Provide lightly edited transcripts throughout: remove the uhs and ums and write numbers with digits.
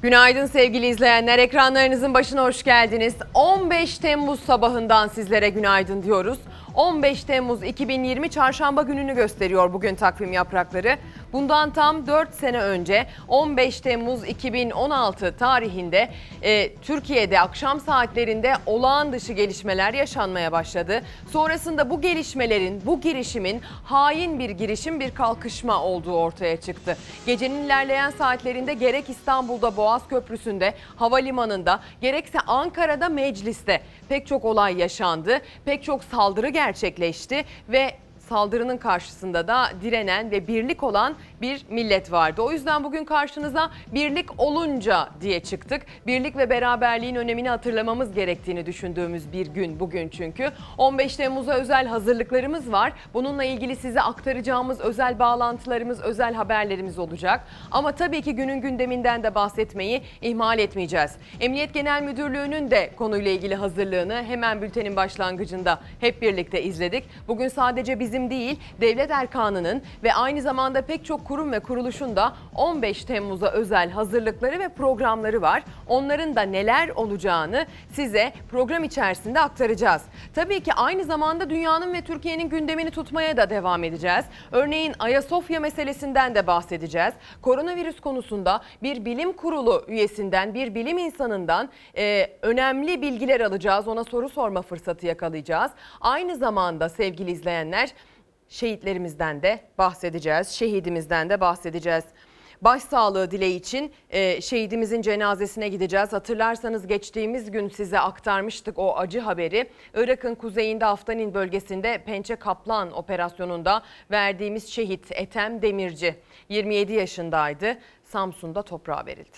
Günaydın sevgili izleyenler. Ekranlarınızın başına hoş geldiniz. 15 Temmuz sabahından sizlere günaydın diyoruz. 15 Temmuz 2020 Çarşamba gününü gösteriyor bugün takvim yaprakları. Bundan tam 4 sene önce 15 Temmuz 2016 tarihinde Türkiye'de akşam saatlerinde olağan dışı gelişmeler yaşanmaya başladı. Sonrasında bu gelişmelerin, bu girişimin hain bir girişim, bir kalkışma olduğu ortaya çıktı. Gecenin ilerleyen saatlerinde gerek İstanbul'da Boğaz Köprüsü'nde, havalimanında, gerekse Ankara'da mecliste pek çok olay yaşandı. Pek çok saldırı gerçekleşti ve saldırının karşısında da direnen ve birlik olan bir millet vardı. O yüzden bugün karşınıza birlik olunca diye çıktık. Birlik ve beraberliğin önemini hatırlamamız gerektiğini düşündüğümüz bir gün bugün çünkü. 15 Temmuz'a özel hazırlıklarımız var. Bununla ilgili size aktaracağımız özel bağlantılarımız, özel haberlerimiz olacak. Ama tabii ki günün gündeminden de bahsetmeyi ihmal etmeyeceğiz. Emniyet Genel Müdürlüğü'nün de konuyla ilgili hazırlığını hemen bültenin başlangıcında hep birlikte izledik. Bugün sadece bizim değil, devlet erkanının ve aynı zamanda pek çok kurum ve kuruluşun da 15 Temmuz'a özel hazırlıkları ve programları var. Onların da neler olacağını size program içerisinde aktaracağız. Tabii ki aynı zamanda dünyanın ve Türkiye'nin gündemini tutmaya da devam edeceğiz. Örneğin Ayasofya meselesinden de bahsedeceğiz. Koronavirüs konusunda bir bilim kurulu üyesinden, bir bilim insanından önemli bilgiler alacağız. Ona soru sorma fırsatı yakalayacağız. Aynı zamanda sevgili izleyenler, şehitlerimizden de bahsedeceğiz, şehidimizden de bahsedeceğiz. Başsağlığı dileği için şehidimizin cenazesine gideceğiz. Hatırlarsanız geçtiğimiz gün size aktarmıştık o acı haberi. Irak'ın kuzeyinde Aftanin bölgesinde Pençe Kaplan operasyonunda verdiğimiz şehit Ethem Demirci 27 yaşındaydı. Samsun'da toprağa verildi.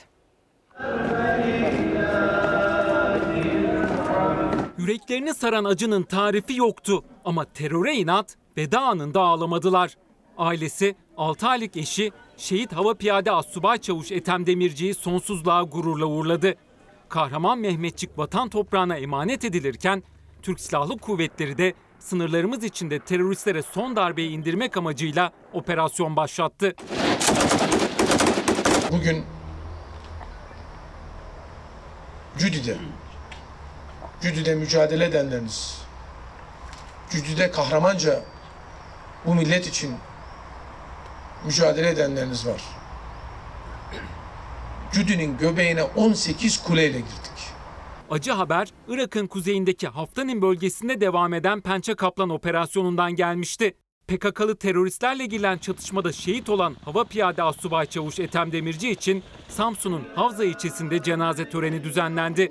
Yüreklerini saran acının tarifi yoktu ama teröre inat veda anında ağlamadılar. Ailesi 6 aylık eşi şehit hava piyade astsubay çavuş Ethem Demirci'yi sonsuzluğa gururla uğurladı. Kahraman Mehmetçik vatan toprağına emanet edilirken Türk Silahlı Kuvvetleri de sınırlarımız içinde teröristlere son darbeyi indirmek amacıyla operasyon başlattı. Bugün Cüdi'de mücadele edenleriniz, Cüdi'de kahramanca bu millet için mücadele edenleriniz var. Cüdi'nin göbeğine 18 kuleyle girdik. Acı haber Irak'ın kuzeyindeki Haftanin bölgesinde devam eden Pençe Kaplan operasyonundan gelmişti. PKK'lı teröristlerle girilen çatışmada şehit olan hava piyade astsubay çavuş Ethem Demirci için Samsun'un Havza ilçesinde cenaze töreni düzenlendi.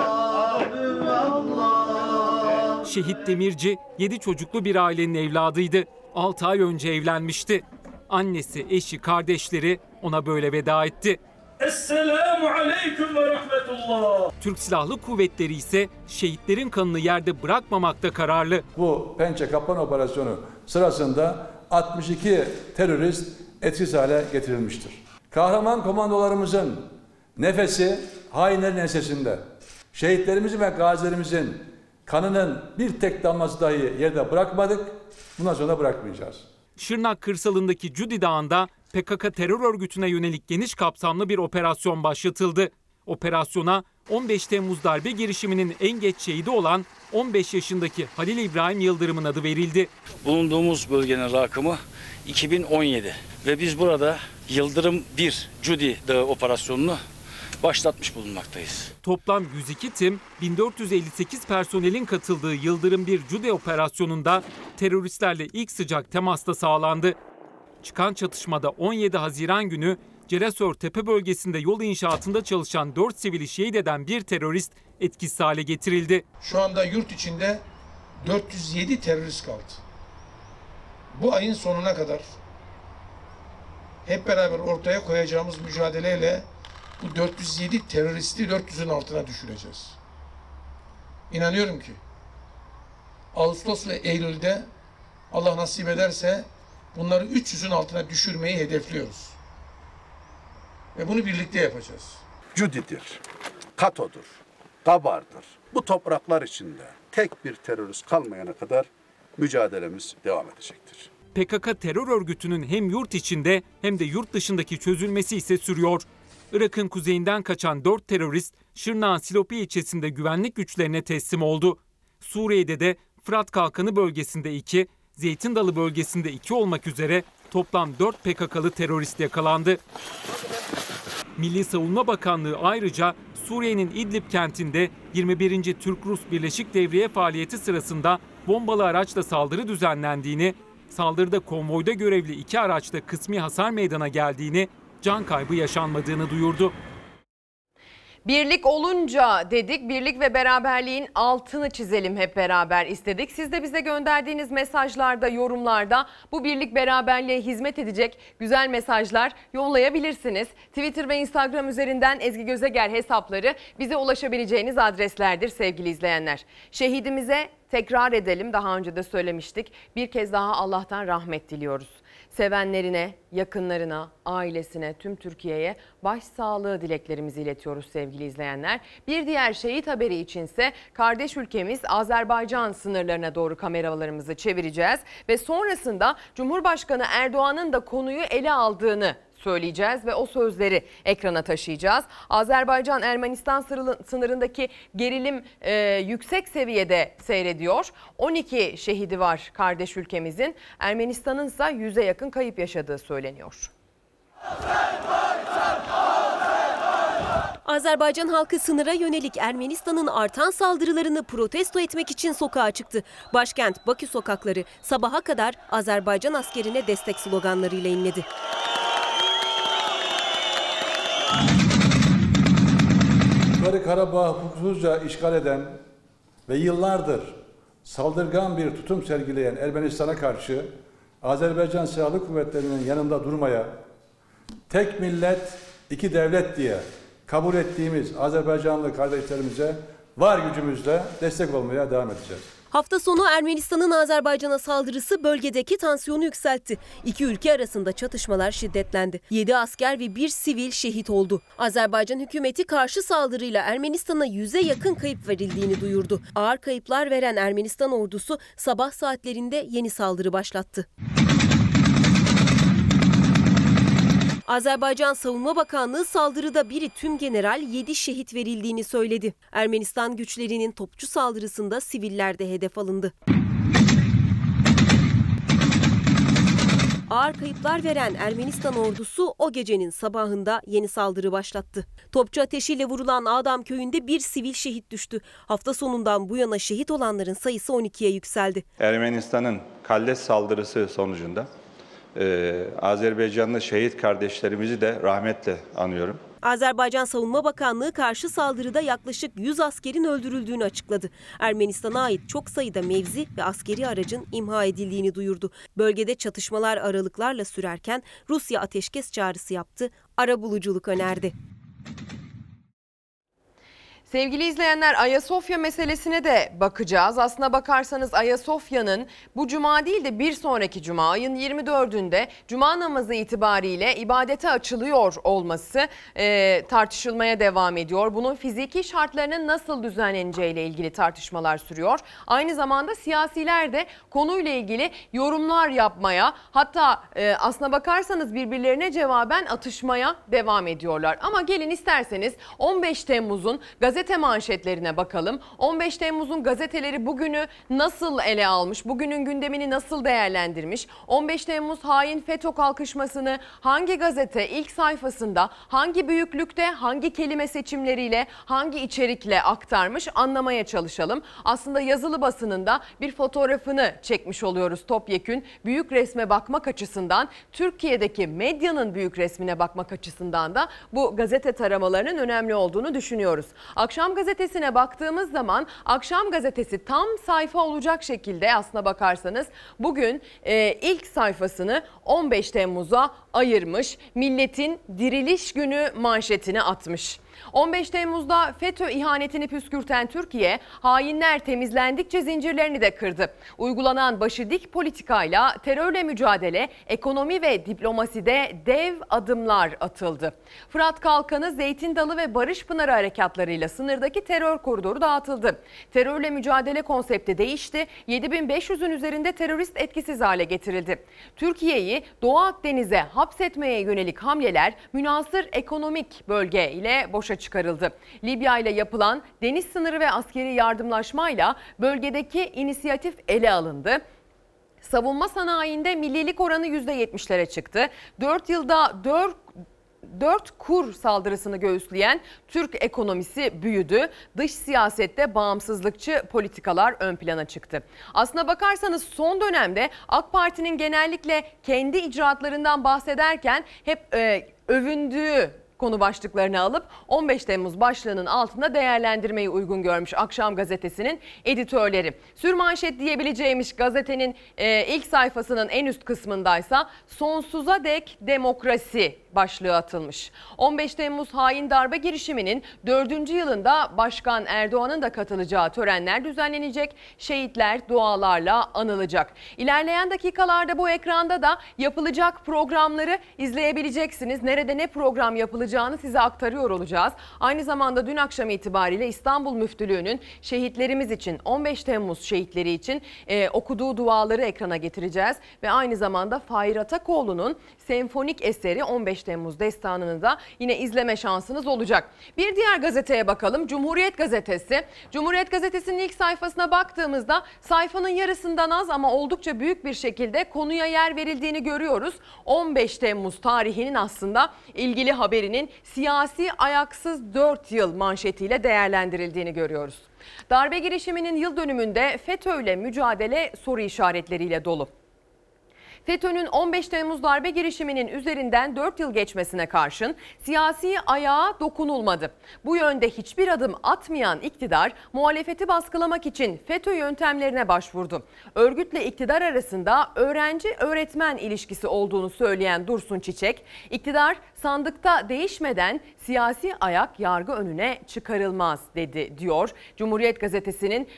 Şehit Demirci 7 çocuklu bir ailenin evladıydı. 6 ay önce evlenmişti. Annesi, eşi, kardeşleri ona böyle veda etti. Esselamu aleyküm ve rahmetullah. Türk Silahlı Kuvvetleri ise şehitlerin kanını yerde bırakmamakta kararlı. Bu Pençe Kaplan operasyonu sırasında 62 terörist etkisiz hale getirilmiştir. Kahraman komandolarımızın nefesi hainlerin ensesinde. Şehitlerimizin ve gazilerimizin kanının bir tek damlası dahi yerde bırakmadık. Bundan sonra da bırakmayacağız. Şırnak kırsalındaki Cudi Dağı'nda PKK terör örgütüne yönelik geniş kapsamlı bir operasyon başlatıldı. Operasyona 15 Temmuz darbe girişiminin en geç şehidi olan 15 yaşındaki Halil İbrahim Yıldırım'ın adı verildi. Bulunduğumuz bölgenin rakımı 2017 ve biz burada Yıldırım 1 Cudi Dağı operasyonunu başlatmış bulunmaktayız. Toplam 102 tim, 1458 personelin katıldığı Yıldırım 1 Cudi operasyonunda teröristlerle ilk sıcak temasta sağlandı. Çıkan çatışmada 17 Haziran günü Ceresör Tepe bölgesinde yol inşaatında çalışan 4 sivili şehit eden bir terörist etkisiz hale getirildi. Şu anda yurt içinde 407 terörist kaldı. Bu ayın sonuna kadar hep beraber ortaya koyacağımız mücadeleyle bu 407 teröristi 400'ün altına düşüreceğiz. İnanıyorum ki Ağustos ve Eylül'de Allah nasip ederse bunları 300'ün altına düşürmeyi hedefliyoruz. Ve bunu birlikte yapacağız. Cudi'dir, Kato'dur, Kabar'dır. Bu topraklar içinde tek bir terörist kalmayana kadar mücadelemiz devam edecektir. PKK terör örgütünün hem yurt içinde hem de yurt dışındaki çözülmesi ise sürüyor. Irak'ın kuzeyinden kaçan 4 terörist Şırnak'ın Silopi ilçesinde güvenlik güçlerine teslim oldu. Suriye'de de Fırat Kalkanı bölgesinde 2, Zeytin Dalı bölgesinde 2 olmak üzere toplam 4 PKK'lı terörist yakalandı. Milli Savunma Bakanlığı ayrıca Suriye'nin İdlib kentinde 21. Türk-Rus Birleşik Devriye faaliyeti sırasında bombalı araçla saldırı düzenlendiğini, saldırıda konvoyda görevli 2 araçta kısmi hasar meydana geldiğini, can kaybı yaşanmadığını duyurdu. Birlik olunca dedik, birlik ve beraberliğin altını çizelim hep beraber istedik. Siz de bize gönderdiğiniz mesajlarda, yorumlarda bu birlik beraberliğe hizmet edecek güzel mesajlar yollayabilirsiniz. Twitter ve Instagram üzerinden Ezgi Gözeger hesapları bize ulaşabileceğiniz adreslerdir sevgili izleyenler. Şehidimize tekrar edelim, daha önce de söylemiştik. Bir kez daha Allah'tan rahmet diliyoruz. Sevenlerine, yakınlarına, ailesine, tüm Türkiye'ye başsağlığı dileklerimizi iletiyoruz sevgili izleyenler. Bir diğer şehit haberi içinse kardeş ülkemiz Azerbaycan sınırlarına doğru kameralarımızı çevireceğiz ve sonrasında Cumhurbaşkanı Erdoğan'ın da konuyu ele aldığını söyleyeceğiz ve o sözleri ekrana taşıyacağız. Azerbaycan-Ermenistan sınırındaki gerilim yüksek seviyede seyrediyor. 12 şehidi var kardeş ülkemizin. Ermenistan'ın ise 100'e yakın kayıp yaşadığı söyleniyor. Azerbaycan halkı sınıra yönelik Ermenistan'ın artan saldırılarını protesto etmek için sokağa çıktı. Başkent Bakü sokakları sabaha kadar Azerbaycan askerine destek sloganlarıyla inledi. Yukarı Karabağ hukuksuzca işgal eden ve yıllardır saldırgan bir tutum sergileyen Ermenistan'a karşı Azerbaycan Silahlı Kuvvetleri'nin yanında durmaya, tek millet, iki devlet diye kabul ettiğimiz Azerbaycanlı kardeşlerimize var gücümüzle destek olmaya devam edeceğiz. Hafta sonu Ermenistan'ın Azerbaycan'a saldırısı bölgedeki tansiyonu yükseltti. İki ülke arasında çatışmalar şiddetlendi. 7 asker ve 1 sivil şehit oldu. Azerbaycan hükümeti karşı saldırıyla Ermenistan'a 100'e yakın kayıp verildiğini duyurdu. Ağır kayıplar veren Ermenistan ordusu sabah saatlerinde yeni saldırı başlattı. Azerbaycan Savunma Bakanlığı saldırıda biri tümgeneral 7 şehit verildiğini söyledi. Ermenistan güçlerinin topçu saldırısında siviller de hedef alındı. Ağır kayıplar veren Ermenistan ordusu o gecenin sabahında yeni saldırı başlattı. Topçu ateşiyle vurulan Ağdam köyünde bir sivil şehit düştü. Hafta sonundan bu yana şehit olanların sayısı 12'ye yükseldi. Ermenistan'ın kalleş saldırısı sonucunda Azerbaycanlı şehit kardeşlerimizi de rahmetle anıyorum. Azerbaycan Savunma Bakanlığı karşı saldırıda yaklaşık 100 askerin öldürüldüğünü açıkladı. Ermenistan'a ait çok sayıda mevzi ve askeri aracın imha edildiğini duyurdu. Bölgede çatışmalar aralıklarla sürerken Rusya ateşkes çağrısı yaptı, arabuluculuk önerdi. Sevgili izleyenler, Ayasofya meselesine de bakacağız. Aslına bakarsanız Ayasofya'nın bu cuma değil de bir sonraki cuma ayın 24'ünde cuma namazı itibariyle ibadete açılıyor olması tartışılmaya devam ediyor. Bunun fiziki şartlarının nasıl düzenleneceğiyle ilgili tartışmalar sürüyor. Aynı zamanda siyasiler de konuyla ilgili yorumlar yapmaya, hatta aslına bakarsanız birbirlerine cevaben atışmaya devam ediyorlar. Ama gelin isterseniz 15 Temmuz'un gazete manşetlerine bakalım. 15 Temmuz'un gazeteleri bugünü nasıl ele almış? Bugünün gündemini nasıl değerlendirmiş? 15 Temmuz hain FETÖ kalkışmasını hangi gazete ilk sayfasında, hangi büyüklükte, hangi kelime seçimleriyle, hangi içerikle aktarmış anlamaya çalışalım. Aslında yazılı basınında bir fotoğrafını çekmiş oluyoruz topyekün. Büyük resme bakmak açısından, Türkiye'deki medyanın büyük resmine bakmak açısından da bu gazete taramalarının önemli olduğunu düşünüyoruz. Akşam gazetesine baktığımız zaman Akşam gazetesi tam sayfa olacak şekilde aslına bakarsanız bugün ilk sayfasını 15 Temmuz'a ayırmış. Milletin Diriliş Günü manşetini atmış. 15 Temmuz'da FETÖ ihanetini püskürten Türkiye, hainler temizlendikçe zincirlerini de kırdı. Uygulanan başı dik politikayla terörle mücadele, ekonomi ve diplomaside dev adımlar atıldı. Fırat Kalkanı, Zeytin Dalı ve Barış Pınarı harekatlarıyla sınırdaki terör koridoru dağıtıldı. Terörle mücadele konsepti değişti. 7500'ün üzerinde terörist etkisiz hale getirildi. Türkiye'yi Doğu Akdeniz'e hapsetmeye yönelik hamleler münhasır ekonomik bölge ile boşa çıkarıldı. Libya ile yapılan deniz sınırı ve askeri yardımlaşmayla bölgedeki inisiyatif ele alındı. Savunma sanayinde millilik oranı %70'lere çıktı. 4 yılda 4 kur saldırısını göğüsleyen Türk ekonomisi büyüdü. Dış siyasette bağımsızlıkçı politikalar ön plana çıktı. Aslına bakarsanız son dönemde AK Parti'nin genellikle kendi icraatlarından bahsederken hep övündüğü konu başlıklarını alıp 15 Temmuz başlığının altında değerlendirmeyi uygun görmüş Akşam Gazetesi'nin editörleri. Sürmanşet diyebileceğimiz gazetenin ilk sayfasının en üst kısmındaysa sonsuza dek demokrasi başlığı atılmış. 15 Temmuz hain darbe girişiminin 4. yılında Başkan Erdoğan'ın da katılacağı törenler düzenlenecek. Şehitler dualarla anılacak. İlerleyen dakikalarda bu ekranda da yapılacak programları izleyebileceksiniz. Nerede ne program yapılacağını size aktarıyor olacağız. Aynı zamanda dün akşam itibariyle İstanbul Müftülüğü'nün şehitlerimiz için, 15 Temmuz şehitleri için okuduğu duaları ekrana getireceğiz. Ve aynı zamanda Fahir Atakoğlu'nun senfonik eseri 15 Temmuz destanını da yine izleme şansınız olacak. Bir diğer gazeteye bakalım. Cumhuriyet Gazetesi. Cumhuriyet Gazetesi'nin ilk sayfasına baktığımızda sayfanın yarısından az ama oldukça büyük bir şekilde konuya yer verildiğini görüyoruz. 15 Temmuz tarihinin aslında ilgili haberinin siyasi ayaksız 4 yıl manşetiyle değerlendirildiğini görüyoruz. Darbe girişiminin yıl dönümünde FETÖ'yle mücadele soru işaretleriyle dolu. FETÖ'nün 15 Temmuz darbe girişiminin üzerinden 4 yıl geçmesine karşın siyasi ayağa dokunulmadı. Bu yönde hiçbir adım atmayan iktidar muhalefeti baskılamak için FETÖ yöntemlerine başvurdu. Örgütle iktidar arasında öğrenci-öğretmen ilişkisi olduğunu söyleyen Dursun Çiçek, iktidar sandıkta değişmeden siyasi ayak yargı önüne çıkarılmaz dedi diyor. Cumhuriyet Gazetesi'nin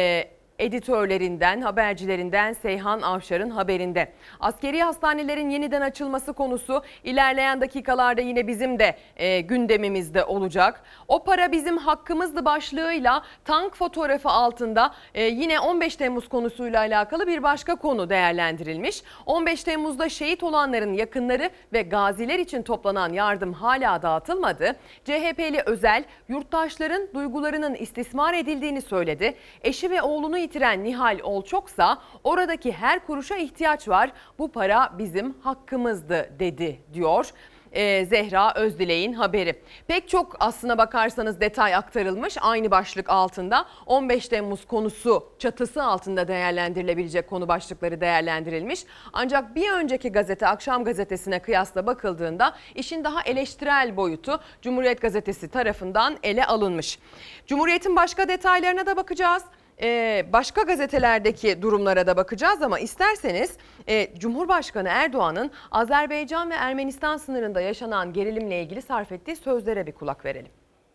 editörlerinden, habercilerinden Seyhan Avşar'ın haberinde. Askeri hastanelerin yeniden açılması konusu ilerleyen dakikalarda yine bizim de gündemimizde olacak. O para bizim hakkımızdı başlığıyla tank fotoğrafı altında yine 15 Temmuz konusuyla alakalı bir başka konu değerlendirilmiş. 15 Temmuz'da şehit olanların yakınları ve gaziler için toplanan yardım hala dağıtılmadı. CHP'li Özel, yurttaşların duygularının istismar edildiğini söyledi. Eşi ve oğlunu yitiren Nihal Olçoksa oradaki her kuruşa ihtiyaç var. Bu para bizim hakkımızdı dedi diyor. Zehra Özdilek'in haberi. Pek çok aslına bakarsanız detay aktarılmış aynı başlık altında. 15 Temmuz konusu çatısı altında değerlendirilebilecek konu başlıkları değerlendirilmiş. Ancak bir önceki gazete Akşam Gazetesi'ne kıyasla bakıldığında işin daha eleştirel boyutu Cumhuriyet Gazetesi tarafından ele alınmış. Cumhuriyet'in başka detaylarına da bakacağız. Başka gazetelerdeki durumlara da bakacağız ama isterseniz Cumhurbaşkanı Erdoğan'ın Azerbaycan ve Ermenistan sınırında yaşanan gerilimle ilgili sarf ettiği sözlere bir kulak verelim.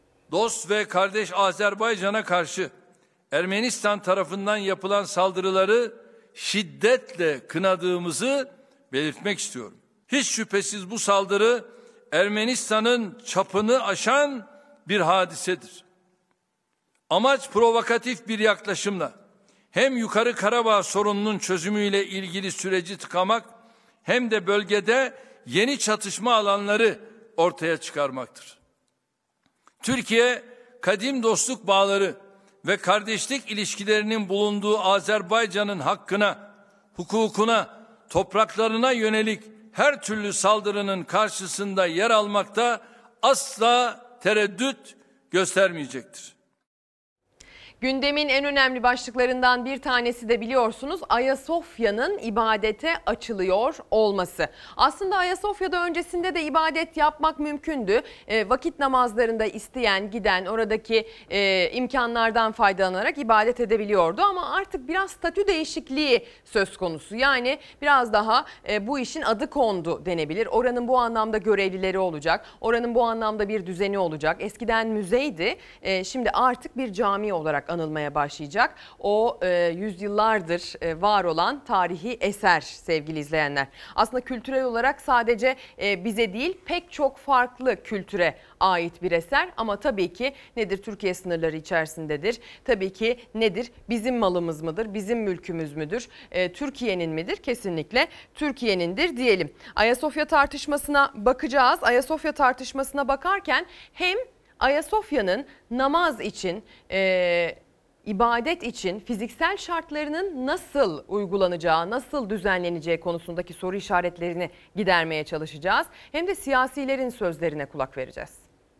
Dost ve kardeş Azerbaycan'a karşı Ermenistan tarafından yapılan saldırıları şiddetle kınadığımızı belirtmek istiyorum. Hiç şüphesiz bu saldırı Ermenistan'ın çapını aşan bir hadisedir. Amaç provokatif bir yaklaşımla hem Yukarı Karabağ sorununun çözümüyle ilgili süreci tıkamak hem de bölgede yeni çatışma alanları ortaya çıkarmaktır. Türkiye, kadim dostluk bağları ve kardeşlik ilişkilerinin bulunduğu Azerbaycan'ın hakkına, hukukuna, topraklarına yönelik her türlü saldırının karşısında yer almakta asla tereddüt göstermeyecektir. Gündemin en önemli başlıklarından bir tanesi de biliyorsunuz Ayasofya'nın ibadete açılıyor olması. Aslında Ayasofya'da öncesinde de ibadet yapmak mümkündü. Vakit namazlarında isteyen, giden, oradaki imkanlardan faydalanarak ibadet edebiliyordu. Ama artık biraz statü değişikliği söz konusu. Yani biraz daha bu işin adı kondu denebilir. Oranın bu anlamda görevlileri olacak. Oranın bu anlamda bir düzeni olacak. Eskiden müzeydi. Şimdi artık bir cami olarak anılmaya başlayacak. O yüzyıllardır var olan tarihi eser sevgili izleyenler. Aslında kültürel olarak sadece bize değil pek çok farklı kültüre ait bir eser. Ama tabii ki nedir? Türkiye sınırları içerisindedir. Tabii ki nedir? Bizim malımız mıdır? Bizim mülkümüz müdür? Türkiye'nin midir? Kesinlikle Türkiye'nindir diyelim. Ayasofya tartışmasına bakacağız. Ayasofya tartışmasına bakarken hem Ayasofya'nın namaz için, ibadet için fiziksel şartlarının nasıl uygulanacağı, nasıl düzenleneceği konusundaki soru işaretlerini gidermeye çalışacağız. Hem de siyasilerin sözlerine kulak vereceğiz.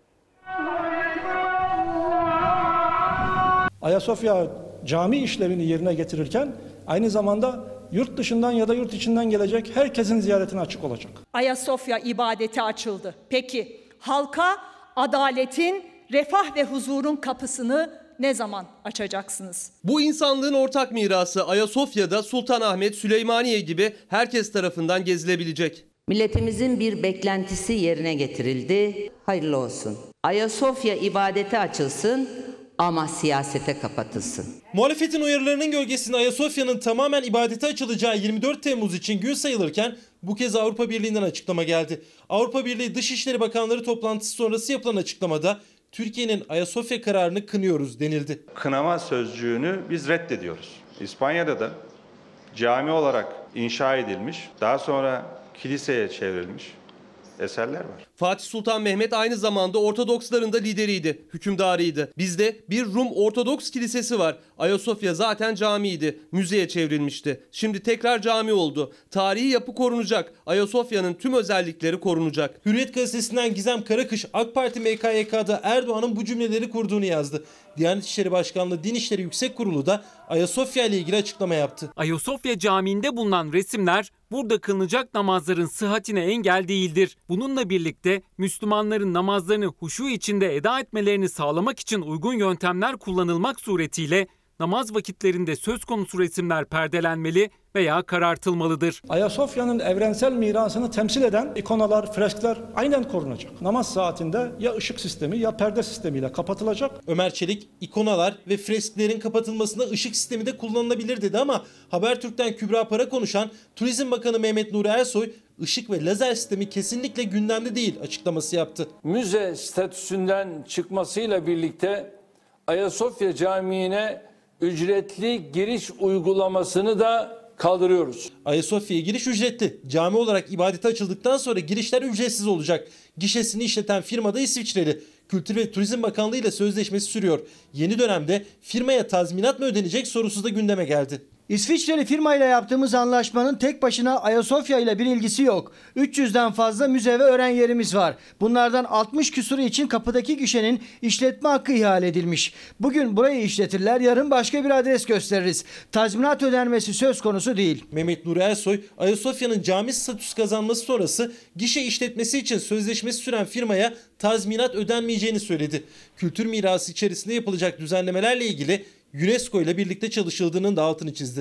Ayasofya cami işlevini yerine getirirken aynı zamanda yurt dışından ya da yurt içinden gelecek herkesin ziyaretine açık olacak. Ayasofya ibadete açıldı. Peki halka adaletin, refah ve huzurun kapısını ne zaman açacaksınız? Bu insanlığın ortak mirası Ayasofya'da Sultanahmet, Süleymaniye gibi herkes tarafından gezilebilecek. Milletimizin bir beklentisi yerine getirildi. Hayırlı olsun. Ayasofya ibadete açılsın ama siyasete kapatılsın. Muhalefetin uyarılarının gölgesinde Ayasofya'nın tamamen ibadete açılacağı 24 Temmuz için gün sayılırken bu kez Avrupa Birliği'nden açıklama geldi. Avrupa Birliği Dışişleri Bakanları toplantısı sonrası yapılan açıklamada Türkiye'nin Ayasofya kararını kınıyoruz denildi. Kınama sözcüğünü biz reddediyoruz. İspanya'da da cami olarak inşa edilmiş, daha sonra kiliseye çevrilmiş eserler var. Fatih Sultan Mehmet aynı zamanda Ortodoksların da lideriydi, hükümdarıydı. Bizde bir Rum Ortodoks kilisesi var. Ayasofya zaten camiydi, müzeye çevrilmişti. Şimdi tekrar cami oldu. Tarihi yapı korunacak. Ayasofya'nın tüm özellikleri korunacak. Hürriyet gazetesinden Gizem Karakış, AK Parti MKYK'da Erdoğan'ın bu cümleleri kurduğunu yazdı. Diyanet İşleri Başkanlığı Din İşleri Yüksek Kurulu da Ayasofya ile ilgili açıklama yaptı. Ayasofya Camii'nde bulunan resimler burada kılınacak namazların sıhhatine engel değildir. Bununla birlikte Müslümanların namazlarını huşu içinde eda etmelerini sağlamak için uygun yöntemler kullanılmak suretiyle namaz vakitlerinde söz konusu resimler perdelenmeli veya karartılmalıdır. Ayasofya'nın evrensel mirasını temsil eden ikonalar, freskler aynen korunacak. Namaz saatinde ya ışık sistemi ya perde sistemiyle kapatılacak. Ömer Çelik, ikonalar ve fresklerin kapatılmasında ışık sistemi de kullanılabilir dedi ama Habertürk'ten Kübra Para konuşan Turizm Bakanı Mehmet Nuri Ersoy, ışık ve lazer sistemi kesinlikle gündemde değil açıklaması yaptı. Müze statüsünden çıkmasıyla birlikte Ayasofya Camii'ne ücretli giriş uygulamasını da kaldırıyoruz. Ayasofya'ya giriş ücretli. Cami olarak ibadete açıldıktan sonra girişler ücretsiz olacak. Gişesini işleten firma da İsviçreli. Kültür ve Turizm Bakanlığı ile sözleşmesi sürüyor. Yeni dönemde firmaya tazminat mı ödenecek sorusu da gündeme geldi. İsviçreli firmayla yaptığımız anlaşmanın tek başına Ayasofya ile bir ilgisi yok. 300'den fazla müze ve öğren yerimiz var. Bunlardan 60 küsuru için kapıdaki gişenin işletme hakkı ihale edilmiş. Bugün burayı işletirler, yarın başka bir adres gösteririz. Tazminat ödenmesi söz konusu değil. Mehmet Nuri Ersoy, Ayasofya'nın cami statüsü kazanması sonrası gişe işletmesi için sözleşmesi süren firmaya tazminat ödenmeyeceğini söyledi. Kültür mirası içerisinde yapılacak düzenlemelerle ilgili UNESCO ile birlikte çalışıldığının da altını çizdi.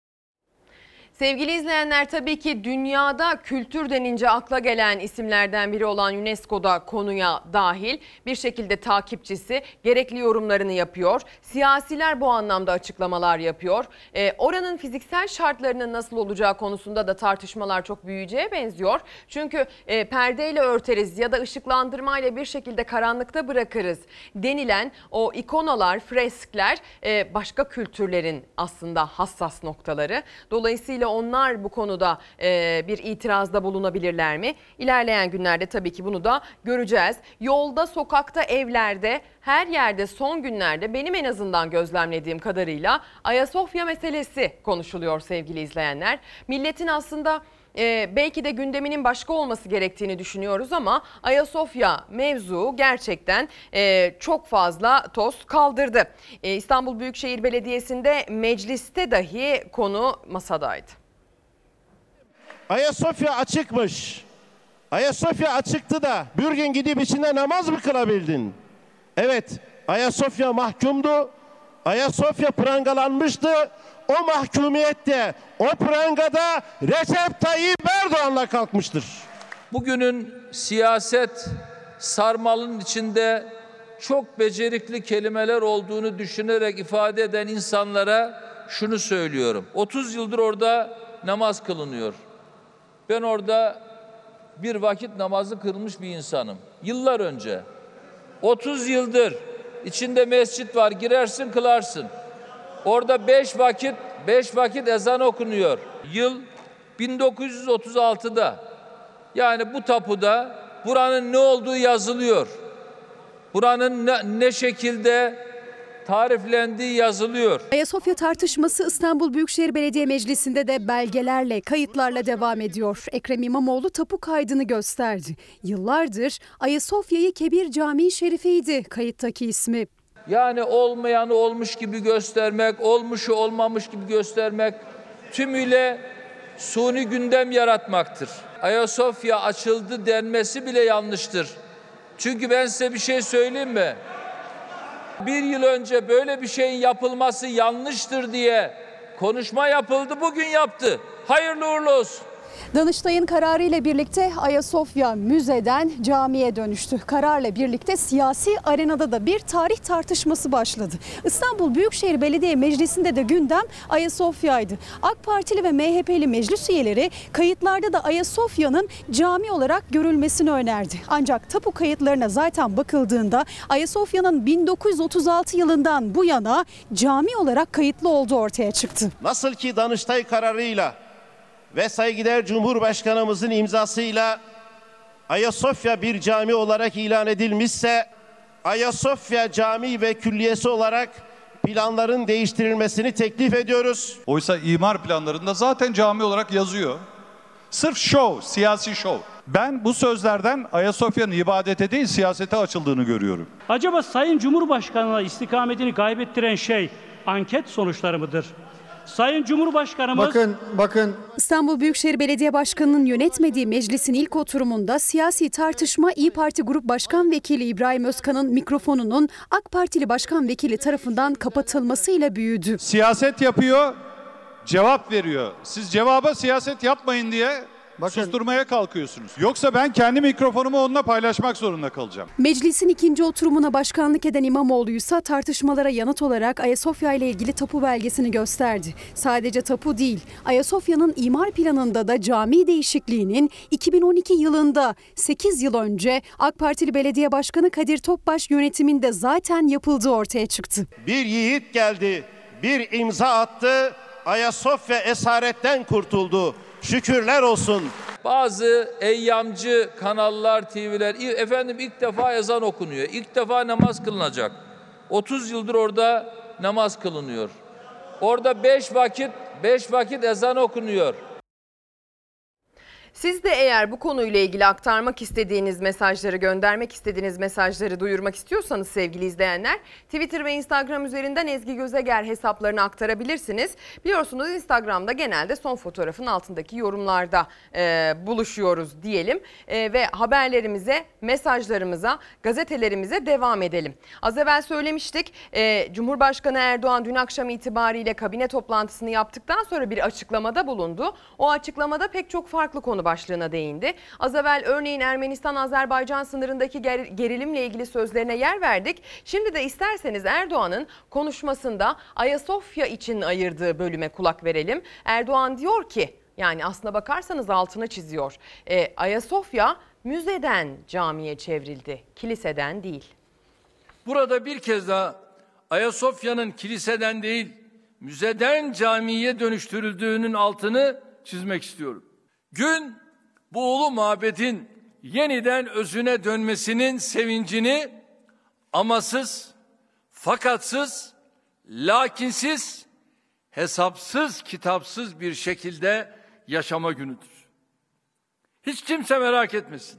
Sevgili izleyenler, tabii ki dünyada kültür denince akla gelen isimlerden biri olan UNESCO'da konuya dahil, bir şekilde takipçisi, gerekli yorumlarını yapıyor. Siyasiler bu anlamda açıklamalar yapıyor. Oranın fiziksel şartlarının nasıl olacağı konusunda da tartışmalar çok büyüyeceğe benziyor. Çünkü perdeyle örteriz ya da ışıklandırmayla bir şekilde karanlıkta bırakırız denilen o ikonalar, freskler başka kültürlerin aslında hassas noktaları. Dolayısıyla onlar bu konuda bir itirazda bulunabilirler mi? İlerleyen günlerde tabii ki bunu da göreceğiz. Yolda, sokakta, evlerde, her yerde son günlerde benim en azından gözlemlediğim kadarıyla Ayasofya meselesi konuşuluyor sevgili izleyenler. Milletin aslında belki de gündeminin başka olması gerektiğini düşünüyoruz ama Ayasofya mevzu gerçekten çok fazla toz kaldırdı. İstanbul Büyükşehir Belediyesi'nde mecliste dahi konu masadaydı. Ayasofya açıkmış. Ayasofya açıktı da bir gün gidip içinde namaz mı kılabildin? Evet, Ayasofya mahkumdu. Ayasofya prangalanmıştı. O mahkumiyette, o prangada Recep Tayyip Erdoğan'la kalkmıştır. Bugünün siyaset sarmalının içinde çok becerikli kelimeler olduğunu düşünerek ifade eden insanlara şunu söylüyorum. 30 yıldır orada namaz kılınıyor. Ben orada bir vakit namazı kılmış bir insanım. Yıllar önce. 30 yıldır içinde mescit var, girersin kılarsın. Orada 5 vakit ezan okunuyor. Yıl 1936'da. Yani bu tapuda buranın ne olduğu yazılıyor. Buranın ne şekilde tariflendiği yazılıyor. Ayasofya tartışması İstanbul Büyükşehir Belediye Meclisi'nde de belgelerle, kayıtlarla devam ediyor. Ekrem İmamoğlu tapu kaydını gösterdi. Yıllardır Ayasofya'yı Kebir Camii Şerife'ydi kayıttaki ismi. Yani olmayanı olmuş gibi göstermek, olmuşu olmamış gibi göstermek tümüyle suni gündem yaratmaktır. Ayasofya açıldı denmesi bile yanlıştır. Çünkü ben size bir şey söyleyeyim mi? Bir yıl önce böyle bir şeyin yapılması yanlıştır diye konuşma yapıldı, bugün yaptı. Hayırlı uğurlu olsun. Danıştay'ın kararı ile birlikte Ayasofya müzeden camiye dönüştü. Kararla birlikte siyasi arenada da bir tarih tartışması başladı. İstanbul Büyükşehir Belediye Meclisi'nde de gündem Ayasofya'ydı. AK Partili ve MHP'li meclis üyeleri kayıtlarda da Ayasofya'nın cami olarak görülmesini önerdi. Ancak tapu kayıtlarına zaten bakıldığında Ayasofya'nın 1936 yılından bu yana cami olarak kayıtlı olduğu ortaya çıktı. Nasıl ki Danıştay kararıyla ve saygıdeğer Cumhurbaşkanımızın imzasıyla Ayasofya bir cami olarak ilan edilmişse, Ayasofya Camii ve Külliyesi olarak planların değiştirilmesini teklif ediyoruz. Oysa imar planlarında zaten cami olarak yazıyor. Sırf şov, siyasi şov. Ben bu sözlerden Ayasofya'nın ibadete değil siyasete açıldığını görüyorum. Acaba Sayın Cumhurbaşkanı'na istikametini kaybettiren şey anket sonuçları mıdır? Sayın Cumhurbaşkanımız... Bakın. İstanbul Büyükşehir Belediye Başkanı'nın yönetmediği meclisin ilk oturumunda siyasi tartışma İYİ Parti Grup Başkan Vekili İbrahim Özkan'ın mikrofonunun AK Partili Başkan Vekili tarafından kapatılmasıyla büyüdü. Siyaset yapıyor, cevap veriyor. Siz cevaba siyaset yapmayın diye susturmaya kalkıyorsunuz. Yoksa ben kendi mikrofonumu onunla paylaşmak zorunda kalacağım. Meclisin ikinci oturumuna başkanlık eden İmamoğlu ise tartışmalara yanıt olarak Ayasofya ile ilgili tapu belgesini gösterdi. Sadece tapu değil, Ayasofya'nın imar planında da cami değişikliğinin 2012 yılında 8 yıl önce AK Partili Belediye Başkanı Kadir Topbaş yönetiminde zaten yapıldığı ortaya çıktı. Bir yiğit geldi, bir imza attı, Ayasofya esaretten kurtuldu. Şükürler olsun. Bazı eyyamcı kanallar, TV'ler, efendim ilk defa ezan okunuyor. İlk defa namaz kılınacak. 30 yıldır orada namaz kılınıyor. Orada 5 vakit ezan okunuyor. Siz de eğer bu konuyla ilgili aktarmak istediğiniz mesajları, göndermek istediğiniz mesajları duyurmak istiyorsanız sevgili izleyenler, Twitter ve Instagram üzerinden Ezgi Gözeger hesaplarını aktarabilirsiniz. Biliyorsunuz Instagram'da genelde son fotoğrafın altındaki yorumlarda buluşuyoruz diyelim ve haberlerimize, mesajlarımıza, gazetelerimize devam edelim. Az evvel söylemiştik, Cumhurbaşkanı Erdoğan dün akşam itibariyle kabine toplantısını yaptıktan sonra bir açıklamada bulundu. O açıklamada pek çok farklı konu başlığına değindi. Az evvel örneğin Ermenistan-Azerbaycan sınırındaki gerilimle ilgili sözlerine yer verdik. Şimdi de isterseniz Erdoğan'ın konuşmasında Ayasofya için ayırdığı bölüme kulak verelim. Erdoğan diyor ki, yani aslına bakarsanız altını çiziyor. Ayasofya müzeden camiye çevrildi, kiliseden değil. Burada bir kez daha Ayasofya'nın kiliseden değil, müzeden camiye dönüştürüldüğünün altını çizmek istiyorum. Gün bu ulu mabedin yeniden özüne dönmesinin sevincini amasız, fakatsız, lakinsiz, hesapsız, kitapsız bir şekilde yaşama günüdür. Hiç kimse merak etmesin.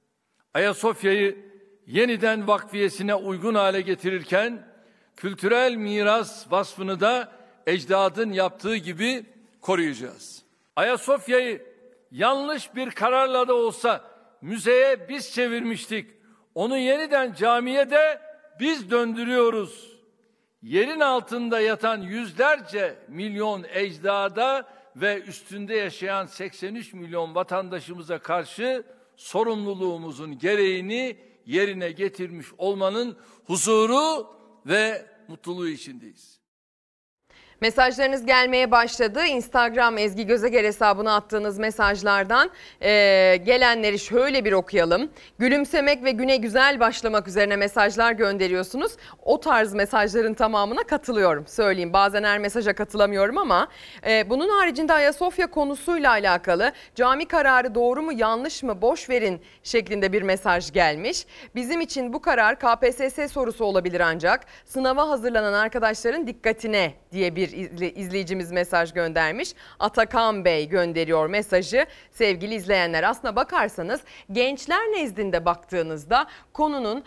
Ayasofya'yı yeniden vakfiyesine uygun hale getirirken kültürel miras vasfını da ecdadın yaptığı gibi koruyacağız. Ayasofya'yı yanlış bir kararla da olsa müzeye biz çevirmiştik. Onu yeniden camiye de biz döndürüyoruz. Yerin altında yatan yüzlerce milyon ecdada ve üstünde yaşayan 83 milyon vatandaşımıza karşı sorumluluğumuzun gereğini yerine getirmiş olmanın huzuru ve mutluluğu içindeyiz. Mesajlarınız gelmeye başladı. Instagram Ezgi Gözeger hesabına attığınız mesajlardan gelenleri şöyle bir okuyalım. Gülümsemek ve güne güzel başlamak üzerine mesajlar gönderiyorsunuz. O tarz mesajların tamamına katılıyorum. Söyleyeyim, bazen her mesaja katılamıyorum ama bunun haricinde Ayasofya konusuyla alakalı cami kararı doğru mu yanlış mı boş verin şeklinde bir mesaj gelmiş. Bizim için bu karar KPSS sorusu olabilir ancak sınava hazırlanan arkadaşların dikkatine diye bir izleyicimiz mesaj göndermiş. Atakan Bey gönderiyor mesajı. Sevgili izleyenler, aslına bakarsanız gençler nezdinde baktığınızda konunun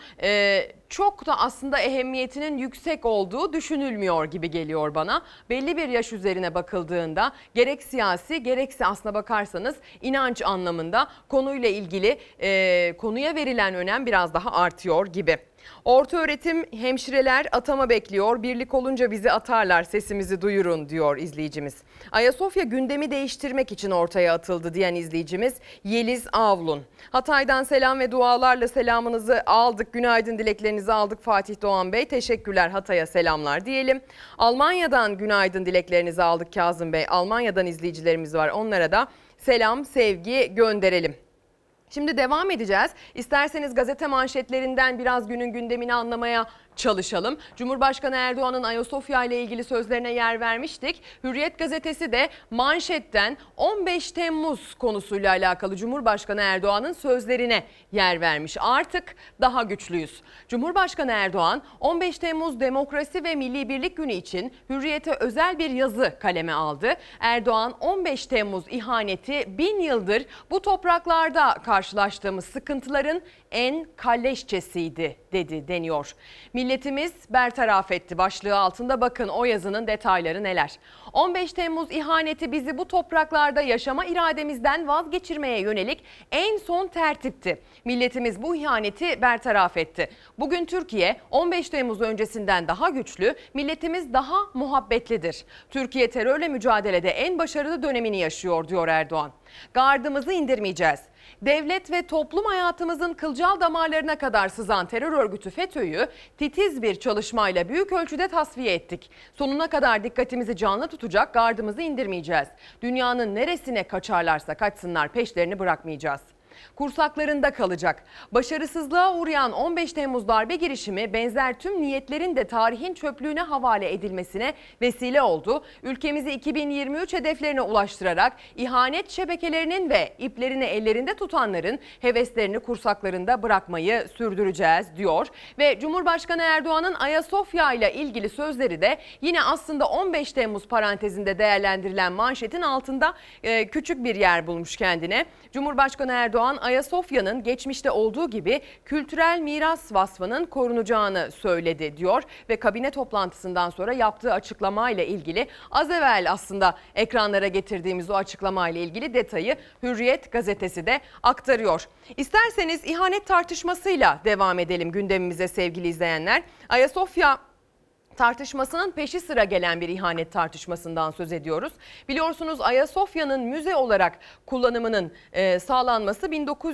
çok da aslında ehemmiyetinin yüksek olduğu düşünülmüyor gibi geliyor bana. Belli bir yaş üzerine bakıldığında gerek siyasi gerekse aslına bakarsanız inanç anlamında konuyla ilgili konuya verilen önem biraz daha artıyor gibi. Orta öğretim hemşireler atama bekliyor. Birlik olunca bizi atarlar, sesimizi duyurun diyor izleyicimiz. Ayasofya gündemi değiştirmek için ortaya atıldı diyen izleyicimiz Yeliz Avlun. Hatay'dan selam ve dualarla selamınızı aldık. Günaydın dileklerinizi aldık Fatih Doğan Bey. Teşekkürler, Hatay'a selamlar diyelim. Almanya'dan günaydın dileklerinizi aldık Kazım Bey. Almanya'dan izleyicilerimiz var. Onlara da selam, sevgi gönderelim. Şimdi devam edeceğiz. İsterseniz gazete manşetlerinden biraz günün gündemini anlamaya çalışalım. Cumhurbaşkanı Erdoğan'ın Ayasofya ile ilgili sözlerine yer vermiştik. Hürriyet gazetesi de manşetten 15 Temmuz konusuyla alakalı Cumhurbaşkanı Erdoğan'ın sözlerine yer vermiş. Artık daha güçlüyüz. Cumhurbaşkanı Erdoğan 15 Temmuz Demokrasi ve Milli Birlik Günü için Hürriyet'e özel bir yazı kaleme aldı. Erdoğan 15 Temmuz ihaneti 1000 yıldır bu topraklarda karşılaştığımız sıkıntıların en kalleşçesiydi dedi deniyor. Milletimiz bertaraf etti başlığı altında bakın o yazının detayları neler. 15 Temmuz ihaneti bizi bu topraklarda yaşama irademizden vazgeçirmeye yönelik en son tertipti. Milletimiz bu ihaneti bertaraf etti. Bugün Türkiye 15 Temmuz öncesinden daha güçlü, milletimiz daha muhabbetlidir. Türkiye terörle mücadelede en başarılı dönemini yaşıyor diyor Erdoğan. Gardımızı indirmeyeceğiz. Devlet ve toplum hayatımızın kılcal damarlarına kadar sızan terör örgütü FETÖ'yü titiz bir çalışmayla büyük ölçüde tasfiye ettik. Sonuna kadar dikkatimizi canlı tutacak, gardımızı indirmeyeceğiz. Dünyanın neresine kaçarlarsa kaçsınlar, peşlerini bırakmayacağız. Kursaklarında kalacak. Başarısızlığa uğrayan 15 Temmuz darbe girişimi benzer tüm niyetlerin de tarihin çöplüğüne havale edilmesine vesile oldu. Ülkemizi 2023 hedeflerine ulaştırarak ihanet şebekelerinin ve iplerini ellerinde tutanların heveslerini kursaklarında bırakmayı sürdüreceğiz diyor. Ve Cumhurbaşkanı Erdoğan'ın Ayasofya ile ilgili sözleri de yine aslında 15 Temmuz parantezinde değerlendirilen manşetin altında küçük bir yer bulmuş kendine. Cumhurbaşkanı Erdoğan Ayasofya'nın geçmişte olduğu gibi kültürel miras vasfının korunacağını söyledi diyor ve kabine toplantısından sonra yaptığı açıklamayla ilgili az evvel aslında ekranlara getirdiğimiz o açıklamayla ilgili detayı Hürriyet gazetesi de aktarıyor. İsterseniz ihanet tartışmasıyla devam edelim gündemimize sevgili izleyenler. Ayasofya tartışmasının peşi sıra gelen bir ihanet tartışmasından söz ediyoruz. Biliyorsunuz Ayasofya'nın müze olarak kullanımının sağlanması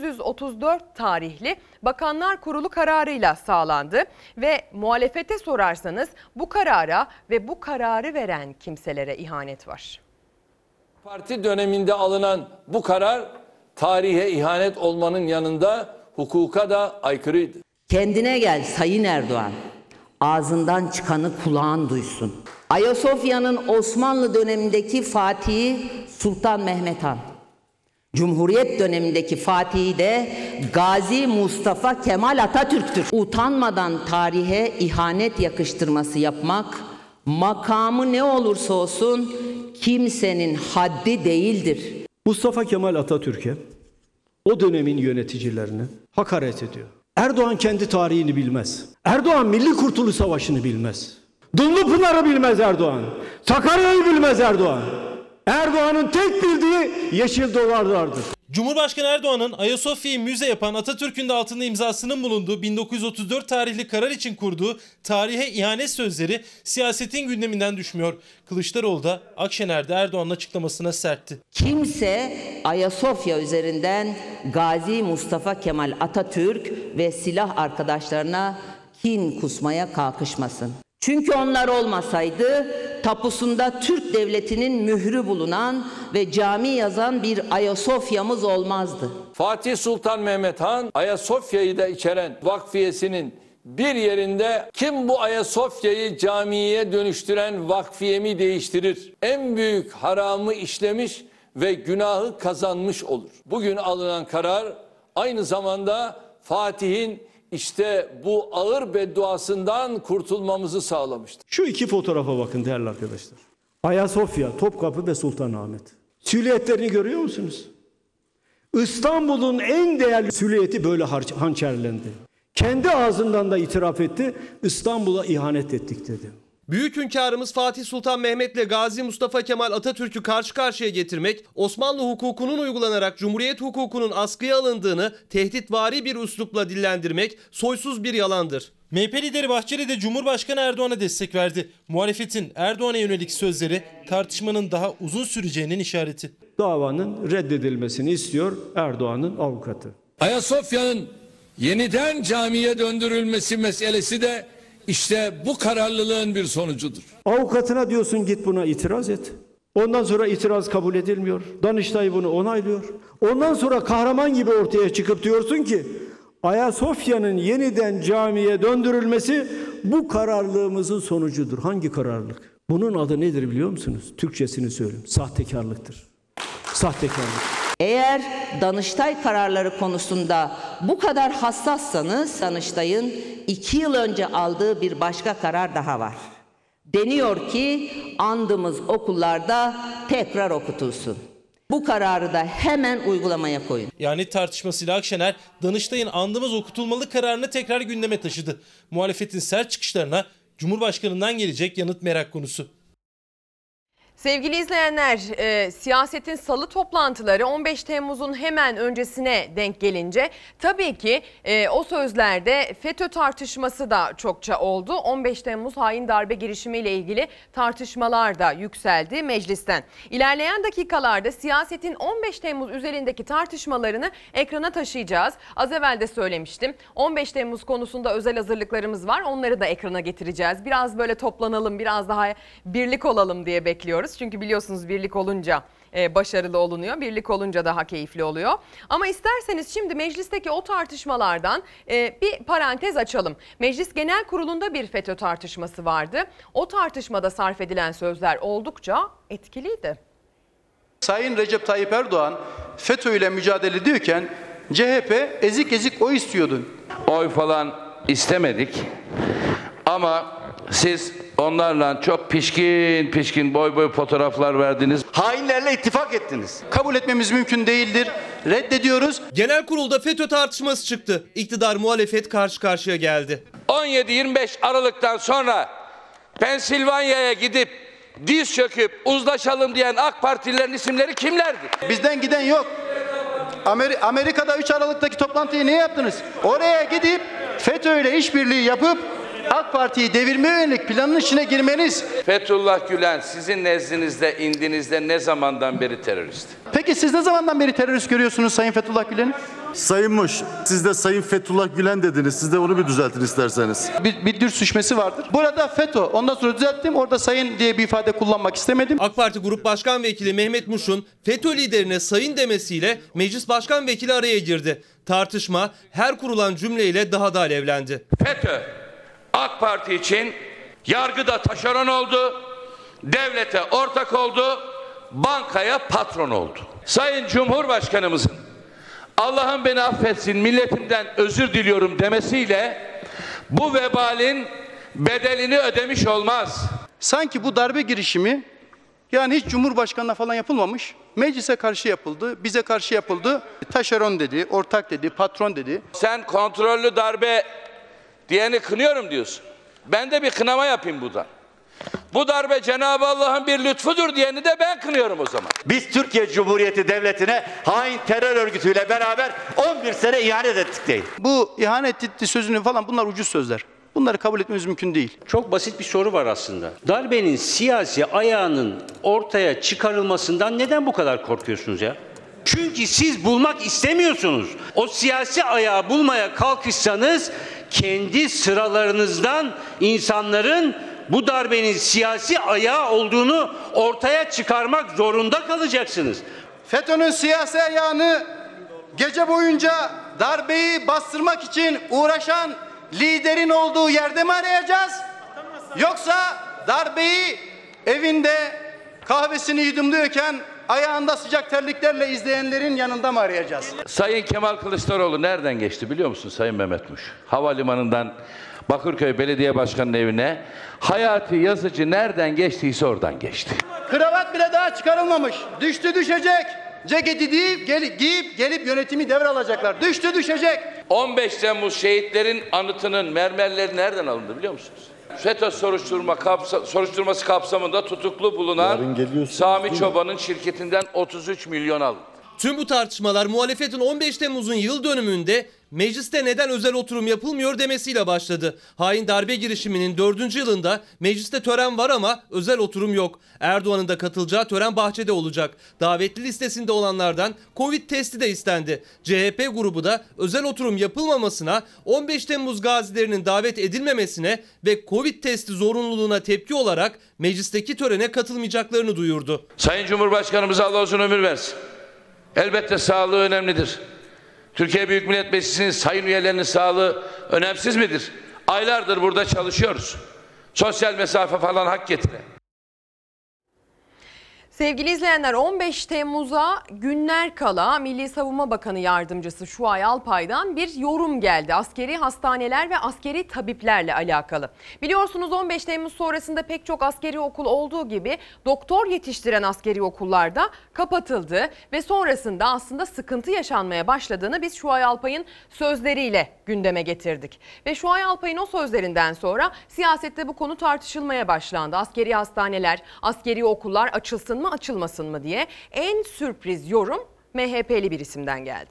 1934 tarihli Bakanlar Kurulu kararıyla sağlandı. Ve muhalefete sorarsanız bu karara ve bu kararı veren kimselere ihanet var. Parti döneminde alınan bu karar tarihe ihanet olmanın yanında hukuka da aykırıydı. Kendine gel Sayın Erdoğan. Ağzından çıkanı kulağın duysun. Ayasofya'nın Osmanlı dönemindeki Fatihi Sultan Mehmet Han. Cumhuriyet dönemindeki Fatihi de Gazi Mustafa Kemal Atatürk'tür. Utanmadan tarihe ihanet yakıştırması yapmak, makamı ne olursa olsun kimsenin haddi değildir. Mustafa Kemal Atatürk'e o dönemin yöneticilerini hakaret ediyor. Erdoğan kendi tarihini bilmez. Erdoğan Milli Kurtuluş Savaşı'nı bilmez. Dumlupınar'ı bilmez Erdoğan. Sakarya'yı bilmez Erdoğan. Erdoğan'ın tek bildiği yeşil dolarlardır. Cumhurbaşkanı Erdoğan'ın Ayasofya'yı müze yapan Atatürk'ün de altında imzasının bulunduğu 1934 tarihli karar için kurduğu tarihe ihanet sözleri siyasetin gündeminden düşmüyor. Kılıçdaroğlu da Akşener'de Erdoğan'ın açıklamasına sertti. Kimse Ayasofya üzerinden Gazi Mustafa Kemal Atatürk ve silah arkadaşlarına kin kusmaya kalkışmasın. Çünkü onlar olmasaydı tapusunda Türk Devleti'nin mührü bulunan ve cami yazan bir Ayasofya'mız olmazdı. Fatih Sultan Mehmet Han Ayasofya'yı da içeren vakfiyesinin bir yerinde kim bu Ayasofya'yı camiye dönüştüren vakfiyemi değiştirir? En büyük haramı işlemiş ve günahı kazanmış olur. Bugün alınan karar aynı zamanda Fatih'in İşte bu ağır bedduasından kurtulmamızı sağlamıştır. Şu iki fotoğrafa bakın değerli arkadaşlar. Ayasofya, Topkapı ve Sultanahmet. Silüetlerini görüyor musunuz? İstanbul'un en değerli silüeti böyle hançerlendi. Kendi ağzından da itiraf etti. İstanbul'a ihanet ettik dedi. Büyük hünkârımız Fatih Sultan Mehmet'le Gazi Mustafa Kemal Atatürk'ü karşı karşıya getirmek, Osmanlı hukukunun uygulanarak Cumhuriyet hukukunun askıya alındığını tehditvari bir üslupla dillendirmek soysuz bir yalandır. MHP lideri Bahçeli de Cumhurbaşkanı Erdoğan'a destek verdi. Muhalefetin Erdoğan'a yönelik sözleri tartışmanın daha uzun süreceğinin işareti. Davanın reddedilmesini istiyor Erdoğan'ın avukatı. Ayasofya'nın yeniden camiye döndürülmesi meselesi de İşte bu kararlılığın bir sonucudur. Avukatına diyorsun git buna itiraz et. Ondan sonra itiraz kabul edilmiyor. Danıştay bunu onaylıyor. Ondan sonra kahraman gibi ortaya çıkıp diyorsun ki Ayasofya'nın yeniden camiye döndürülmesi bu kararlılığımızın sonucudur. Hangi kararlılık? Bunun adı nedir biliyor musunuz? Türkçesini söyleyeyim. Sahtekarlıktır. Sahtekarlık. Eğer Danıştay kararları konusunda bu kadar hassassanız Danıştay'ın 2 yıl önce aldığı bir başka karar daha var. Deniyor ki andımız okullarda tekrar okutulsun. Bu kararı da hemen uygulamaya koyun. Yani tartışmasıyla Akşener Danıştay'ın andımız okutulmalı kararını tekrar gündeme taşıdı. Muhalefetin sert çıkışlarına Cumhurbaşkanı'ndan gelecek yanıt merak konusu. Sevgili izleyenler, siyasetin salı toplantıları 15 Temmuz'un hemen öncesine denk gelince tabii ki o sözlerde FETÖ tartışması da çokça oldu. 15 Temmuz hain darbe girişimiyle ilgili tartışmalar da yükseldi meclisten. İlerleyen dakikalarda siyasetin 15 Temmuz üzerindeki tartışmalarını ekrana taşıyacağız. Az evvel de söylemiştim. 15 Temmuz konusunda özel hazırlıklarımız var. Onları da ekrana getireceğiz. Biraz böyle toplanalım, biraz daha birlik olalım diye bekliyoruz. Çünkü biliyorsunuz birlik olunca başarılı olunuyor. Birlik olunca daha keyifli oluyor. Ama isterseniz şimdi meclisteki o tartışmalardan bir parantez açalım. Meclis Genel Kurulu'nda bir FETÖ tartışması vardı. O tartışmada sarf edilen sözler oldukça etkiliydi. Sayın Recep Tayyip Erdoğan FETÖ ile mücadele ediyorken CHP ezik ezik oy istiyordu. Oy falan istemedik ama siz onlarla çok pişkin boy fotoğraflar verdiniz. Hainlerle ittifak ettiniz. Kabul etmemiz mümkün değildir. Reddediyoruz. Genel kurulda FETÖ tartışması çıktı. İktidar muhalefet karşı karşıya geldi. 17-25 Aralık'tan sonra Pensilvanya'ya gidip diz çöküp uzlaşalım diyen AK Partililerin isimleri kimlerdi? Bizden giden yok. Amerika'da 3 Aralık'taki toplantıyı ne yaptınız? Oraya gidip FETÖ ile işbirliği yapıp AK Parti'yi devirmeye yönelik planın içine girmeniz. Fethullah Gülen sizin nezdinizde, indinizde ne zamandan beri terörist? Peki siz ne zamandan beri terörist görüyorsunuz Sayın Fethullah Gülen'i? Sayın Muş, siz de Sayın Fethullah Gülen dediniz. Siz de onu bir düzeltin isterseniz. Bir dür süşmesi vardır. Burada FETÖ. Ondan sonra düzelttim. Orada sayın diye bir ifade kullanmak istemedim. AK Parti Grup Başkan Vekili Mehmet Muş'un FETÖ liderine sayın demesiyle Meclis Başkan Vekili araya girdi. Tartışma her kurulan cümleyle daha da alevlendi. FETÖ AK Parti için yargıda taşeron oldu, devlete ortak oldu, bankaya patron oldu. Sayın Cumhurbaşkanımızın Allah'ım beni affetsin, milletimden özür diliyorum demesiyle bu vebalin bedelini ödemiş olmaz. Sanki bu darbe girişimi Yani hiç Cumhurbaşkanı'na falan yapılmamış. Meclise karşı yapıldı, bize karşı yapıldı. Taşeron dedi, ortak dedi, patron dedi. Sen kontrollü darbe diyeni kınıyorum diyorsun. Ben de bir kınama yapayım buradan. Bu darbe Cenab-ı Allah'ın bir lütfudur diyeni de ben kınıyorum o zaman. Biz Türkiye Cumhuriyeti Devleti'ne hain terör örgütüyle beraber 11 sene ihanet ettik değil. Bu ihanet etti sözünü falan bunlar ucuz sözler. Bunları kabul etmemiz mümkün değil. Çok basit bir soru var aslında. Darbenin siyasi ayağının ortaya çıkarılmasından neden bu kadar korkuyorsunuz ya? Çünkü siz bulmak istemiyorsunuz. O siyasi ayağı bulmaya kalkışsanız kendi sıralarınızdan insanların bu darbenin siyasi ayağı olduğunu ortaya çıkarmak zorunda kalacaksınız. FETÖ'nün siyasi ayağını gece boyunca darbeyi bastırmak için uğraşan liderin olduğu yerde mi arayacağız? Yoksa darbeyi evinde kahvesini yudumluyorken ayağında sıcak terliklerle izleyenlerin yanında mı arayacağız? Sayın Kemal Kılıçdaroğlu nereden geçti biliyor musun Sayın Mehmet Muş? Havalimanından Bakırköy Belediye Başkanı'nın evine Hayati Yazıcı nereden geçtiyse oradan geçti. Kravat bile daha çıkarılmamış. Düştü düşecek. Ceketi giyip gelip yönetimi devralacaklar. Düştü düşecek. 15 Temmuz şehitlerin anıtının mermerleri nereden alındı biliyor musunuz? FETÖ soruşturması kapsamında tutuklu bulunan Sami Çoban'ın şirketinden 33 milyon alındı. Tüm bu tartışmalar muhalefetin 15 Temmuz'un yıl dönümünde mecliste neden özel oturum yapılmıyor demesiyle başladı. Hain darbe girişiminin 4. yılında mecliste tören var ama özel oturum yok. Erdoğan'ın da katılacağı tören bahçede olacak. Davetli listesinde olanlardan Covid testi de istendi. CHP grubu da özel oturum yapılmamasına, 15 Temmuz gazilerinin davet edilmemesine ve Covid testi zorunluluğuna tepki olarak meclisteki törene katılmayacaklarını duyurdu. Sayın Cumhurbaşkanımıza Allah uzun ömür versin. Elbette sağlığı önemlidir. Türkiye Büyük Millet Meclisi'nin sayın üyelerinin sağlığı önemsiz midir? Aylardır burada çalışıyoruz. Sosyal mesafe falan hak getire. Sevgili izleyenler, 15 Temmuz'a günler kala Milli Savunma Bakanı Yardımcısı Şuay Alpay'dan bir yorum geldi. Askeri hastaneler ve askeri tabiplerle alakalı. Biliyorsunuz 15 Temmuz sonrasında pek çok askeri okul olduğu gibi doktor yetiştiren askeri okullar da kapatıldı. Ve sonrasında aslında sıkıntı yaşanmaya başladığını biz Şuay Alpay'ın sözleriyle gündeme getirdik. Ve Şuay Alpay'ın o sözlerinden sonra siyasette bu konu tartışılmaya başlandı. Askeri hastaneler, askeri okullar açılsın mı açılmasın mı diye. En sürpriz yorum MHP'li bir isimden geldi.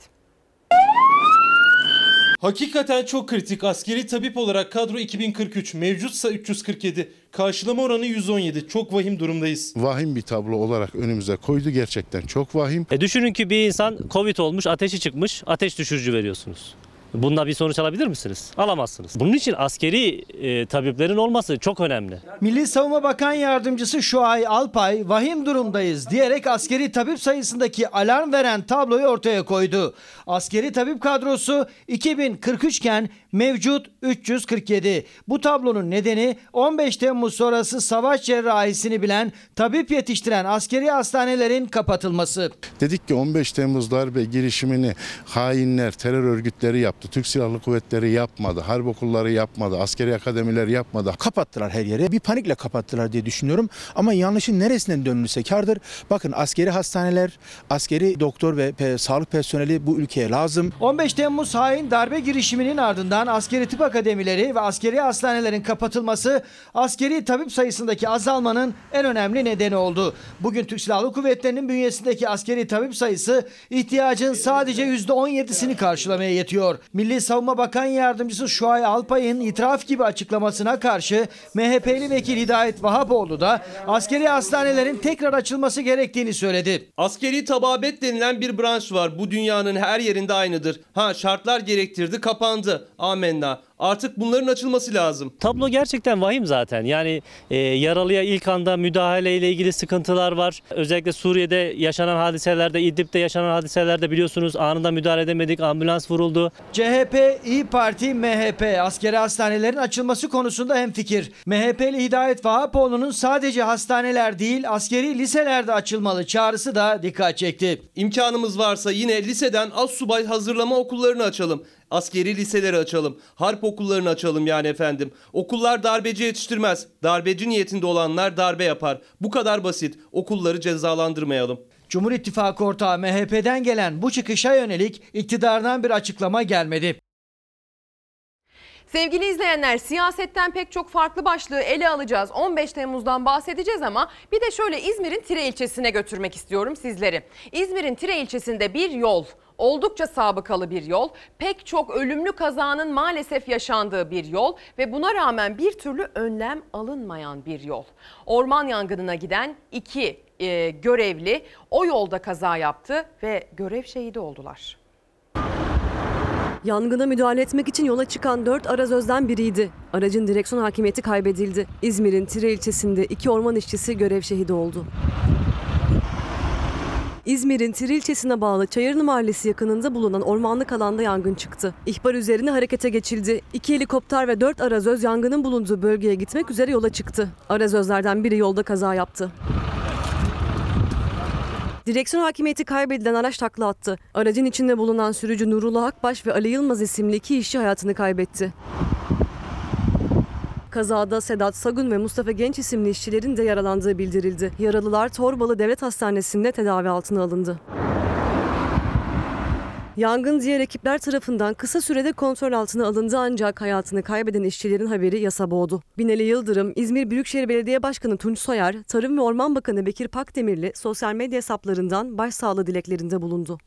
Hakikaten çok kritik. Askeri tabip olarak kadro 2043, mevcutsa 347. Karşılama oranı 117. Çok vahim durumdayız. Vahim bir tablo olarak önümüze koydu, gerçekten çok vahim. Düşünün ki bir insan Covid olmuş, ateşi çıkmış, ateş düşürücü veriyorsunuz. Bunda bir sonuç alabilir misiniz? Alamazsınız. Bunun için askeri tabiplerin olması çok önemli. Milli Savunma Bakan Yardımcısı Şuay Alpay vahim durumdayız diyerek askeri tabip sayısındaki alarm veren tabloyu ortaya koydu. Askeri tabip kadrosu 2043 iken mevcut 347. Bu tablonun nedeni 15 Temmuz sonrası savaş cerrahisini bilen, tabip yetiştiren askeri hastanelerin kapatılması. Dedik ki 15 Temmuz darbe girişimini hainler, terör örgütleri yaptı. Türk Silahlı Kuvvetleri yapmadı. Harp okulları yapmadı. Askeri akademiler yapmadı. Kapattılar her yere. Bir panikle kapattılar diye düşünüyorum. Ama yanlışın neresinden dönülse kârdır. Bakın askeri hastaneler, askeri doktor ve sağlık personeli bu ülkeye lazım. 15 Temmuz hain darbe girişiminin ardından askeri tıp akademileri ve askeri hastanelerin kapatılması askeri tabip sayısındaki azalmanın en önemli nedeni oldu. Bugün Türk Silahlı Kuvvetleri'nin bünyesindeki askeri tabip sayısı ihtiyacın sadece %17'sini karşılamaya yetiyor. Milli Savunma Bakan Yardımcısı Şuay Alpay'ın itiraf gibi açıklamasına karşı MHP'li vekil Hidayet Vahapoğlu da askeri hastanelerin tekrar açılması gerektiğini söyledi. Askeri tababet denilen bir branş var. Bu dünyanın her yerinde aynıdır. Şartlar gerektirdi, kapandı. Amenna. Artık bunların açılması lazım. Tablo gerçekten vahim zaten. Yani yaralıya ilk anda müdahaleyle ilgili sıkıntılar var. Özellikle Suriye'de yaşanan hadiselerde, İdlib'de yaşanan hadiselerde biliyorsunuz anında müdahale edemedik. Ambulans vuruldu. CHP, İYİ Parti, MHP askeri hastanelerin açılması konusunda hemfikir. MHP'li Hidayet Vahapoğlu'nun sadece hastaneler değil askeri liselerde açılmalı çağrısı da dikkat çekti. İmkanımız varsa yine liseden astsubay hazırlama okullarını açalım. Askeri liseleri açalım. Harp okullarını açalım yani efendim. Okullar darbeci yetiştirmez. Darbeci niyetinde olanlar darbe yapar. Bu kadar basit. Okulları cezalandırmayalım. Cumhur İttifakı ortağı MHP'den gelen bu çıkışa yönelik iktidardan bir açıklama gelmedi. Sevgili izleyenler, siyasetten pek çok farklı başlığı ele alacağız. 15 Temmuz'dan bahsedeceğiz ama bir de şöyle İzmir'in Tire ilçesine götürmek istiyorum sizleri. İzmir'in Tire ilçesinde bir yol, oldukça sabıkalı bir yol, pek çok ölümlü kazanın maalesef yaşandığı bir yol ve buna rağmen bir türlü önlem alınmayan bir yol. Orman yangınına giden 2 görevli o yolda kaza yaptı ve görev şehidi oldular. Yangına müdahale etmek için yola çıkan 4 arazözden biriydi. Aracın direksiyon hakimiyeti kaybedildi. İzmir'in Tire ilçesinde 2 orman işçisi görev şehidi oldu. İzmir'in Tire ilçesine bağlı Çayırlı Mahallesi yakınında bulunan ormanlık alanda yangın çıktı. İhbar üzerine harekete geçildi. 2 helikopter ve 4 arazöz yangının bulunduğu bölgeye gitmek üzere yola çıktı. Arazözlerden biri yolda kaza yaptı. Direksiyon hakimiyeti kaybedilen araç takla attı. Aracın içinde bulunan sürücü Nurullah Akbaş ve Ali Yılmaz isimli 2 işçi hayatını kaybetti. Kazada Sedat Sagun ve Mustafa Genç isimli işçilerin de yaralandığı bildirildi. Yaralılar Torbalı Devlet Hastanesi'nde tedavi altına alındı. Yangın diğer ekipler tarafından kısa sürede kontrol altına alındı ancak hayatını kaybeden işçilerin haberi yasa boğdu. Binali Yıldırım, İzmir Büyükşehir Belediye Başkanı Tunç Soyer, Tarım ve Orman Bakanı Bekir Pakdemirli sosyal medya hesaplarından başsağlığı dileklerinde bulundu.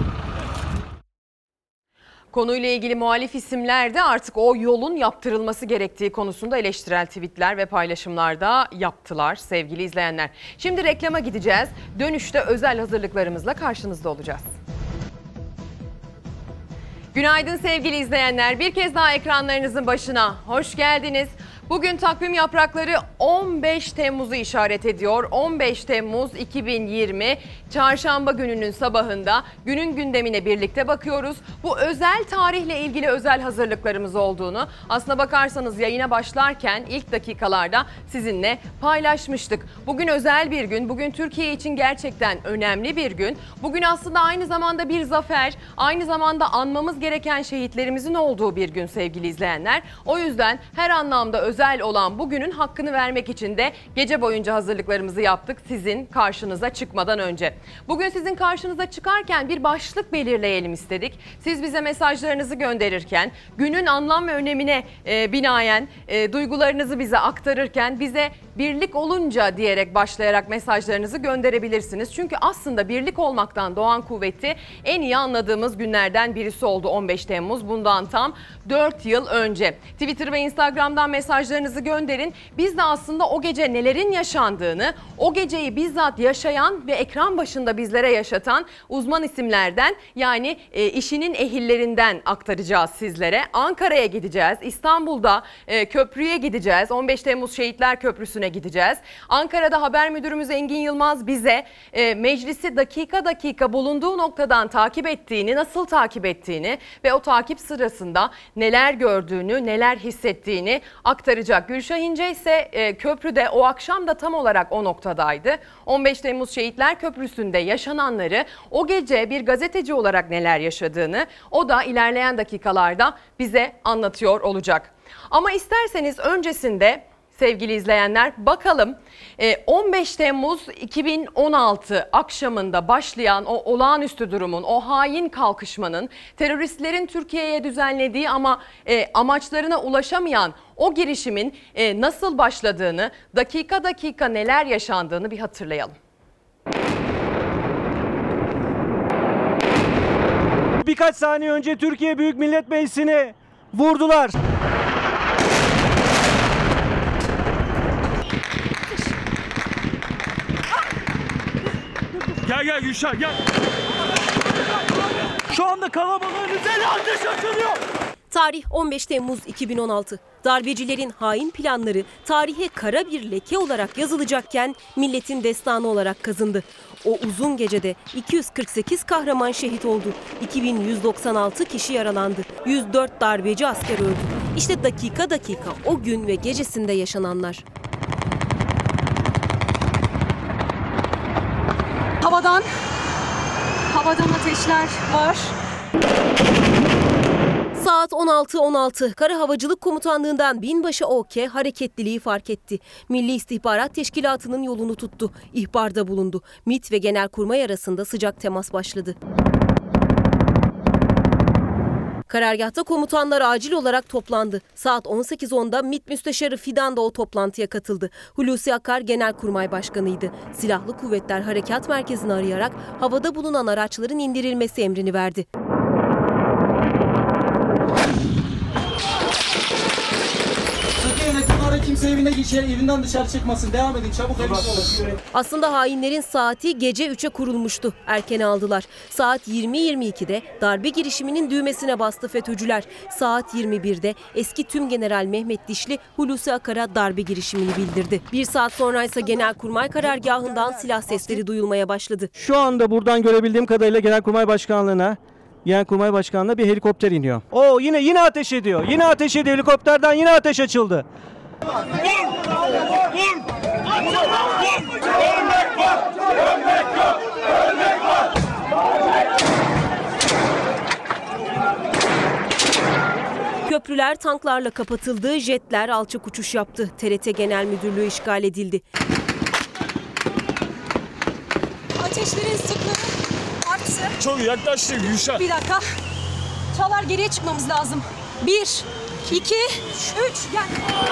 Konuyla ilgili muhalif isimler de artık o yolun yaptırılması gerektiği konusunda eleştirel tweetler ve paylaşımlar da yaptılar sevgili izleyenler. Şimdi reklama gideceğiz. Dönüşte özel hazırlıklarımızla karşınızda olacağız. Günaydın sevgili izleyenler. Bir kez daha ekranlarınızın başına hoş geldiniz. Bugün takvim yaprakları 15 Temmuz'u işaret ediyor. 15 Temmuz 2020 Çarşamba gününün sabahında günün gündemine birlikte bakıyoruz. Bu özel tarihle ilgili özel hazırlıklarımız olduğunu aslına bakarsanız yayına başlarken ilk dakikalarda sizinle paylaşmıştık. Bugün özel bir gün. Bugün Türkiye için gerçekten önemli bir gün. Bugün aslında aynı zamanda bir zafer, aynı zamanda anmamız gereken şehitlerimizin olduğu bir gün sevgili izleyenler. O yüzden her anlamda özel olan bugünün hakkını vermek için de gece boyunca hazırlıklarımızı yaptık sizin karşınıza çıkmadan önce. Bugün sizin karşınıza çıkarken bir başlık belirleyelim istedik. Siz bize mesajlarınızı gönderirken, günün anlam ve önemine binaen duygularınızı bize aktarırken bize birlik olunca diyerek başlayarak mesajlarınızı gönderebilirsiniz. Çünkü aslında birlik olmaktan doğan kuvveti en iyi anladığımız günlerden birisi oldu 15 Temmuz. Bundan tam 4 yıl önce. Twitter ve Instagram'dan mesajlarınızı gönderin. Biz de aslında o gece nelerin yaşandığını, o geceyi bizzat yaşayan ve ekran başında bizlere yaşatan uzman isimlerden yani işinin ehillerinden aktaracağız sizlere. Ankara'ya gideceğiz, İstanbul'da köprüye gideceğiz, 15 Temmuz Şehitler Köprüsü'ne gideceğiz. Ankara'da haber müdürümüz Engin Yılmaz bize meclisi dakika dakika bulunduğu noktadan takip ettiğini, nasıl takip ettiğini ve o takip sırasında neler gördüğünü, neler hissettiğini aktaracak. Gülşah İnce ise köprüde o akşam da tam olarak o noktadaydı. 15 Temmuz Şehitler Köprüsü'nde yaşananları, o gece bir gazeteci olarak neler yaşadığını o da ilerleyen dakikalarda bize anlatıyor olacak. Ama isterseniz öncesinde sevgili izleyenler bakalım 15 Temmuz 2016 akşamında başlayan o olağanüstü durumun, o hain kalkışmanın, teröristlerin Türkiye'ye düzenlediği ama amaçlarına ulaşamayan o girişimin nasıl başladığını, dakika dakika neler yaşandığını bir hatırlayalım. Birkaç saniye önce Türkiye Büyük Millet Meclisi'ni vurdular. Gel Gülşah gel. Şu anda kalabalığın üzerine ateş açılıyor. Tarih 15 Temmuz 2016. Darbecilerin hain planları tarihe kara bir leke olarak yazılacakken milletin destanı olarak kazındı. O uzun gecede 248 kahraman şehit oldu. 2196 kişi yaralandı. 104 darbeci asker öldü. İşte dakika dakika o gün ve gecesinde yaşananlar. Havadan ateşler var. Saat 16.16 Kara Havacılık Komutanlığı'ndan binbaşı OK hareketliliği fark etti. Milli İstihbarat Teşkilatı'nın yolunu tuttu. İhbarda bulundu. MİT ve Genelkurmay arasında sıcak temas başladı. Karargahta komutanlar acil olarak toplandı. Saat 18.10'da MİT Müsteşarı Fidan da o toplantıya katıldı. Hulusi Akar Genelkurmay Başkanı'ydı. Silahlı Kuvvetler Harekat Merkezi'ni arayarak havada bulunan araçların indirilmesi emrini verdi. Kimse evinden dışarı çıkmasın. Devam edin. Çabuk olun. Aslında hainlerin saati gece 3'e kurulmuştu. Erken aldılar. Saat 20.22'de darbe girişiminin düğmesine bastı FETÖ'cüler. Saat 21'de eski Tümgeneral Mehmet Dişli Hulusi Akar'a darbe girişimini bildirdi. Bir saat sonra ise Genelkurmay karargahından silah sesleri duyulmaya başladı. Şu anda buradan görebildiğim kadarıyla Genelkurmay Başkanlığı'na bir helikopter iniyor. O yine ateş ediyor. Yine ateş ediyor. Helikopterden yine ateş açıldı. Köprüler tanklarla kapatıldı, jetler alçak uçuş yaptı. TRT Genel Müdürlüğü işgal edildi. Ateşlerin sıklığı arttı. Çok yaklaştık Gülşah. Bir dakika. Çağlar geriye çıkmamız lazım. 1, 2, 3, gel.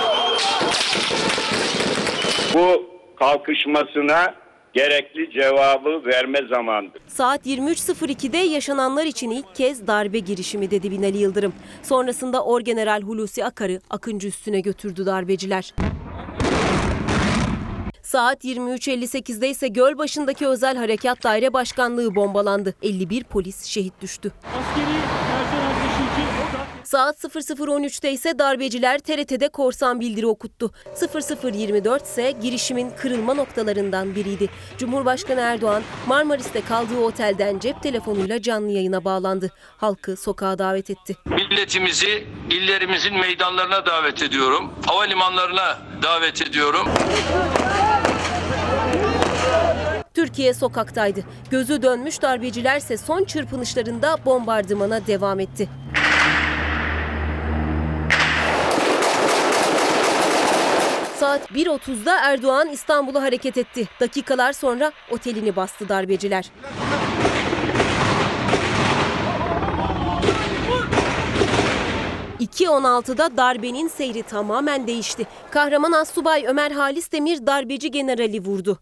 Bu kalkışmasına gerekli cevabı verme zamanıdır. Saat 23.02'de yaşananlar için ilk kez darbe girişimi dedi Binali Yıldırım. Sonrasında Orgeneral Hulusi Akar'ı Akıncı üstüne götürdü darbeciler. Saat 23.58'de ise Gölbaşı'ndaki Özel Harekat Daire Başkanlığı bombalandı. 51 polis şehit düştü. Saat 00.13'te ise darbeciler TRT'de korsan bildiri okuttu. 00.24 ise girişimin kırılma noktalarından biriydi. Cumhurbaşkanı Erdoğan Marmaris'te kaldığı otelden cep telefonuyla canlı yayına bağlandı. Halkı sokağa davet etti. Milletimizi illerimizin meydanlarına davet ediyorum. Havalimanlarına davet ediyorum. Türkiye sokaktaydı. Gözü dönmüş darbecilerse son çırpınışlarında bombardımana devam etti. Saat 1.30'da Erdoğan İstanbul'a hareket etti. Dakikalar sonra otelini bastı darbeciler. ...2.16'da darbenin seyri tamamen değişti. Kahraman Astsubay Ömer Halis Demir darbeci generali vurdu.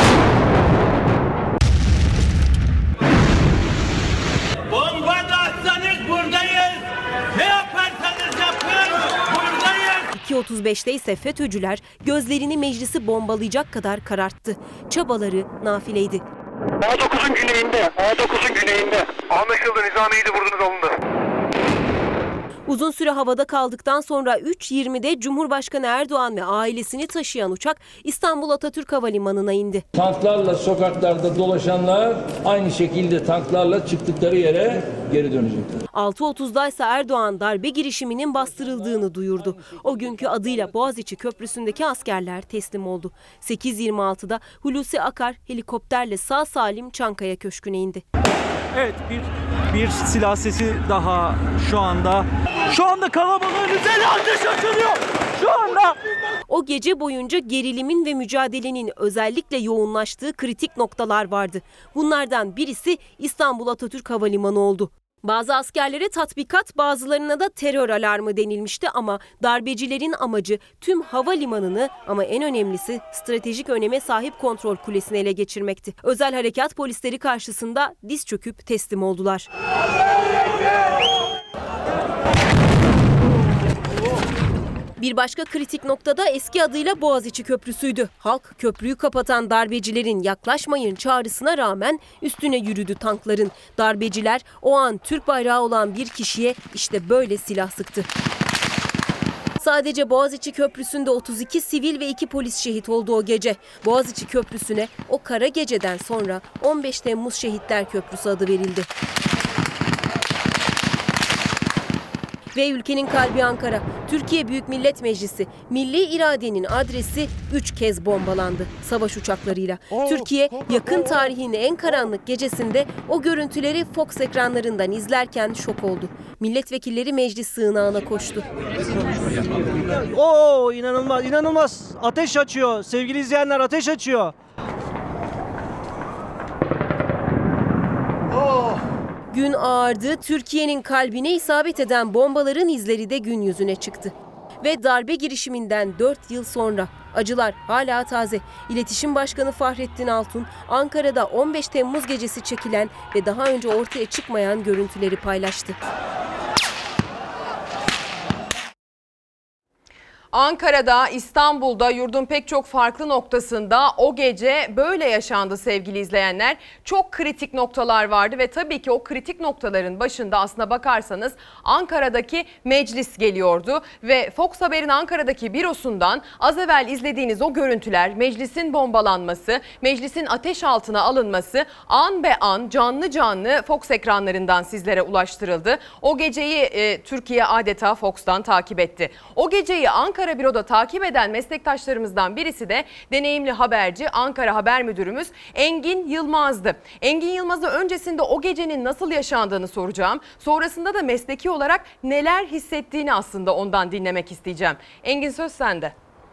Bomba da atsanız buradayız. Ne yaparsanız yapın buradayız. 2.35'te ise FETÖ'cüler gözlerini meclisi bombalayacak kadar kararttı. Çabaları nafileydi. A9'un güneyinde. Anlaşıldı, Nizamiye'yi de vurdunuz, alındı. Uzun süre havada kaldıktan sonra 3.20'de Cumhurbaşkanı Erdoğan ve ailesini taşıyan uçak İstanbul Atatürk Havalimanı'na indi. Tanklarla sokaklarda dolaşanlar aynı şekilde tanklarla çıktıkları yere geri dönecekler. 6.30'da ise Erdoğan darbe girişiminin bastırıldığını duyurdu. O günkü adıyla Boğaziçi Köprüsü'ndeki askerler teslim oldu. 8.26'da Hulusi Akar helikopterle sağ salim Çankaya Köşkü'ne indi. Evet, bir silah sesi daha şu anda. Şu anda kalabalığın üzerine ateş açılıyor. Şu anda. O gece boyunca gerilimin ve mücadelenin özellikle yoğunlaştığı kritik noktalar vardı. Bunlardan birisi İstanbul Atatürk Havalimanı oldu. Bazı askerlere tatbikat, bazılarına da terör alarmı denilmişti ama darbecilerin amacı tüm havalimanını ama en önemlisi stratejik öneme sahip kontrol kulesini ele geçirmekti. Özel harekat polisleri karşısında diz çöküp teslim oldular. Bir başka kritik noktada eski adıyla Boğaziçi Köprüsü'ydü. Halk köprüyü kapatan darbecilerin yaklaşmayın çağrısına rağmen üstüne yürüdü tankların. Darbeciler o an Türk bayrağı olan bir kişiye işte böyle silah sıktı. Sadece Boğaziçi Köprüsü'nde 32 sivil ve 2 polis şehit oldu o gece. Boğaziçi Köprüsü'ne o kara geceden sonra 15 Temmuz Şehitler Köprüsü adı verildi. Ve ülkenin kalbi Ankara. Türkiye Büyük Millet Meclisi, milli iradenin adresi 3 kez bombalandı savaş uçaklarıyla. Türkiye yakın tarihin en karanlık gecesinde o görüntüleri Fox ekranlarından izlerken şok oldu. Milletvekilleri meclis sığınağına koştu. Oo, inanılmaz, inanılmaz. Ateş açıyor. Sevgili izleyenler, ateş açıyor. Gün ağardı, Türkiye'nin kalbine isabet eden bombaların izleri de gün yüzüne çıktı. Ve darbe girişiminden 4 yıl sonra acılar hala taze. İletişim Başkanı Fahrettin Altun, Ankara'da 15 Temmuz gecesi çekilen ve daha önce ortaya çıkmayan görüntüleri paylaştı. Ankara'da, İstanbul'da, yurdun pek çok farklı noktasında o gece böyle yaşandı sevgili izleyenler. Çok kritik noktalar vardı ve tabii ki o kritik noktaların başında aslına bakarsanız Ankara'daki meclis geliyordu. Ve Fox Haber'in Ankara'daki bürosundan az evvel izlediğiniz o görüntüler, meclisin bombalanması, meclisin ateş altına alınması an be an canlı canlı Fox ekranlarından sizlere ulaştırıldı. O geceyi Türkiye adeta Fox'tan takip etti. O geceyi Ankara Büro'da takip eden meslektaşlarımızdan birisi de deneyimli haberci Ankara Haber Müdürümüz Engin Yılmaz'dı. Engin Yılmaz'a öncesinde o gecenin nasıl yaşandığını soracağım. Sonrasında da mesleki olarak neler hissettiğini aslında ondan dinlemek isteyeceğim. Engin, söz sende.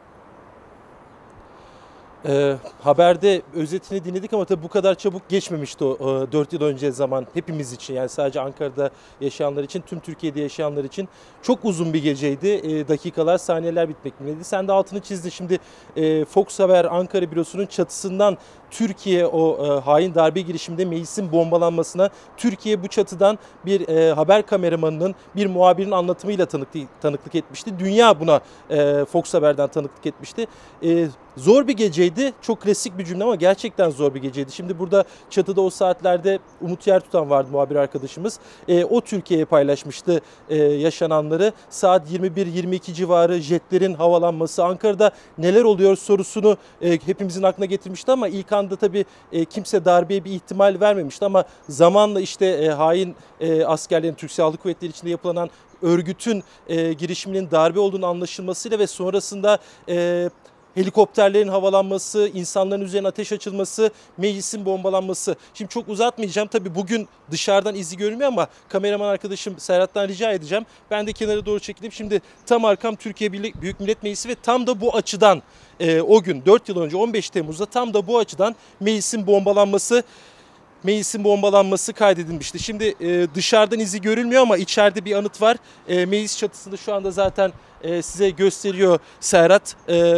Haberde özetini dinledik ama tabii bu kadar çabuk geçmemişti o 4 yıl önce zaman hepimiz için, yani sadece Ankara'da yaşayanlar için, tüm Türkiye'de yaşayanlar için çok uzun bir geceydi. Dakikalar, saniyeler bitmek bilmedi. Sen de altını çizdin. Şimdi Fox Haber Ankara bürosunun çatısından Türkiye o hain darbe girişiminde meclisin bombalanmasına Türkiye bu çatıdan bir haber kameramanının, bir muhabirin anlatımıyla tanıklık etmişti. Dünya buna Fox Haber'den tanıklık etmişti. Zor bir geceydi. Çok klasik bir cümle ama gerçekten zor bir geceydi. Şimdi burada çatıda o saatlerde Umut Yertutan vardı, muhabir arkadaşımız. O Türkiye'ye paylaşmıştı yaşananları. Saat 21-22 civarı jetlerin havalanması, Ankara'da neler oluyor sorusunu hepimizin aklına getirmişti ama ilk anda tabii kimse darbeye bir ihtimal vermemişti ama zamanla işte hain askerlerin, Türk Silahlı Kuvvetleri içinde yapılan örgütün girişiminin darbe olduğunu anlaşılmasıyla ve sonrasında helikopterlerin havalanması, insanların üzerine ateş açılması, meclisin bombalanması. Şimdi çok uzatmayacağım. Tabii bugün dışarıdan izi görünmüyor ama kameraman arkadaşım Serhat'tan rica edeceğim. Ben de kenara doğru çekileyim. Şimdi tam arkam Türkiye Büyük Millet Meclisi ve tam da bu açıdan o gün 4 yıl önce 15 Temmuz'da tam da bu açıdan meclisin bombalanması kaydedilmişti. Şimdi dışarıdan izi görülmüyor ama içeride bir anıt var. Meclis çatısında şu anda zaten size gösteriyor Serhat.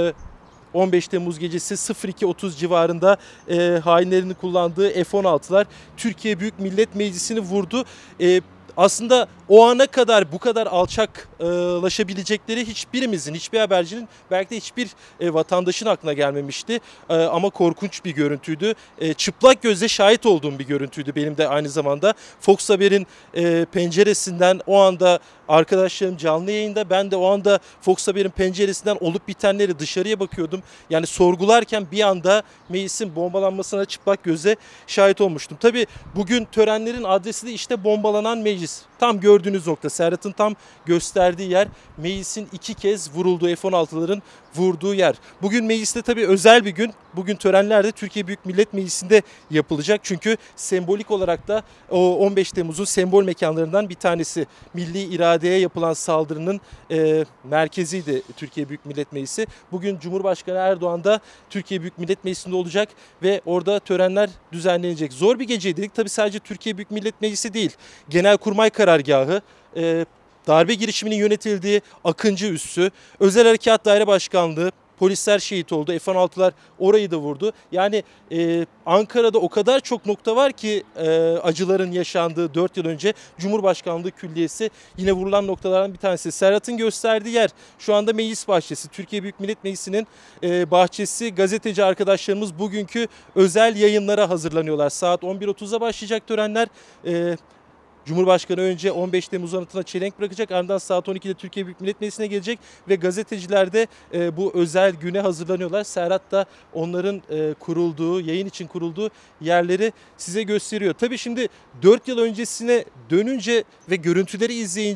15 Temmuz gecesi 02.30 civarında hainlerini kullandığı F-16'lar Türkiye Büyük Millet Meclisi'ni vurdu. Aslında o ana kadar bu kadar alçaklaşabilecekleri hiçbirimizin, hiçbir habercinin, belki de hiçbir vatandaşın aklına gelmemişti. Ama korkunç bir görüntüydü. Çıplak gözle şahit olduğum bir görüntüydü benim de aynı zamanda. Fox Haber'in penceresinden o anda arkadaşlarım canlı yayında, ben de o anda Fox Haber'in penceresinden olup bitenleri dışarıya bakıyordum. Yani sorgularken bir anda meclisin bombalanmasına çıplak gözle şahit olmuştum. Tabii bugün törenlerin adresi de işte bombalanan meclis. Tam gördüğünüz nokta, Serhat'ın tam gösterdiği yer, meclisin 2 kez vurulduğu F-16'ların vurduğu yer. Bugün mecliste tabii özel bir gün. Bugün törenler de Türkiye Büyük Millet Meclisi'nde yapılacak. Çünkü sembolik olarak da o 15 Temmuz'un sembol mekanlarından bir tanesi. Milli iradeye yapılan saldırının merkeziydi Türkiye Büyük Millet Meclisi. Bugün Cumhurbaşkanı Erdoğan da Türkiye Büyük Millet Meclisi'nde olacak ve orada törenler düzenlenecek. Zor bir geceydi dedik. Tabii sadece Türkiye Büyük Millet Meclisi değil. Genelkurmay Karargahı, darbe girişiminin yönetildiği Akıncı Üssü, Özel Harekat Daire Başkanlığı, polisler şehit oldu. F-16'lar orayı da vurdu. Yani Ankara'da o kadar çok nokta var ki acıların yaşandığı 4 yıl önce Cumhurbaşkanlığı Külliyesi yine vurulan noktalardan bir tanesi. Serhat'ın gösterdiği yer şu anda meclis bahçesi. Türkiye Büyük Millet Meclisi'nin bahçesi. Gazeteci arkadaşlarımız bugünkü özel yayınlara hazırlanıyorlar. Saat 11.30'da başlayacak törenler. Cumhurbaşkanı önce 15 Temmuz anıtına çelenk bırakacak. Ardından saat 12'de Türkiye Büyük Millet Meclisi'ne gelecek ve gazeteciler de bu özel güne hazırlanıyorlar. Serhat da onların kurulduğu, yayın için kurulduğu yerleri size gösteriyor. Tabii şimdi 4 yıl öncesine dönünce ve görüntüleri izleyince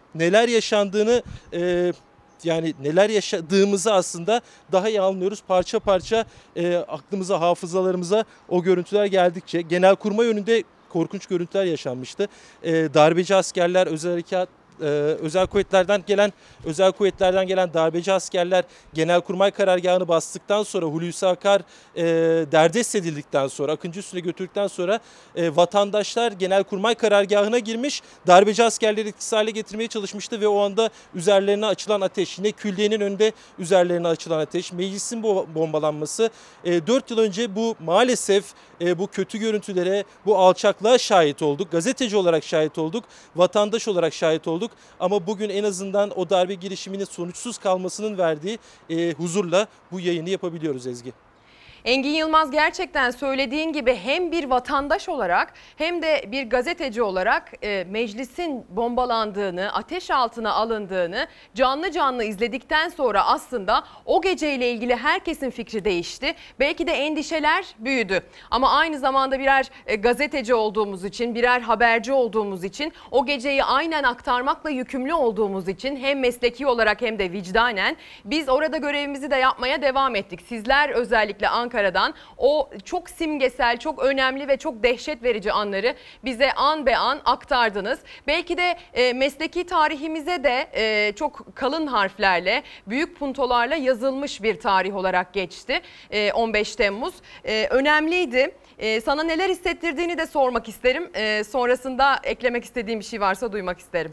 neler yaşandığını yani neler yaşadığımızı aslında daha iyi anlıyoruz. Parça parça aklımıza, hafızalarımıza o görüntüler geldikçe. Genelkurmay önünde korkunç görüntüler yaşanmıştı. Darbeci askerler, özel kuvvetlerden gelen darbeci askerler Genelkurmay karargahını bastıktan sonra, Hulusi Akar derdest edildikten sonra, Akıncı Üstü'ne götürdükten sonra vatandaşlar Genelkurmay karargahına girmiş, darbeci askerleri etkisiz hale getirmeye çalışmıştı ve o anda üzerlerine açılan ateş, yine külliyenin önünde üzerlerine açılan ateş, meclisin bombalanması, 4 yıl önce bu maalesef bu kötü görüntülere, bu alçaklığa şahit olduk. Gazeteci olarak şahit olduk, vatandaş olarak şahit olduk. Ama bugün en azından o darbe girişiminin sonuçsuz kalmasının verdiği huzurla bu yayını yapabiliyoruz Ezgi. Engin Yılmaz, gerçekten söylediğin gibi hem bir vatandaş olarak hem de bir gazeteci olarak meclisin bombalandığını, ateş altına alındığını canlı canlı izledikten sonra aslında o geceyle ilgili herkesin fikri değişti. Belki de endişeler büyüdü. Ama aynı zamanda birer gazeteci olduğumuz için, birer haberci olduğumuz için, o geceyi aynen aktarmakla yükümlü olduğumuz için hem mesleki olarak hem de vicdanen biz orada görevimizi de yapmaya devam ettik. Sizler özellikle Ankara'dan o çok simgesel, çok önemli ve çok dehşet verici anları bize an be an aktardınız. Belki de mesleki tarihimize de çok kalın harflerle, büyük puntolarla yazılmış bir tarih olarak geçti 15 Temmuz. Önemliydi. Sana neler hissettirdiğini de sormak isterim. Sonrasında eklemek istediğim bir şey varsa duymak isterim.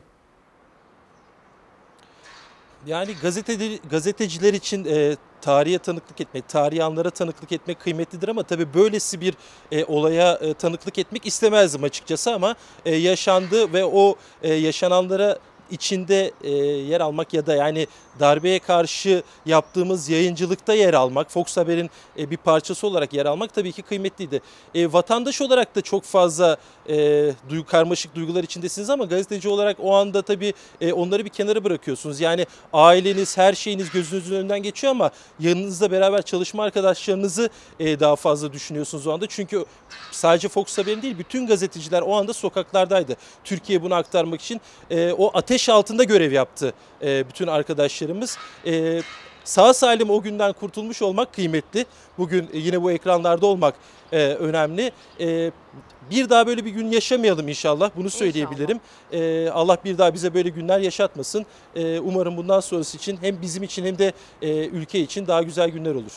Yani gazeteciler için tarihe tanıklık etmek, tarihi anlara tanıklık etmek kıymetlidir ama tabii böylesi bir olaya tanıklık etmek istemezdim açıkçası ama yaşandı ve o yaşananlara içinde yer almak ya da yani darbeye karşı yaptığımız yayıncılıkta yer almak, Fox Haber'in bir parçası olarak yer almak tabii ki kıymetliydi. Vatandaş olarak da çok fazla karmaşık duygular içindesiniz ama gazeteci olarak o anda tabii onları bir kenara bırakıyorsunuz. Yani aileniz, her şeyiniz gözünüzün önünden geçiyor ama yanınızda beraber çalışma arkadaşlarınızı daha fazla düşünüyorsunuz o anda. Çünkü sadece Fox Haber'in değil, bütün gazeteciler o anda sokaklardaydı. Türkiye bunu aktarmak için o ateş altında görev yaptı bütün arkadaşlarımız. Sağ salim o günden kurtulmuş olmak kıymetli. Bugün yine bu ekranlarda olmak önemli. Bir daha böyle bir gün yaşamayalım inşallah. Bunu söyleyebilirim. Allah bir daha bize böyle günler yaşatmasın. Umarım bundan sonrası için hem bizim için hem de ülke için daha güzel günler olur.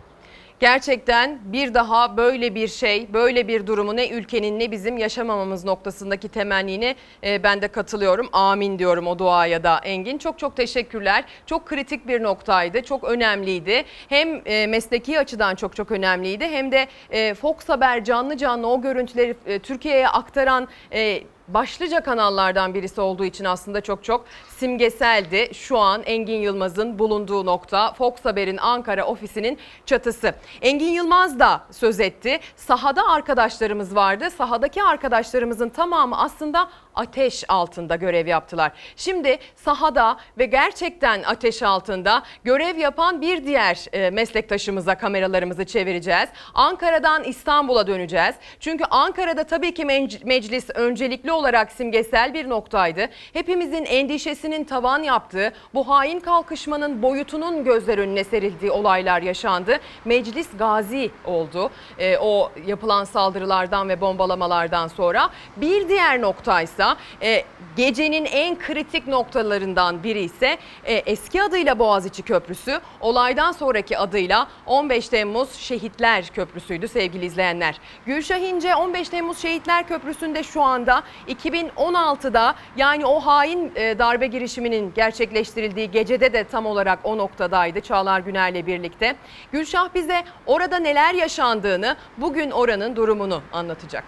Gerçekten bir daha böyle bir şey, böyle bir durumu ne ülkenin ne bizim yaşamamamız noktasındaki temennine ben de katılıyorum. Amin diyorum o duaya da Engin. Çok çok teşekkürler. Çok kritik bir noktaydı, çok önemliydi. Hem mesleki açıdan çok çok önemliydi hem de Fox Haber canlı canlı o görüntüleri Türkiye'ye aktaran başlıca kanallardan birisi olduğu için aslında çok çok simgeseldi. Şu an Engin Yılmaz'ın bulunduğu nokta Fox Haber'in Ankara ofisinin çatısı. Engin Yılmaz da söz etti. Sahada arkadaşlarımız vardı. Sahadaki arkadaşlarımızın tamamı aslında ateş altında görev yaptılar. Şimdi sahada ve gerçekten ateş altında görev yapan bir diğer meslektaşımıza kameralarımızı çevireceğiz. Ankara'dan İstanbul'a döneceğiz. Çünkü Ankara'da tabii ki meclis öncelikli olarak simgesel bir noktaydı. Hepimizin endişesinin tavan yaptığı, bu hain kalkışmanın boyutunun gözler önüne serildiği olaylar yaşandı. Meclis gazi oldu o yapılan saldırılardan ve bombalamalardan sonra. Bir diğer noktaysa gecenin en kritik noktalarından biri ise eski adıyla Boğaziçi Köprüsü, olaydan sonraki adıyla 15 Temmuz Şehitler Köprüsü'ydü sevgili izleyenler. Gülşah İnce 15 Temmuz Şehitler Köprüsü'nde şu anda 2016'da yani o hain darbe girişiminin gerçekleştirildiği gecede de tam olarak o noktadaydı Çağlar Güner'le birlikte. Gülşah bize orada neler yaşandığını, bugün oranın durumunu anlatacak.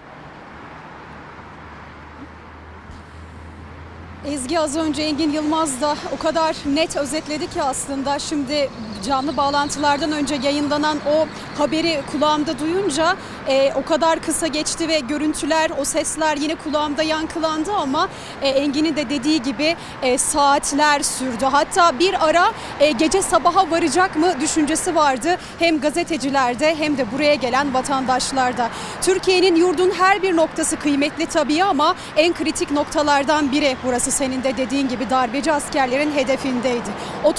Ezgi, az önce Engin Yılmaz da o kadar net özetledi ki aslında şimdi canlı bağlantılardan önce yayınlanan o haberi kulağımda duyunca o kadar kısa geçti ve görüntüler, o sesler yine kulağımda yankılandı ama Engin'in de dediği gibi saatler sürdü. Hatta bir ara gece sabaha varacak mı düşüncesi vardı hem gazetecilerde hem de buraya gelen vatandaşlarda. Türkiye'nin yurdun her bir noktası kıymetli tabii ama en kritik noktalardan biri burası senin de dediğin gibi darbeci askerlerin hedefindeydi.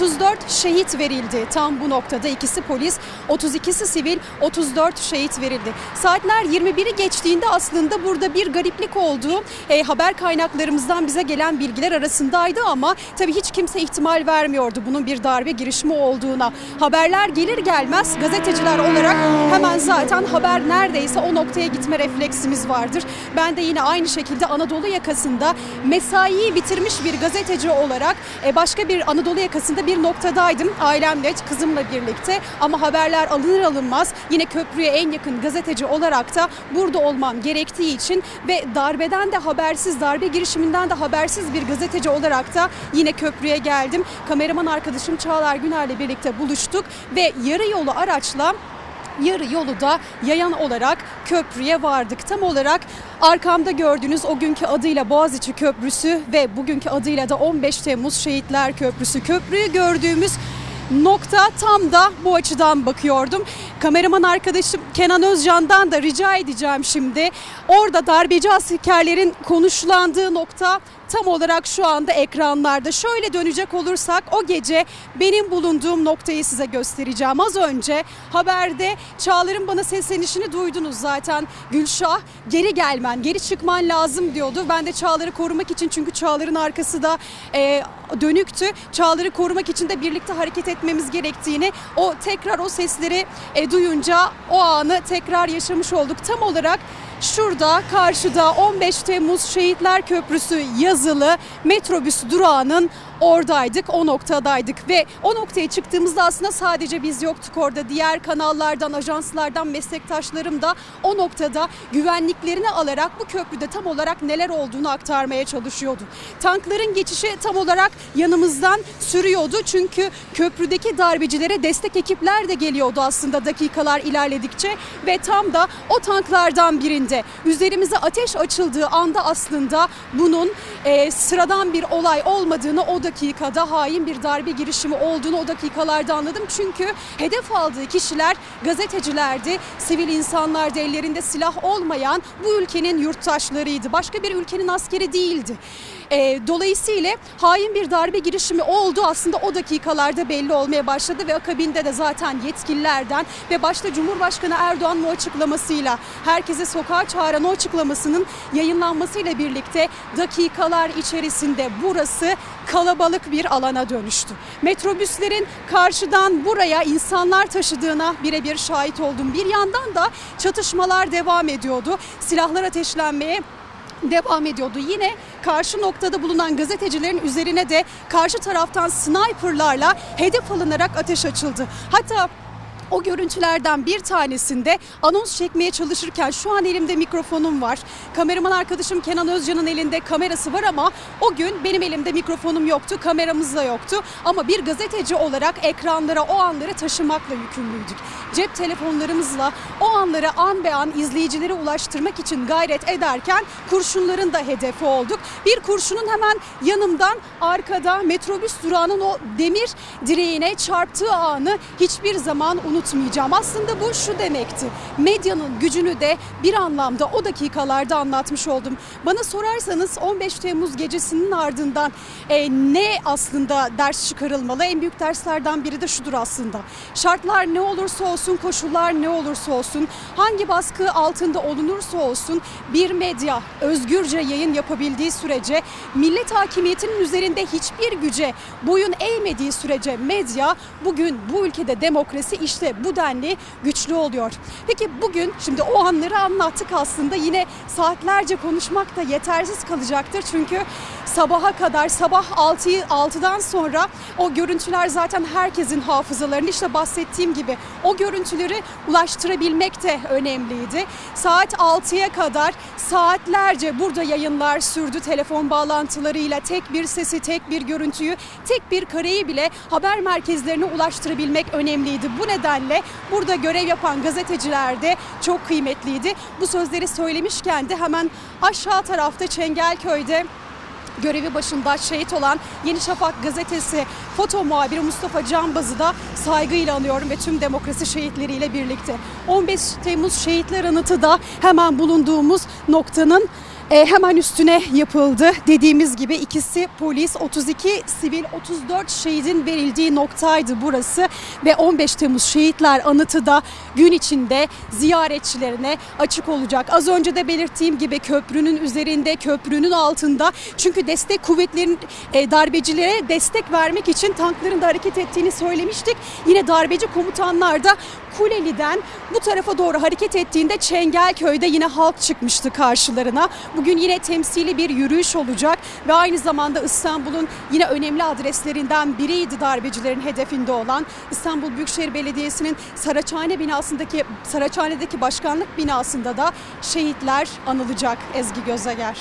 34 şehit verildi tam bu noktada, ikisi polis, 32'si sivil, 34 şehit verildi. Saatler 21'i geçtiğinde aslında burada bir gariplik olduğu haber kaynaklarımızdan bize gelen bilgiler arasındaydı ama tabii hiç kimse ihtimal vermiyordu bunun bir darbe girişimi olduğuna. Haberler gelir gelmez gazeteciler olarak hemen zaten haber neredeyse o noktaya gitme refleksimiz vardır. Ben de yine aynı şekilde Anadolu yakasında mesaiyi bitirmiş bir gazeteci olarak başka bir Anadolu yakasında bir noktadaydım ailemle, kızımla birlikte, ama haberler alınır alınmaz yine köprüye en yakın gazeteci olarak da burada olmam gerektiği için ve darbeden de habersiz, darbe girişiminden de habersiz bir gazeteci olarak da yine köprüye geldim. Kameraman arkadaşım Çağlar Güner'le birlikte buluştuk ve yarı yolu araçla, yarı yolu da yayan olarak köprüye vardık. Tam olarak arkamda gördüğünüz o günkü adıyla Boğaziçi Köprüsü ve bugünkü adıyla da 15 Temmuz Şehitler Köprüsü. Köprüyü gördüğümüz nokta tam da bu açıdan bakıyordum. Kameraman arkadaşım Kenan Özcan'dan da rica edeceğim şimdi. Orada darbeci askerlerin konuşlandığı nokta tam olarak şu anda ekranlarda. Şöyle dönecek olursak o gece benim bulunduğum noktayı size göstereceğim. Az önce haberde Çağlar'ın bana seslenişini duydunuz zaten. Gülşah geri gelmen, geri çıkman lazım diyordu. Ben de Çağlar'ı korumak için, çünkü Çağlar'ın arkası da dönüktü. Çağlar'ı korumak için de birlikte hareket etmemiz gerektiğini, tekrar o sesleri duyunca o anı tekrar yaşamış olduk. Tam olarak şurada karşıda 15 Temmuz Şehitler Köprüsü yazılı metrobüs durağının oradaydık, o noktadaydık ve o noktaya çıktığımızda aslında sadece biz yoktuk orada. Diğer kanallardan, ajanslardan meslektaşlarım da o noktada güvenliklerini alarak bu köprüde tam olarak neler olduğunu aktarmaya çalışıyordu. Tankların geçişi tam olarak yanımızdan sürüyordu çünkü köprüdeki darbecilere destek ekipler de geliyordu aslında dakikalar ilerledikçe ve tam da o tanklardan birinde üzerimize ateş açıldığı anda aslında bunun sıradan bir olay olmadığını, o dakikada hain bir darbe girişimi olduğunu o dakikalarda anladım. Çünkü hedef aldığı kişiler gazetecilerdi, sivil insanlardı, ellerinde silah olmayan bu ülkenin yurttaşlarıydı. Başka bir ülkenin askeri değildi. Dolayısıyla hain bir darbe girişimi oldu aslında o dakikalarda belli olmaya başladı ve akabinde de zaten yetkililerden ve başta Cumhurbaşkanı Erdoğan'ın o açıklamasıyla, herkese sokağa çağıran o açıklamasının yayınlanmasıyla birlikte dakikalar içerisinde burası kalabalık bir alana dönüştü. Metrobüslerin karşıdan buraya insanlar taşıdığına birebir şahit oldum. Bir yandan da çatışmalar devam ediyordu. Silahlar ateşlenmeye devam ediyordu. Yine karşı noktada bulunan gazetecilerin üzerine de karşı taraftan sniperlarla hedef alınarak ateş açıldı. Hatta o görüntülerden bir tanesinde anons çekmeye çalışırken, şu an elimde mikrofonum var. Kameraman arkadaşım Kenan Özcan'ın elinde kamerası var ama o gün benim elimde mikrofonum yoktu, kameramız da yoktu. Ama bir gazeteci olarak ekranlara o anları taşımakla yükümlüydük. Cep telefonlarımızla o anları an be an izleyicilere ulaştırmak için gayret ederken kurşunların da hedefi olduk. Bir kurşunun hemen yanımdan arkada metrobüs durağının o demir direğine çarptığı anı hiçbir zaman unutmayacağım. Aslında bu şu demekti: medyanın gücünü de bir anlamda o dakikalarda anlatmış oldum. Bana sorarsanız 15 Temmuz gecesinin ardından ne aslında ders çıkarılmalı? En büyük derslerden biri de şudur aslında: şartlar ne olursa olsun, koşullar ne olursa olsun, hangi baskı altında olunursa olsun bir medya özgürce yayın yapabildiği sürece, millet hakimiyetinin üzerinde hiçbir güce boyun eğmediği sürece medya bugün bu ülkede demokrasi işte bu denli güçlü oluyor. Peki bugün şimdi o anları anlattık aslında, yine saatlerce konuşmak da yetersiz kalacaktır. Çünkü sabaha kadar, sabah 6'dan sonra o görüntüler zaten herkesin hafızalarını, işte bahsettiğim gibi o görüntüleri ulaştırabilmek de önemliydi. Saat 6'ya kadar saatlerce burada yayınlar sürdü. Telefon bağlantılarıyla tek bir sesi, tek bir görüntüyü, tek bir kareyi bile haber merkezlerine ulaştırabilmek önemliydi. Bu nedenle burada görev yapan gazeteciler de çok kıymetliydi. Bu sözleri söylemişken de hemen aşağı tarafta Çengelköy'de görevi başında şehit olan Yeni Şafak gazetesi foto muhabiri Mustafa Canbaz'ı da saygıyla anıyorum ve tüm demokrasi şehitleriyle birlikte. 15 Temmuz Şehitler Anıtı da hemen bulunduğumuz noktanın hemen üstüne yapıldı. Dediğimiz gibi ikisi polis, 32 sivil, 34 şehidin verildiği noktaydı burası ve 15 Temmuz Şehitler Anıtı da gün içinde ziyaretçilerine açık olacak. Az önce de belirttiğim gibi köprünün üzerinde, köprünün altında, çünkü destek kuvvetlerin darbecilere destek vermek için tankların da hareket ettiğini söylemiştik. Yine darbeci komutanlar da Kuleli'den bu tarafa doğru hareket ettiğinde Çengelköy'de yine halk çıkmıştı karşılarına. Bugün yine temsili bir yürüyüş olacak ve aynı zamanda İstanbul'un yine önemli adreslerinden biriydi darbecilerin hedefinde olan İstanbul Büyükşehir Belediyesi'nin Saraçhane'deki başkanlık binasında da şehitler anılacak. Ezgi Gözeger.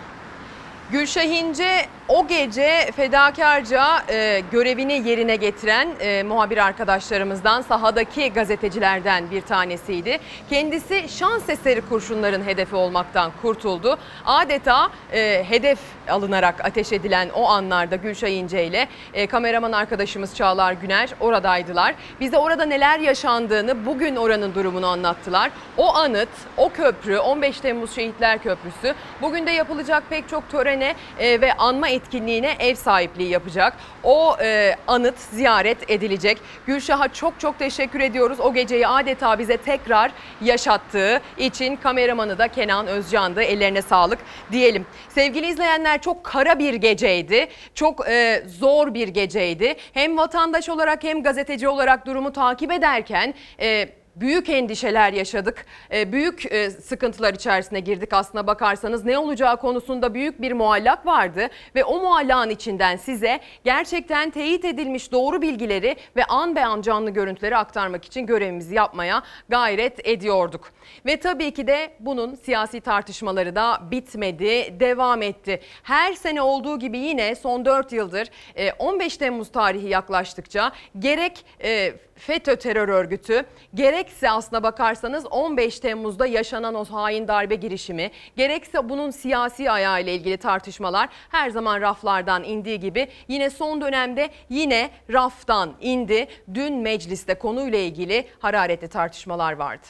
Gülşah İnce o gece fedakarca görevini yerine getiren muhabir arkadaşlarımızdan, sahadaki gazetecilerden bir tanesiydi. Kendisi şans eseri kurşunların hedefi olmaktan kurtuldu. Adeta hedef alınarak ateş edilen o anlarda Gülşah İnce ile kameraman arkadaşımız Çağlar Güner oradaydılar. Bize orada neler yaşandığını, bugün oranın durumunu anlattılar. O anıt, o köprü, 15 Temmuz Şehitler Köprüsü bugün de yapılacak pek çok törene ve anma etkinliğine ev sahipliği yapacak. O anıt ziyaret edilecek. Gülşah'a çok teşekkür ediyoruz. O geceyi adeta bize tekrar yaşattığı için kameramanı da Kenan Özcan'dı. Ellerine sağlık diyelim. Sevgili izleyenler, çok kara bir geceydi. Çok zor bir geceydi. Hem vatandaş olarak hem gazeteci olarak durumu takip ederken büyük endişeler yaşadık. Büyük sıkıntılar içerisine girdik aslına bakarsanız. Ne olacağı konusunda büyük bir muallak vardı ve o muallağın içinden size gerçekten teyit edilmiş doğru bilgileri ve an be an canlı görüntüleri aktarmak için görevimizi yapmaya gayret ediyorduk. Ve tabii ki de bunun siyasi tartışmaları da bitmedi, devam etti. Her sene olduğu gibi yine son 4 yıldır 15 Temmuz tarihi yaklaştıkça gerek FETÖ terör örgütü, gerekse aslına bakarsanız 15 Temmuz'da yaşanan o hain darbe girişimi, gerekse bunun siyasi ayağı ile ilgili tartışmalar her zaman raflardan indiği gibi yine son dönemde yine raftan indi. Dün mecliste konuyla ilgili hararetli tartışmalar vardı.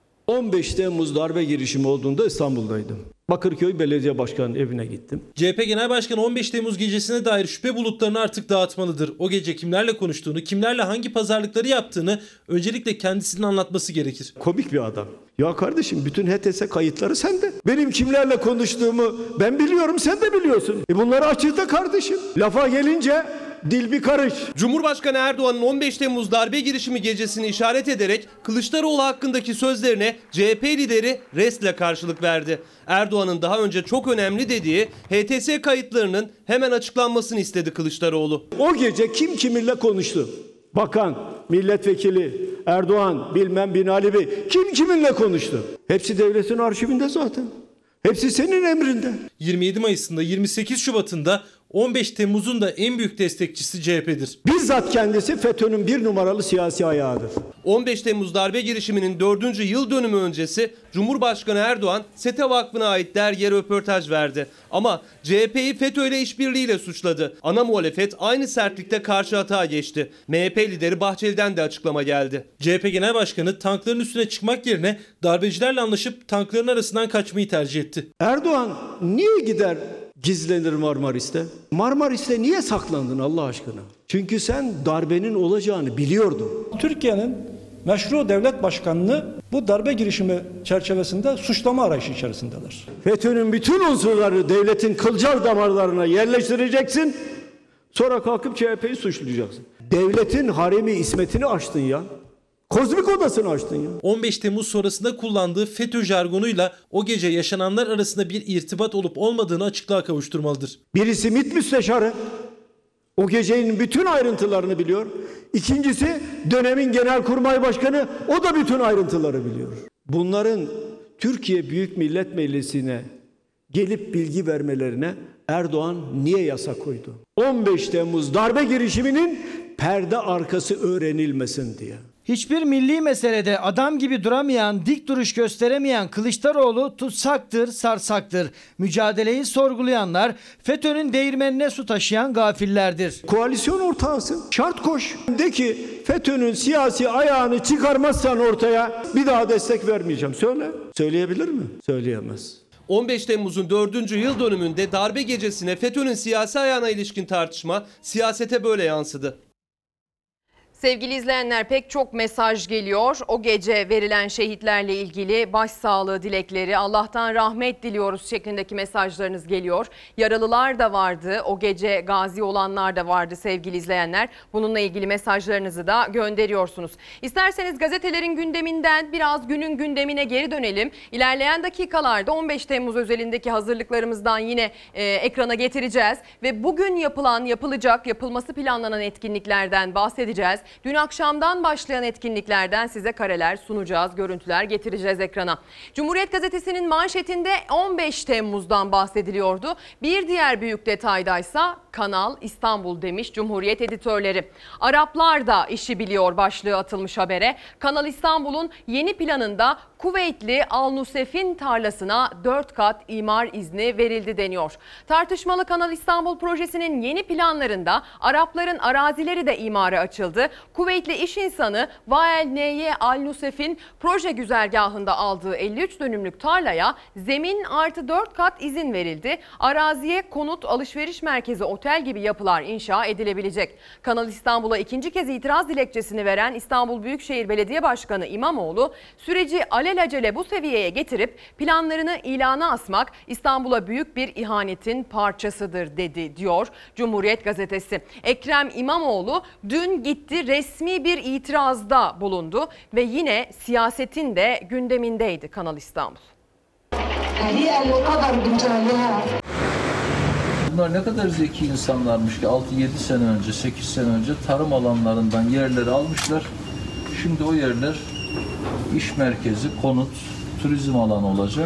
15 Temmuz darbe girişimi olduğunda İstanbul'daydım. Bakırköy Belediye Başkanı'nın evine gittim. CHP Genel Başkanı 15 Temmuz gecesine dair şüphe bulutlarını artık dağıtmalıdır. O gece kimlerle konuştuğunu, kimlerle hangi pazarlıkları yaptığını öncelikle kendisinin anlatması gerekir. Komik bir adam. Ya kardeşim, bütün HTS kayıtları sende. Benim kimlerle konuştuğumu ben biliyorum, sen de biliyorsun. Bunları açıkla kardeşim. Lafa gelince dil bir karış. Cumhurbaşkanı Erdoğan'ın 15 Temmuz darbe girişimi gecesini işaret ederek Kılıçdaroğlu hakkındaki sözlerine CHP lideri restle karşılık verdi. Erdoğan'ın daha önce çok önemli dediği HTS kayıtlarının hemen açıklanmasını istedi Kılıçdaroğlu. O gece kim kiminle konuştu? Bakan, milletvekili, Erdoğan, bilmem Binali Bey, kim kiminle konuştu? Hepsi devletin arşivinde zaten. Hepsi senin emrinde. 27 Mayıs'ında, 28 Şubat'ında 15 Temmuz'un da en büyük destekçisi CHP'dir. Bizzat kendisi FETÖ'nün bir numaralı siyasi ayağıdır. 15 Temmuz darbe girişiminin 4. yıl dönümü öncesi Cumhurbaşkanı Erdoğan SETE Vakfı'na ait dergiye röportaj verdi. Ama CHP'yi FETÖ ile işbirliğiyle suçladı. Ana muhalefet aynı sertlikte karşı atağa geçti. MHP lideri Bahçeli'den de açıklama geldi. CHP Genel Başkanı tankların üstüne çıkmak yerine darbecilerle anlaşıp tankların arasından kaçmayı tercih etti. Erdoğan niye gider gizlenir Marmaris'te? Marmaris'te niye saklandın Allah aşkına? Çünkü sen darbenin olacağını biliyordun. Türkiye'nin meşru devlet başkanını bu darbe girişimi çerçevesinde suçlama arayışı içerisindeler. FETÖ'nün bütün unsurları devletin kılcal damarlarına yerleştireceksin. Sonra kalkıp CHP'yi suçlayacaksın. Devletin haremi ismetini açtın ya. Kozmik odasını açtın ya. 15 Temmuz sonrasında kullandığı FETÖ jargonuyla o gece yaşananlar arasında bir irtibat olup olmadığını açıklığa kavuşturmalıdır. Birisi MİT müsteşarı. O gecenin bütün ayrıntılarını biliyor. İkincisi dönemin Genelkurmay Başkanı, o da bütün ayrıntıları biliyor. Bunların Türkiye Büyük Millet Meclisi'ne gelip bilgi vermelerine Erdoğan niye yasak koydu? 15 Temmuz darbe girişiminin perde arkası öğrenilmesin diye. Hiçbir milli meselede adam gibi duramayan, dik duruş gösteremeyen Kılıçdaroğlu tutsaktır, sarsaktır. Mücadeleyi sorgulayanlar FETÖ'nün değirmenine su taşıyan gafillerdir. Koalisyon ortağısın. Şart koş. De ki FETÖ'nün siyasi ayağını çıkarmazsan ortaya bir daha destek vermeyeceğim. Söyle. Söyleyebilir mi? Söyleyemez. 15 Temmuz'un 4. yıl dönümünde darbe gecesine FETÖ'nün siyasi ayağına ilişkin tartışma siyasete böyle yansıdı. Sevgili izleyenler, pek çok mesaj geliyor. O gece verilen şehitlerle ilgili başsağlığı dilekleri, Allah'tan rahmet diliyoruz şeklindeki mesajlarınız geliyor. Yaralılar da vardı, o gece gazi olanlar da vardı sevgili izleyenler. Bununla ilgili mesajlarınızı da gönderiyorsunuz. İsterseniz gazetelerin gündeminden biraz günün gündemine geri dönelim. İlerleyen dakikalarda 15 Temmuz özelindeki hazırlıklarımızdan yine ekrana getireceğiz. Ve bugün yapılması planlanan etkinliklerden bahsedeceğiz. Dün akşamdan başlayan etkinliklerden size kareler sunacağız, görüntüler getireceğiz ekrana. Cumhuriyet Gazetesi'nin manşetinde 15 Temmuz'dan bahsediliyordu. Bir diğer büyük detaydaysa Kanal İstanbul demiş Cumhuriyet editörleri. Araplar da işi biliyor başlığı atılmış habere. Kanal İstanbul'un yeni planında Kuveytli Al Nusef'in tarlasına 4 kat imar izni verildi deniyor. Tartışmalı Kanal İstanbul projesinin yeni planlarında Arapların arazileri de imara açıldı. Kuveytli iş insanı Vael Neye Al Nusef'in proje güzergahında aldığı 53 dönümlük tarlaya zemin artı 4 kat izin verildi. Araziye konut, alışveriş merkezi, otel gibi yapılar inşa edilebilecek. Kanal İstanbul'a ikinci kez itiraz dilekçesini veren İstanbul Büyükşehir Belediye Başkanı İmamoğlu, süreci alelacele bu seviyeye getirip planlarını ilana asmak İstanbul'a büyük bir ihanetin parçasıdır dedi diyor Cumhuriyet Gazetesi. Ekrem İmamoğlu dün gitti, resmi bir itirazda bulundu ve yine siyasetin de gündemindeydi Kanal İstanbul. Bunlar ne kadar zeki insanlarmış ki 6-7 sene önce, 8 sene önce tarım alanlarından yerleri almışlar. Şimdi o yerler iş merkezi, konut, turizm alanı olacak.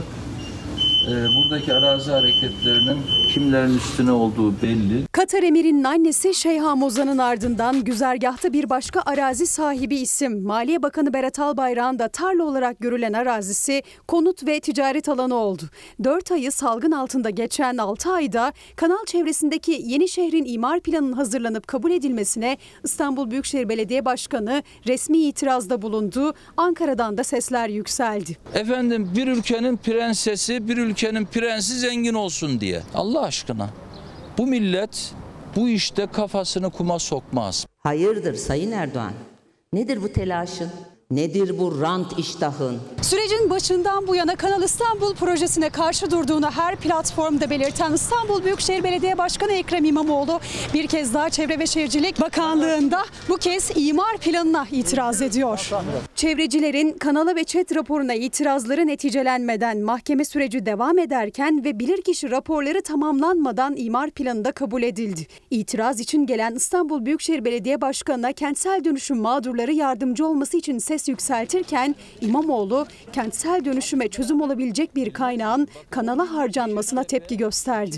Buradaki arazi hareketlerinin kimlerin üstüne olduğu belli. Katar emirinin annesi Şeyha Moza'nın ardından güzergahta bir başka arazi sahibi isim Maliye Bakanı Berat Albayrak'ın da tarla olarak görülen arazisi konut ve ticaret alanı oldu. 4 ayı salgın altında geçen 6 ayda kanal çevresindeki yeni şehrin imar planının hazırlanıp kabul edilmesine İstanbul Büyükşehir Belediye Başkanı resmi itirazda bulundu. Ankara'dan da sesler yükseldi. Efendim bir ülkenin prensesi, bir ülkenin prensi zengin olsun diye. Allah aşkına bu millet bu işte kafasını kuma sokmaz. Hayırdır Sayın Erdoğan? Nedir bu telaşın? Nedir bu rant iştahın? Sürecin başından bu yana Kanal İstanbul projesine karşı durduğunu her platformda belirten İstanbul Büyükşehir Belediye Başkanı Ekrem İmamoğlu bir kez daha Çevre ve Şehircilik Bakanlığı'nda bu kez imar planına itiraz ediyor. Çevrecilerin kanala ve ÇED raporuna itirazları neticelenmeden mahkeme süreci devam ederken ve bilirkişi raporları tamamlanmadan imar planı da kabul edildi. İtiraz için gelen İstanbul Büyükşehir Belediye Başkanı'na kentsel dönüşüm mağdurları yardımcı olması için ses yükseltirken İmamoğlu kentsel dönüşüme çözüm olabilecek bir kaynağın kanala harcanmasına tepki gösterdi.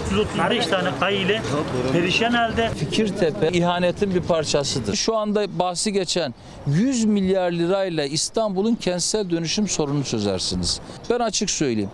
335 tane kayı ile perişan halde. Fikirtepe ihanetin bir parçasıdır. Şu anda bahsi geçen 100 milyar lirayla İstanbul'un kentsel dönüşüm sorununu çözersiniz. Ben açık söyleyeyim.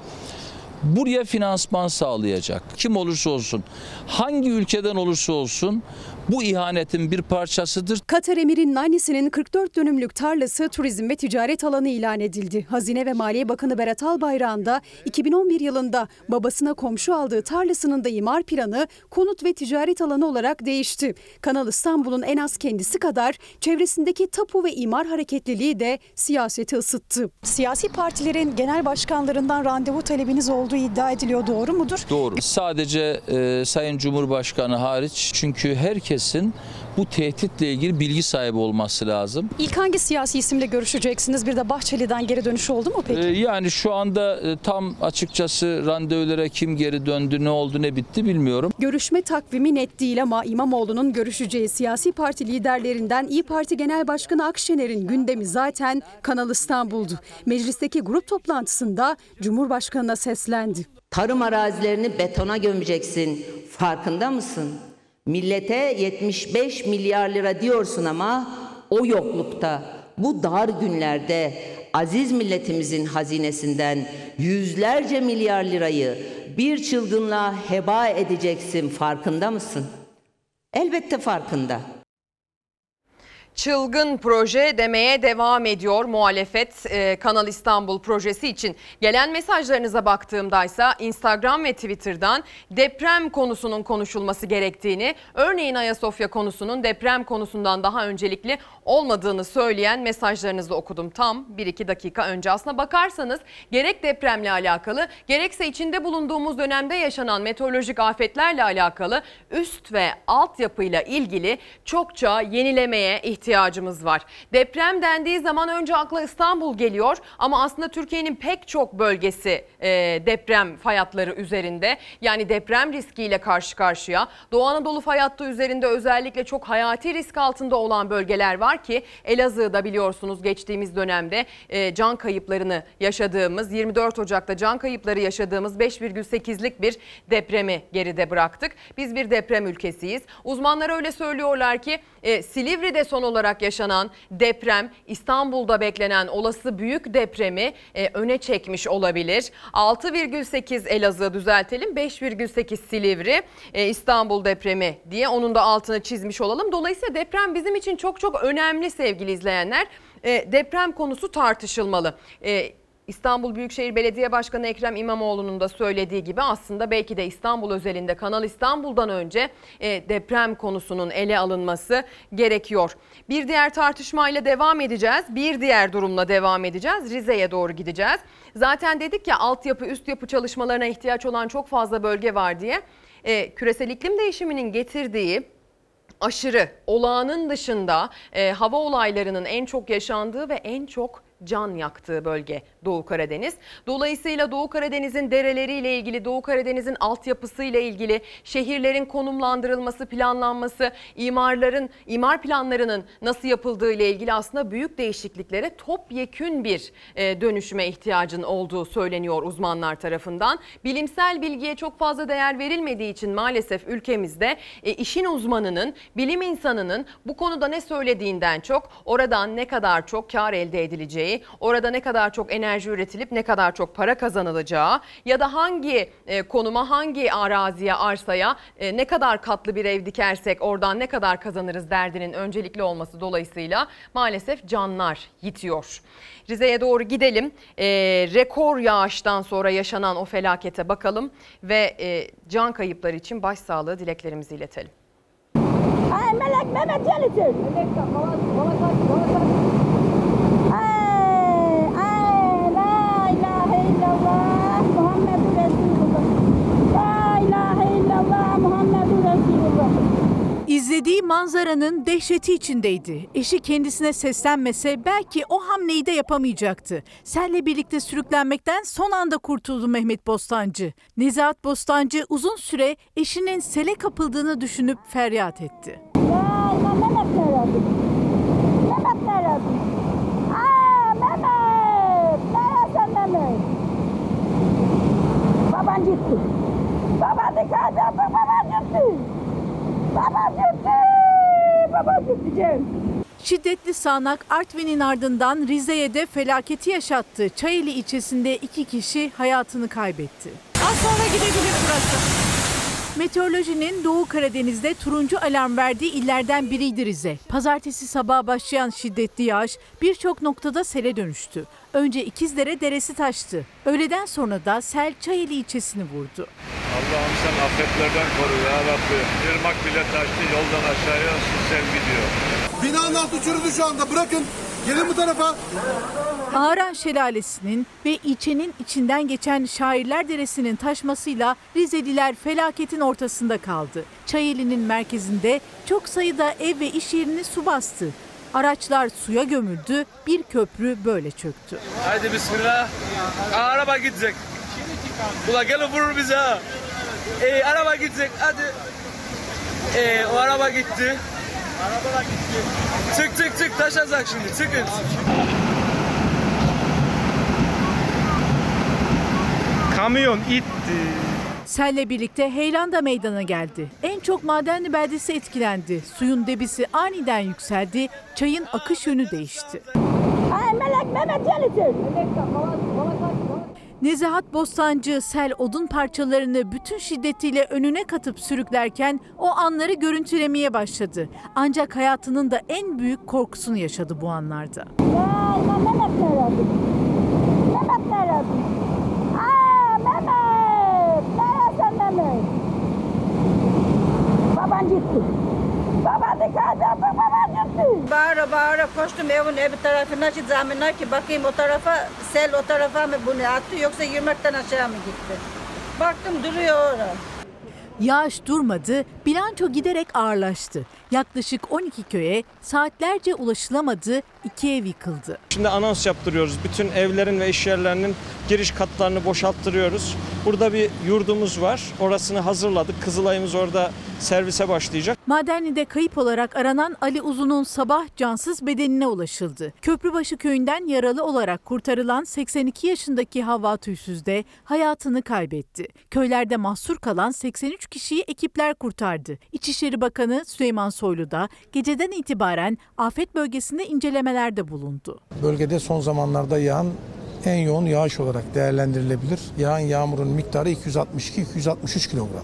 Buraya finansman sağlayacak. Kim olursa olsun, hangi ülkeden olursa olsun bu ihanetin bir parçasıdır. Katar emirinin annesinin 44 dönümlük tarlası turizm ve ticaret alanı ilan edildi. Hazine ve Maliye Bakanı Berat Albayrak'ın da 2011 yılında babasına komşu aldığı tarlasının da imar planı konut ve ticaret alanı olarak değişti. Kanal İstanbul'un en az kendisi kadar çevresindeki tapu ve imar hareketliliği de siyaseti ısıttı. Siyasi partilerin genel başkanlarından randevu talebiniz olduğu iddia ediliyor. Doğru mudur? Doğru. Sadece Sayın Cumhurbaşkanı hariç, çünkü herkesin bu tehditle ilgili bilgi sahibi olması lazım. İlk hangi siyasi isimle görüşeceksiniz? Bir de Bahçeli'den geri dönüş oldu mu peki? Yani şu anda tam açıkçası randevulara kim geri döndü, ne oldu, ne bitti bilmiyorum. Görüşme takvimi net değil ama İmamoğlu'nun görüşeceği siyasi parti liderlerinden İYİ Parti Genel Başkanı Akşener'in gündemi zaten Kanal İstanbul'du. Meclisteki grup toplantısında Cumhurbaşkanı'na seslendi. Tarım arazilerini betona gömeceksin. Farkında mısın? Millete 75 milyar lira diyorsun ama o yoklukta, bu dar günlerde aziz milletimizin hazinesinden yüzlerce milyar lirayı bir çılgınlığa heba edeceksin. Farkında mısın? Elbette farkında. çılgın proje demeye devam ediyor muhalefet Kanal İstanbul projesi için. Gelen mesajlarınıza baktığımdaysa Instagram ve Twitter'dan deprem konusunun konuşulması gerektiğini, örneğin Ayasofya konusunun deprem konusundan daha öncelikli olmadığını söyleyen mesajlarınızı okudum tam 1-2 dakika önce. Aslına bakarsanız gerek depremle alakalı gerekse içinde bulunduğumuz dönemde yaşanan meteorolojik afetlerle alakalı üst ve altyapıyla ilgili çokça yenilemeye ihtiyacımız var. Deprem dendiği zaman önce akla İstanbul geliyor ama aslında Türkiye'nin pek çok bölgesi deprem fay hatları üzerinde. Yani deprem riskiyle karşı karşıya. Doğu Anadolu fay hattı üzerinde özellikle çok hayati risk altında olan bölgeler var ki Elazığ'da biliyorsunuz geçtiğimiz dönemde can kayıplarını yaşadığımız 24 Ocak'ta can kayıpları yaşadığımız 5,8'lik bir depremi geride bıraktık. Biz bir deprem ülkesiyiz. Uzmanlar öyle söylüyorlar ki Silivri'de son olarak yaşanan deprem İstanbul'da beklenen olası büyük depremi öne çekmiş olabilir. 6,8 Elazığ düzeltelim, 5,8 Silivri İstanbul depremi diye onun da altını çizmiş olalım. Dolayısıyla deprem bizim için çok çok önemli sevgili izleyenler. Deprem konusu tartışılmalı. İstanbul Büyükşehir Belediye Başkanı Ekrem İmamoğlu'nun da söylediği gibi aslında belki de İstanbul özelinde Kanal İstanbul'dan önce deprem konusunun ele alınması gerekiyor. Bir diğer tartışmayla devam edeceğiz. Bir diğer durumla devam edeceğiz. Rize'ye doğru gideceğiz. Zaten dedik ya altyapı, üst yapı çalışmalarına ihtiyaç olan çok fazla bölge var diye. Küresel iklim değişiminin getirdiği aşırı, olağanın dışında hava olaylarının en çok yaşandığı ve en çok can yaktığı bölge Doğu Karadeniz. Dolayısıyla Doğu Karadeniz'in dereleriyle ilgili, Doğu Karadeniz'in altyapısıyla ilgili, şehirlerin konumlandırılması, planlanması, imar planlarının nasıl yapıldığı ile ilgili aslında büyük değişikliklere topyekün bir dönüşüme ihtiyacın olduğu söyleniyor uzmanlar tarafından. Bilimsel bilgiye çok fazla değer verilmediği için maalesef ülkemizde işin uzmanının, bilim insanının bu konuda ne söylediğinden çok oradan ne kadar çok kar elde edileceği, orada ne kadar çok enerji üretilip ne kadar çok para kazanılacağı ya da hangi konuma, hangi araziye, arsaya ne kadar katlı bir ev dikersek oradan ne kadar kazanırız derdinin öncelikli olması dolayısıyla maalesef canlar yitiyor. Rize'ye doğru gidelim. Rekor yağıştan sonra yaşanan o felakete bakalım ve can kayıpları için başsağlığı dileklerimizi iletelim. Ay Melek Mehmet Yeliçin. İzlediği manzaranın dehşeti içindeydi. Eşi kendisine seslenmese belki o hamleyi de yapamayacaktı. Selle birlikte sürüklenmekten son anda kurtuldu Mehmet Bostancı. Nezahat Bostancı uzun süre eşinin sele kapıldığını düşünüp feryat etti. Baban gitti. Baban dikkat, baban gitti. Babam gitti! Babam gitti Cem. Şiddetli sağanak Artvin'in ardından Rize'ye de felaketi yaşattı. Çayeli ilçesinde 2 kişi hayatını kaybetti. Az sonra gidebilir burası. Meteorolojinin Doğu Karadeniz'de turuncu alarm verdiği illerden biriydi Rize. Pazartesi sabahı başlayan şiddetli yağış birçok noktada sele dönüştü. Önce İkizdere Deresi taştı. Öğleden sonra da sel Çayeli ilçesini vurdu. Allah'ım sen afetlerden koru ya Rabbi. Irmak bile taştı, yoldan aşağıya sel gidiyor. Binanın altı çürüdü şu anda, bırakın. Gelin bu tarafa. Ağran Şelalesi'nin ve ilçenin içinden geçen Şairler Deresi'nin taşmasıyla Rizeliler felaketin ortasında kaldı. Çayeli'nin merkezinde çok sayıda ev ve iş yerini su bastı. Araçlar suya gömüldü, bir köprü böyle çöktü. Haydi bismillah. Araba gidecek. Ula gelin vurur bize ha. Araba gidecek hadi. O araba gitti. Arabalar gitti. Çık taşacak şimdi çıkın. Kamyon itti. Selle birlikte heyelan da meydana geldi. En çok Madenli beldesi etkilendi. Suyun debisi aniden yükseldi, çayın akış yönü değişti. Ay Melek Mehmet Yeliçin. Nezahat Bostancı sel odun parçalarını bütün şiddetiyle önüne katıp sürüklerken o anları görüntülemeye başladı. Ancak hayatının da en büyük korkusunu yaşadı bu anlarda. Mehmet nerede? Mehmet nerede? Mehmet! Nerede Mehmet? Baban gitti. Baban dikkat et, baban gitti. Bağıra bağıra koştum evin öbür tarafına ki zamanlar ki bakayım o tarafa, sel o tarafa mı bunu attı yoksa yürümekten aşağı mı gitti? Baktım duruyor orada. Yağış durmadı, bilanço giderek ağırlaştı. Yaklaşık 12 köye saatlerce ulaşılamadı, 2 ev yıkıldı. Şimdi anons yaptırıyoruz. Bütün evlerin ve iş yerlerinin giriş katlarını boşalttırıyoruz. Burada bir yurdumuz var. Orasını hazırladık. Kızılay'ımız orada servise başlayacak. Madenli'de kayıp olarak aranan Ali Uzun'un sabah cansız bedenine ulaşıldı. Köprübaşı köyünden yaralı olarak kurtarılan 82 yaşındaki Havva Tüysüz de hayatını kaybetti. Köylerde mahsur kalan 83 kişiyi ekipler kurtardı. İçişleri Bakanı Süleyman Soylu da geceden itibaren afet bölgesinde incelemelerde bulundu. Bölgede son zamanlarda yağan en yoğun yağış olarak değerlendirilebilir. Yağan yağmurun miktarı 262-263 kilogram.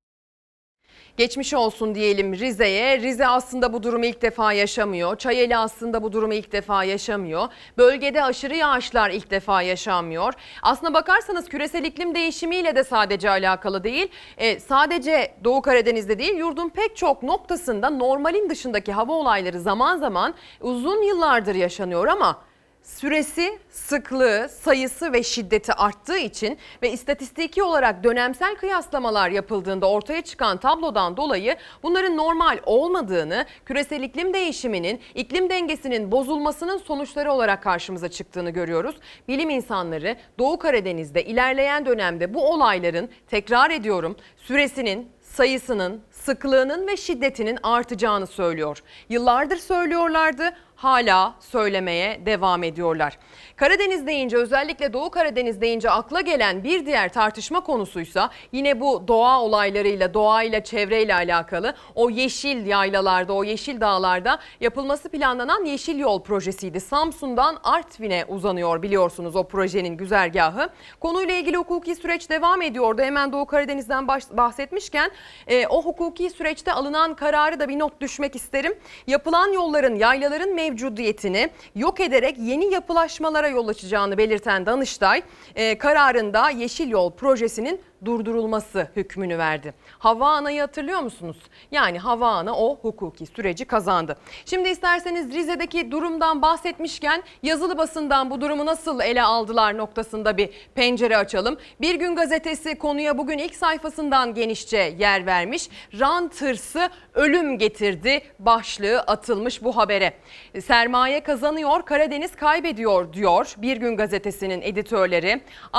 Geçmiş olsun diyelim Rize'ye. Rize aslında bu durumu ilk defa yaşamıyor. Çayeli aslında bu durumu ilk defa yaşamıyor. Bölgede aşırı yağışlar ilk defa yaşanmıyor. Aslına bakarsanız küresel iklim değişimiyle de sadece alakalı değil. Sadece Doğu Karadeniz'de değil, yurdun pek çok noktasında normalin dışındaki hava olayları zaman zaman uzun yıllardır yaşanıyor ama süresi, sıklığı, sayısı ve şiddeti arttığı için ve istatistiki olarak dönemsel kıyaslamalar yapıldığında ortaya çıkan tablodan dolayı bunların normal olmadığını, küresel iklim değişiminin, iklim dengesinin bozulmasının sonuçları olarak karşımıza çıktığını görüyoruz. Bilim insanları Doğu Karadeniz'de ilerleyen dönemde bu olayların, tekrar ediyorum, süresinin, sayısının, sıklığının ve şiddetinin artacağını söylüyor. Yıllardır söylüyorlardı, hala söylemeye devam ediyorlar. Karadeniz deyince, özellikle Doğu Karadeniz deyince akla gelen bir diğer tartışma konusuysa yine bu doğa olaylarıyla, doğayla, çevreyle alakalı o yeşil yaylalarda, o yeşil dağlarda yapılması planlanan Yeşil Yol projesiydi. Samsun'dan Artvin'e uzanıyor biliyorsunuz o projenin güzergahı. Konuyla ilgili hukuki süreç devam ediyordu. Hemen Doğu Karadeniz'den bahsetmişken o hukuki süreçte alınan kararı da bir not düşmek isterim. Yapılan yolların, yaylaların mevcudiyetini yok ederek yeni yapılaşmalara yol açacağını belirten Danıştay kararında Yeşil Yol projesinin durdurulması hükmünü verdi. Hava Ana'yı hatırlıyor musunuz? Yani Hava Ana o hukuki süreci kazandı. Şimdi isterseniz Rize'deki durumdan bahsetmişken yazılı basından bu durumu nasıl ele aldılar noktasında bir pencere açalım. Bir Gün Gazetesi konuya bugün ilk sayfasından genişçe yer vermiş. Rant hırsı ölüm getirdi başlığı atılmış bu habere. Sermaye kazanıyor, Karadeniz kaybediyor diyor Bir Gün Gazetesi'nin editörleri.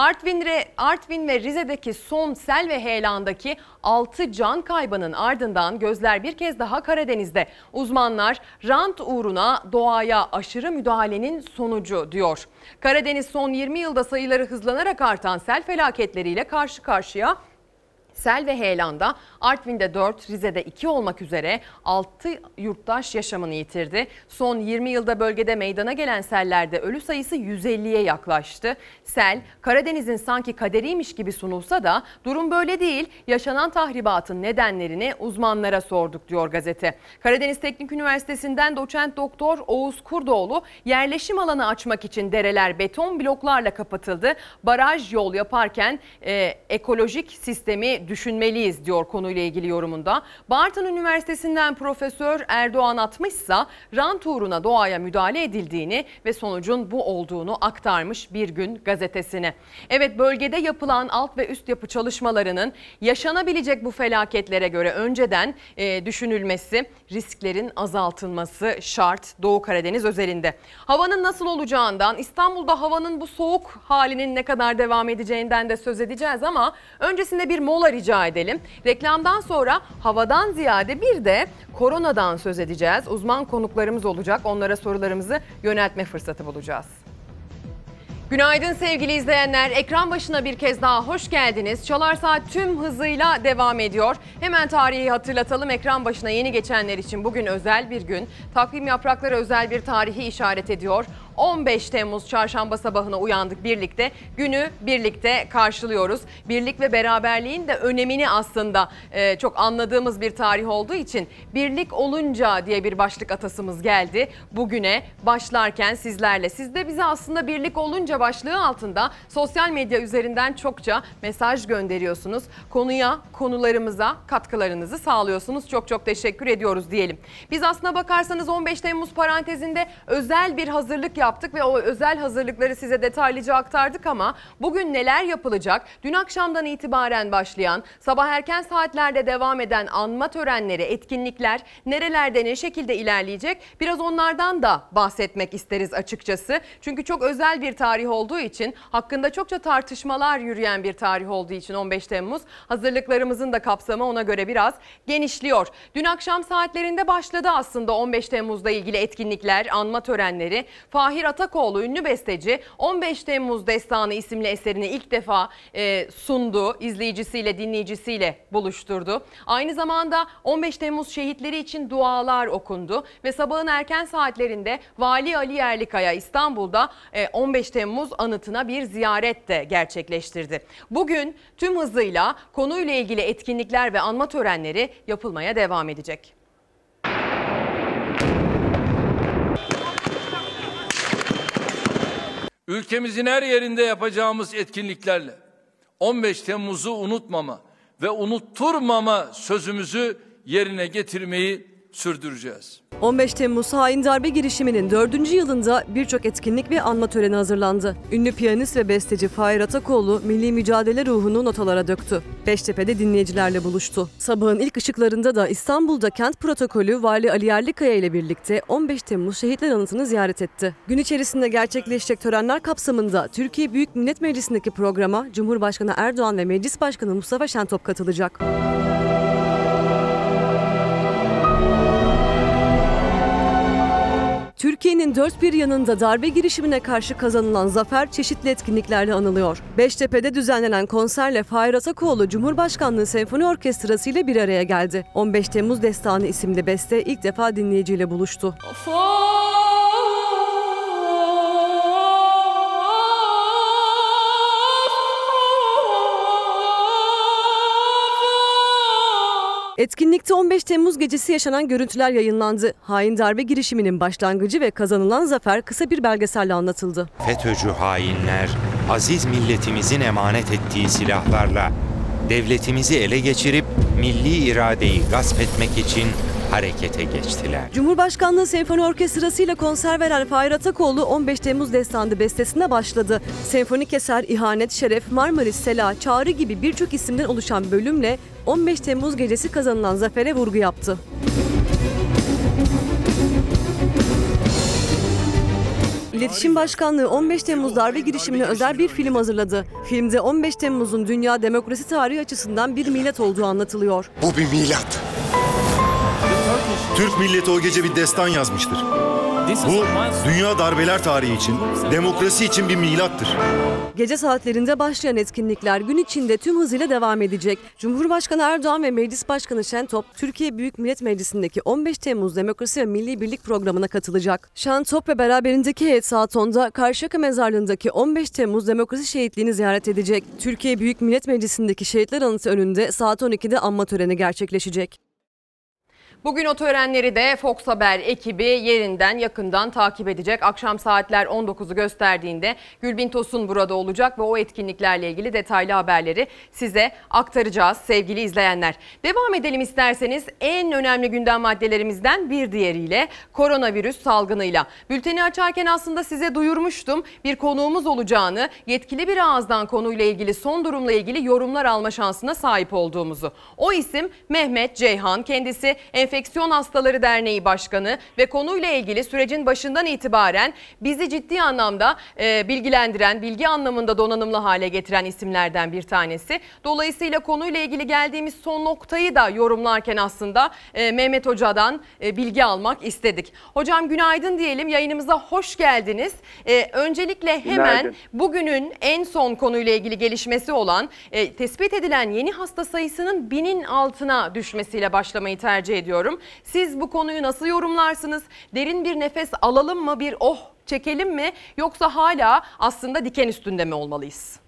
Artvin ve Rize'deki son sel ve heyelandaki 6 can kaybının ardından gözler bir kez daha Karadeniz'de. Uzmanlar rant uğruna doğaya aşırı müdahalenin sonucu diyor. Karadeniz son 20 yılda sayıları hızlanarak artan sel felaketleriyle karşı karşıya. Sel ve heyelanda Artvin'de 4, Rize'de 2 olmak üzere 6 yurttaş yaşamını yitirdi. Son 20 yılda bölgede meydana gelen sellerde ölü sayısı 150'ye yaklaştı. Sel, Karadeniz'in sanki kaderiymiş gibi sunulsa da durum böyle değil. Yaşanan tahribatın nedenlerini uzmanlara sorduk diyor gazete. Karadeniz Teknik Üniversitesi'nden doçent doktor Oğuz Kurdoğlu, yerleşim alanı açmak için dereler beton bloklarla kapatıldı. Baraj yol yaparken ekolojik sistemi düşünmeliyiz diyor konuyla ilgili yorumunda. Bartın Üniversitesi'nden Profesör Erdoğan Atmışsa rant uğruna doğaya müdahale edildiğini ve sonucun bu olduğunu aktarmış Bir Gün Gazetesi'ne. Evet, bölgede yapılan alt ve üst yapı çalışmalarının yaşanabilecek bu felaketlere göre önceden düşünülmesi, risklerin azaltılması şart Doğu Karadeniz özelinde. Havanın nasıl olacağından, İstanbul'da havanın bu soğuk halinin ne kadar devam edeceğinden de söz edeceğiz ama öncesinde bir mola rica edelim. Reklamdan sonra havadan ziyade bir de koronadan söz edeceğiz. Uzman konuklarımız olacak. Onlara sorularımızı yöneltme fırsatı bulacağız. Günaydın sevgili izleyenler. Ekran başına bir kez daha hoş geldiniz. Çalar Saat tüm hızıyla devam ediyor. Hemen tarihi hatırlatalım. Ekran başına yeni geçenler için bugün özel bir gün. Takvim yaprakları özel bir tarihi işaret ediyor. 15 Temmuz çarşamba sabahına uyandık birlikte. Günü birlikte karşılıyoruz. Birlik ve beraberliğin de önemini aslında çok anladığımız bir tarih olduğu için birlik olunca diye bir başlık atasımız geldi. Bugüne başlarken sizlerle. Siz de bize aslında birlik olunca başlığı altında sosyal medya üzerinden çokça mesaj gönderiyorsunuz. Konuya, konularımıza katkılarınızı sağlıyorsunuz. Çok çok teşekkür ediyoruz diyelim. Biz aslına bakarsanız 15 Temmuz parantezinde özel bir hazırlık yaptık ve o özel hazırlıkları size detaylıca aktardık ama bugün neler yapılacak? Dün akşamdan itibaren başlayan, sabah erken saatlerde devam eden anma törenleri, etkinlikler nerelerde ne şekilde ilerleyecek? Biraz onlardan da bahsetmek isteriz açıkçası. Çünkü çok özel bir tarih olduğu için, hakkında çokça tartışmalar yürüyen bir tarih olduğu için 15 Temmuz hazırlıklarımızın da kapsamı ona göre biraz genişliyor. Dün akşam saatlerinde başladı aslında 15 Temmuz'la ilgili etkinlikler, anma törenleri. Fahir Atakoğlu ünlü besteci 15 Temmuz Destanı isimli eserini ilk defa sundu. İzleyicisiyle, dinleyicisiyle buluşturdu. Aynı zamanda 15 Temmuz şehitleri için dualar okundu ve sabahın erken saatlerinde Vali Ali Yerlikaya İstanbul'da 15 Temmuz anıtına bir ziyaret de gerçekleştirdi. Bugün tüm hızıyla konuyla ilgili etkinlikler ve anma törenleri yapılmaya devam edecek. Ülkemizin her yerinde yapacağımız etkinliklerle 15 Temmuz'u unutmama ve unutturmama sözümüzü yerine getirmeyi sürdüreceğiz. 15 Temmuz hain darbe girişiminin 4. yılında birçok etkinlik ve anma töreni hazırlandı. Ünlü piyanist ve besteci Fahir Atakoğlu milli mücadele ruhunu notalara döktü. Beştepe'de dinleyicilerle buluştu. Sabahın ilk ışıklarında da İstanbul'da kent protokolü Vali Ali Yerlikaya ile birlikte 15 Temmuz Şehitler Anıtı'nı ziyaret etti. Gün içerisinde gerçekleşecek törenler kapsamında Türkiye Büyük Millet Meclisi'ndeki programa Cumhurbaşkanı Erdoğan ve Meclis Başkanı Mustafa Şentop katılacak. Türkiye'nin dört bir yanında darbe girişimine karşı kazanılan zafer çeşitli etkinliklerle anılıyor. Beştepe'de düzenlenen konserle Fahir Atakoğlu Cumhurbaşkanlığı Senfoni Orkestrası ile bir araya geldi. 15 Temmuz Destanı isimli beste ilk defa dinleyiciyle buluştu. Etkinlikte 15 Temmuz gecesi yaşanan görüntüler yayınlandı. Hain darbe girişiminin başlangıcı ve kazanılan zafer kısa bir belgeselle anlatıldı. FETÖ'cü hainler aziz milletimizin emanet ettiği silahlarla devletimizi ele geçirip milli iradeyi gasp etmek için harekete geçtiler. Cumhurbaşkanlığı Senfoni Orkestrası ile konser veren Fahir Atakoğlu 15 Temmuz Destanı bestesine başladı. Senfonik eser İhanet, Şeref, Marmaris, Sela, Çağrı gibi birçok isimden oluşan bölümle 15 Temmuz gecesi kazanılan zafere vurgu yaptı. İletişim Başkanlığı 15 Temmuz darbe girişimine özel bir film hazırladı. Filmde 15 Temmuz'un dünya demokrasi tarihi açısından bir milat olduğu anlatılıyor. Bu bir milat. Türk milleti o gece bir destan yazmıştır. Bu dünya darbeler tarihi için, demokrasi için bir milattır. Gece saatlerinde başlayan etkinlikler gün içinde tüm hızıyla devam edecek. Cumhurbaşkanı Erdoğan ve Meclis Başkanı Şentop, Türkiye Büyük Millet Meclisi'ndeki 15 Temmuz Demokrasi ve Milli Birlik programına katılacak. Şentop ve beraberindeki heyet saat 10'da Karşıyaka Mezarlığı'ndaki 15 Temmuz Demokrasi Şehitliğini ziyaret edecek. Türkiye Büyük Millet Meclisi'ndeki Şehitler Anıtı önünde saat 12'de anma töreni gerçekleşecek. Bugün o törenleri de Fox Haber ekibi yerinden yakından takip edecek. Akşam saatler 19'u gösterdiğinde Gülbin Tosun burada olacak ve o etkinliklerle ilgili detaylı haberleri size aktaracağız sevgili izleyenler. Devam edelim isterseniz en önemli gündem maddelerimizden bir diğeriyle koronavirüs salgınıyla. Bülteni açarken aslında size duyurmuştum bir konuğumuz olacağını, yetkili bir ağızdan konuyla ilgili son durumla ilgili yorumlar alma şansına sahip olduğumuzu. O isim Mehmet Ceyhan, kendisi Enfeksiyon Hastaları Derneği Başkanı ve konuyla ilgili sürecin başından itibaren bizi ciddi anlamda bilgilendiren, bilgi anlamında donanımlı hale getiren isimlerden bir tanesi. Dolayısıyla konuyla ilgili geldiğimiz son noktayı da yorumlarken aslında Mehmet Hoca'dan bilgi almak istedik. Hocam günaydın diyelim, yayınımıza hoş geldiniz. Öncelikle hemen günaydın. Bugünün en son konuyla ilgili gelişmesi olan tespit edilen yeni hasta sayısının 1000'in altına düşmesiyle başlamayı tercih ediyoruz. istiyorum. Siz bu konuyu nasıl yorumlarsınız? Derin bir nefes alalım mı, bir çekelim mi, yoksa hala aslında diken üstünde mi olmalıyız?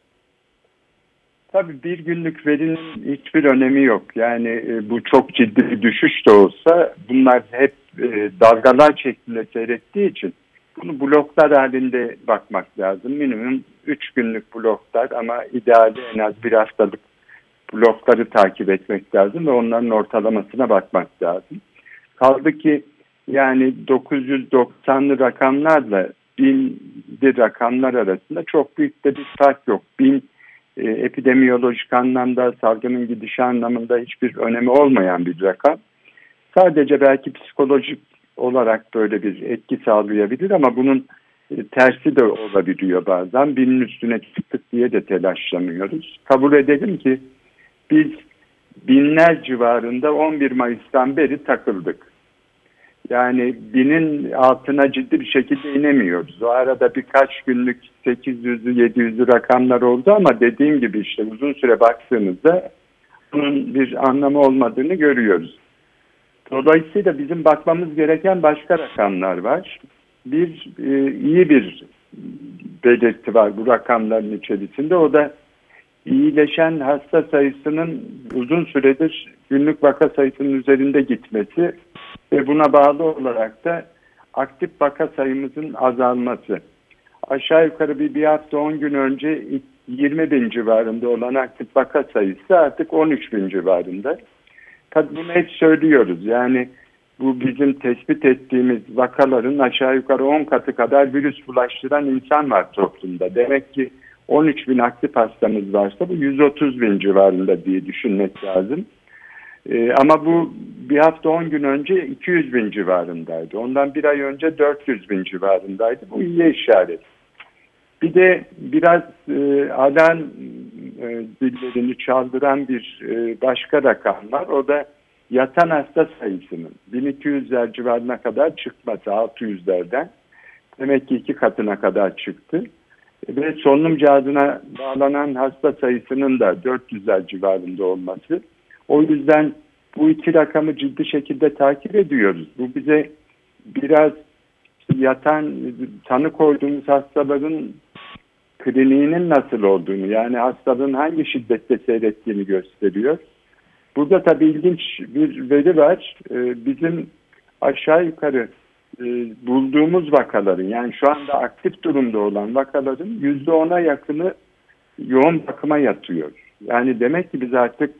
Tabii bir günlük verinin hiçbir önemi yok. Yani bu çok ciddi bir düşüş de olsa bunlar hep dalgalar şeklinde seyrettiği için bunu bloklar halinde bakmak lazım. Minimum 3 günlük bloklar ama ideali en az bir haftalık blokları takip etmek lazım ve onların ortalamasına bakmak lazım. Kaldı ki yani 990'lı rakamlarla 1000'li rakamlar arasında çok büyük de bir fark yok. 1000 epidemiyolojik anlamda, salgının gidişi anlamında hiçbir önemi olmayan bir rakam. Sadece belki psikolojik olarak böyle bir etki sağlayabilir ama bunun tersi de olabiliyor bazen. 1000'in üstüne çıktık diye de telaşlamıyoruz. Kabul edelim ki biz binler civarında 11 Mayıs'tan beri takıldık. Yani 1000'in altına ciddi bir şekilde inemiyoruz. O arada birkaç günlük 800'lü 700'lü rakamlar oldu ama dediğim gibi işte uzun süre baktığımızda bunun bir anlamı olmadığını görüyoruz. Dolayısıyla bizim bakmamız gereken başka rakamlar var. İyi bir belirti var bu rakamların içerisinde. O da iyileşen hasta sayısının uzun süredir günlük vaka sayısının üzerinde gitmesi ve buna bağlı olarak da aktif vaka sayımızın azalması. Aşağı yukarı bir hafta 10 gün önce 20 bin civarında olan aktif vaka sayısı artık 13 bin civarında. Tabii bunu hep söylüyoruz. Yani bu bizim tespit ettiğimiz vakaların aşağı yukarı 10 katı kadar virüs bulaştıran insan var toplumda. Demek ki 13 bin aktif hastamız varsa bu 130 bin civarında diye düşünmek lazım. Ama bu bir hafta 10 gün önce 200 bin civarındaydı. Ondan bir ay önce 400 bin civarındaydı. Bu iyi işaret. Bir de biraz alarm zillerini çaldıran bir başka rakam var. O da yatan hasta sayısının 1200'ler civarına kadar çıkması, 600'lerden. Demek ki 2 katına kadar çıktı. Ve solunum cihazına bağlanan hasta sayısının da 400'ler civarında olması. O yüzden bu iki rakamı ciddi şekilde takip ediyoruz. Bu bize biraz yatan, tanı koyduğumuz hastaların kliniğinin nasıl olduğunu, yani hastalığın hangi şiddette seyrettiğini gösteriyor. Burada tabii ilginç bir veri var. Bizim aşağı yukarı bulduğumuz vakaların, yani şu anda aktif durumda olan vakaların %10'a yakını yoğun bakıma yatıyor. Yani demek ki biz artık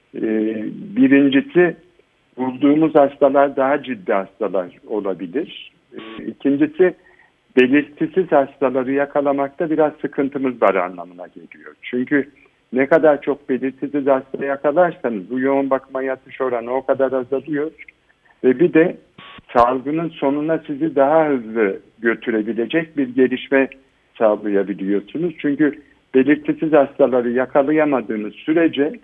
birincisi bulduğumuz hastalar daha ciddi hastalar olabilir. İkincisi belirtisiz hastaları yakalamakta biraz sıkıntımız var anlamına geliyor. Çünkü ne kadar çok belirtisiz hasta yakalarsanız bu yoğun bakıma yatış oranı o kadar azalıyor. Ve bir de salgının sonuna sizi daha hızlı götürebilecek bir gelişme sağlayabiliyorsunuz. Çünkü belirtisiz hastaları yakalayamadığınız sürece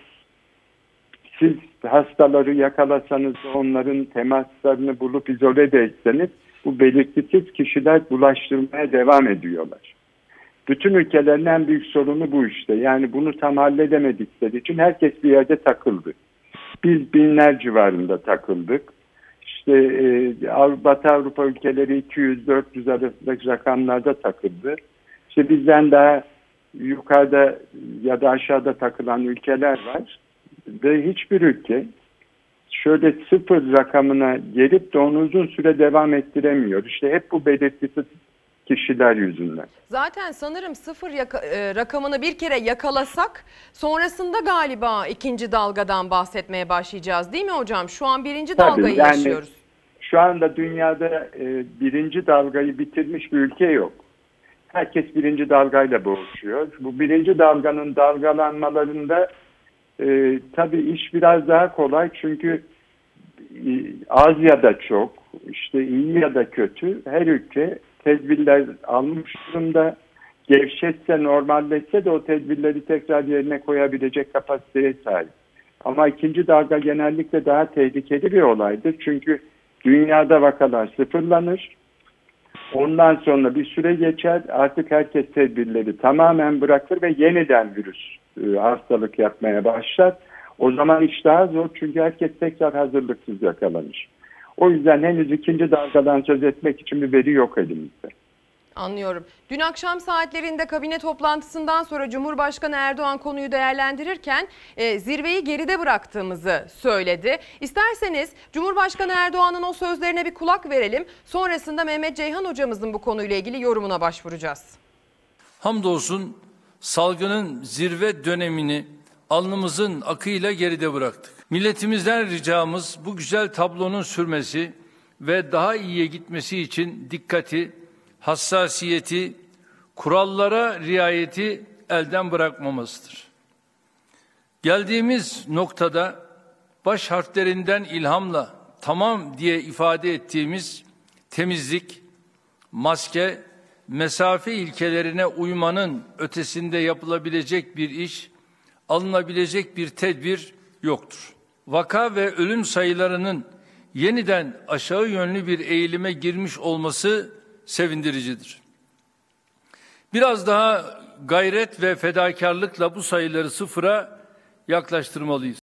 siz hastaları yakalasanız, onların temaslarını bulup izole de etseniz bu belirtisiz kişiler bulaştırmaya devam ediyorlar. Bütün ülkelerin en büyük sorunu bu işte. Yani bunu tam halledemedikleri için herkes bir yerde takıldı. Biz binler civarında takıldık. İşte Batı Avrupa ülkeleri 200-400 arasındaki rakamlarda takıldı. İşte bizden daha yukarıda ya da aşağıda takılan ülkeler var. Ve hiçbir ülke şöyle sıfır rakamına gelip de onu uzun süre devam ettiremiyor. İşte hep bu belirtisiz kişiler yüzünden. Zaten sanırım sıfır rakamını bir kere yakalasak sonrasında galiba ikinci dalgadan bahsetmeye başlayacağız değil mi hocam? Şu an birinci dalgayı yaşıyoruz. Şu anda dünyada birinci dalgayı bitirmiş bir ülke yok. Herkes birinci dalgayla boğuşuyor. Bu birinci dalganın dalgalanmalarında tabii iş biraz daha kolay çünkü az ya da çok, işte iyi ya da kötü her ülke tedbirler almış durumda. Gevşetse, normalleşse de o tedbirleri tekrar yerine koyabilecek kapasiteye sahip. Ama ikinci dalga genellikle daha tehlikeli bir olaydır. Çünkü dünyada vakalar sıfırlanır. Ondan sonra bir süre geçer. Artık herkes tedbirleri tamamen bırakır ve yeniden virüs hastalık yapmaya başlar. O zaman iş daha zor çünkü herkes tekrar hazırlıksız yakalanır. O yüzden henüz ikinci dalgadan söz etmek için bir veri yok elimizde. Anlıyorum. Dün akşam saatlerinde kabine toplantısından sonra Cumhurbaşkanı Erdoğan konuyu değerlendirirken zirveyi geride bıraktığımızı söyledi. İsterseniz Cumhurbaşkanı Erdoğan'ın o sözlerine bir kulak verelim. Sonrasında Mehmet Ceyhan hocamızın bu konuyla ilgili yorumuna başvuracağız. Hamdolsun salgının zirve dönemini alnımızın akıyla geride bıraktık. Milletimizden ricamız bu güzel tablonun sürmesi ve daha iyiye gitmesi için dikkati, hassasiyeti, kurallara riayeti elden bırakmamasıdır. Geldiğimiz noktada baş harflerinden ilhamla tamam diye ifade ettiğimiz temizlik, maske, mesafe ilkelerine uymanın ötesinde yapılabilecek bir iş, alınabilecek bir tedbir yoktur. Vaka ve ölüm sayılarının yeniden aşağı yönlü bir eğilime girmiş olması sevindiricidir. Biraz daha gayret ve fedakarlıkla bu sayıları sıfıra yaklaştırmalıyız.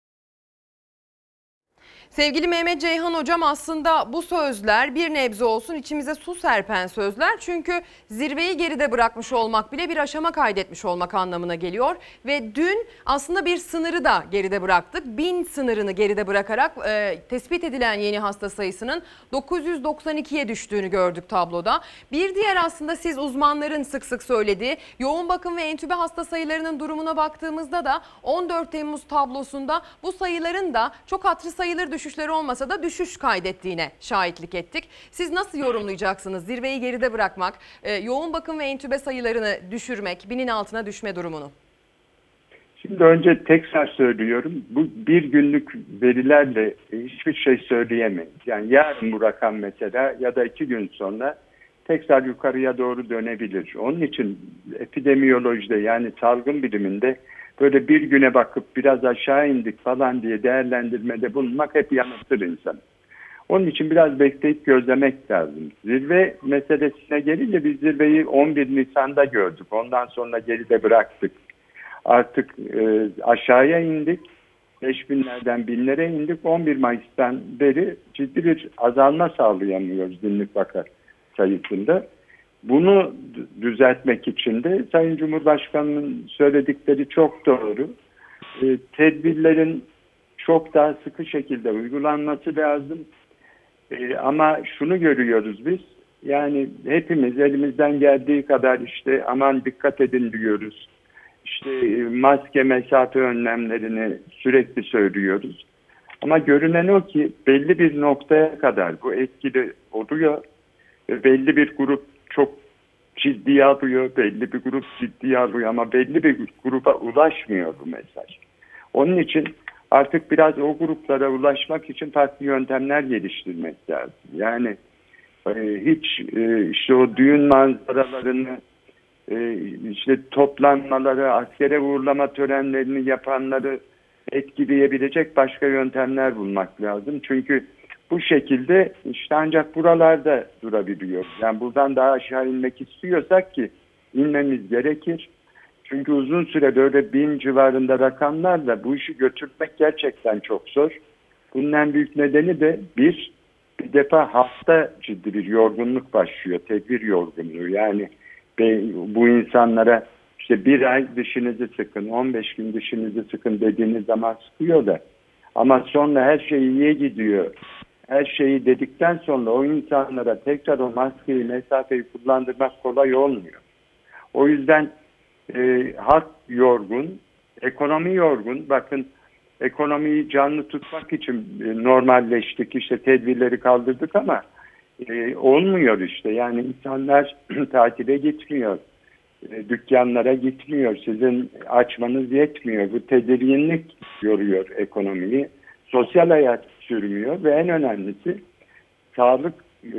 Sevgili Mehmet Ceyhan hocam, aslında bu sözler bir nebze olsun içimize su serpen sözler. Çünkü zirveyi geride bırakmış olmak bile bir aşama kaydetmiş olmak anlamına geliyor. Ve dün aslında bir sınırı da geride bıraktık. 1000 sınırını geride bırakarak tespit edilen yeni hasta sayısının 992'ye düştüğünü gördük tabloda. Bir diğer aslında siz uzmanların sık sık söylediği yoğun bakım ve entübe hasta sayılarının durumuna baktığımızda da 14 Temmuz tablosunda bu sayıların da çok hatırı sayılır düşüşleri olmasa da düşüş kaydettiğine şahitlik ettik. Siz nasıl yorumlayacaksınız zirveyi geride bırakmak, yoğun bakım ve entübe sayılarını düşürmek, 1000'in altına düşme durumunu? Şimdi önce tekrar söylüyorum, bu bir günlük verilerle hiçbir şey söyleyemeyiz. Yani yarın bu rakam mesela ya da 2 gün sonra tekrar yukarıya doğru dönebilir. Onun için epidemiyolojide yani salgın biliminde böyle bir güne bakıp biraz aşağı indik falan diye değerlendirmede bulunmak hep yanıltır insanı. Onun için biraz bekleyip gözlemek lazım. Zirve meselesine gelince biz zirveyi 11 Nisan'da gördük. Ondan sonra geride bıraktık. Artık aşağıya indik. 5000'lerden 1000'lere indik. 11 Mayıs'tan beri ciddi bir azalma sağlayamıyoruz günlük vaka sayısında. Bunu düzeltmek için de Sayın Cumhurbaşkanı'nın söyledikleri çok doğru. Tedbirlerin çok daha sıkı şekilde uygulanması lazım. Ama şunu görüyoruz biz. Yani hepimiz elimizden geldiği kadar işte aman dikkat edin diyoruz. İşte maske, mesafe önlemlerini sürekli söylüyoruz. Ama görünen o ki belli bir noktaya kadar bu etkili oluyor. Belli bir grup çok ciddiye alıyor, belli bir grup ciddiye alıyor ama belli bir gruba ulaşmıyor bu mesaj. Onun için artık biraz o gruplara ulaşmak için farklı yöntemler geliştirmek lazım. Yani hiç işte o düğün manzaralarını, işte toplanmaları, askere uğurlama törenlerini yapanları etkileyebilecek başka yöntemler bulmak lazım. Çünkü bu şekilde işte ancak buralarda durabiliyor. Yani buradan daha aşağı inmek istiyorsak ki inmemiz gerekir. Çünkü uzun süre böyle 1000 civarında rakamlarla bu işi götürmek gerçekten çok zor. Bunun en büyük nedeni de bir defa hafta ciddi bir yorgunluk başlıyor. Tedbir yorgunluğu. Yani bu insanlara işte bir ay dişinizi sıkın, 15 gün dişinizi sıkın dediğiniz zaman sıkıyor da. Ama sonra her şey iyiye gidiyor. Her şeyi dedikten sonra o insanlara tekrar o maskeyi, mesafeyi kullandırmak kolay olmuyor. O yüzden halk yorgun, ekonomi yorgun. Bakın ekonomiyi canlı tutmak için normalleştik, işte tedbirleri kaldırdık ama olmuyor işte. Yani insanlar tatile gitmiyor, dükkanlara gitmiyor, sizin açmanız yetmiyor. Bu tedirginlik yoruyor ekonomiyi. Sosyal hayat sürmüyor ve en önemlisi sağlık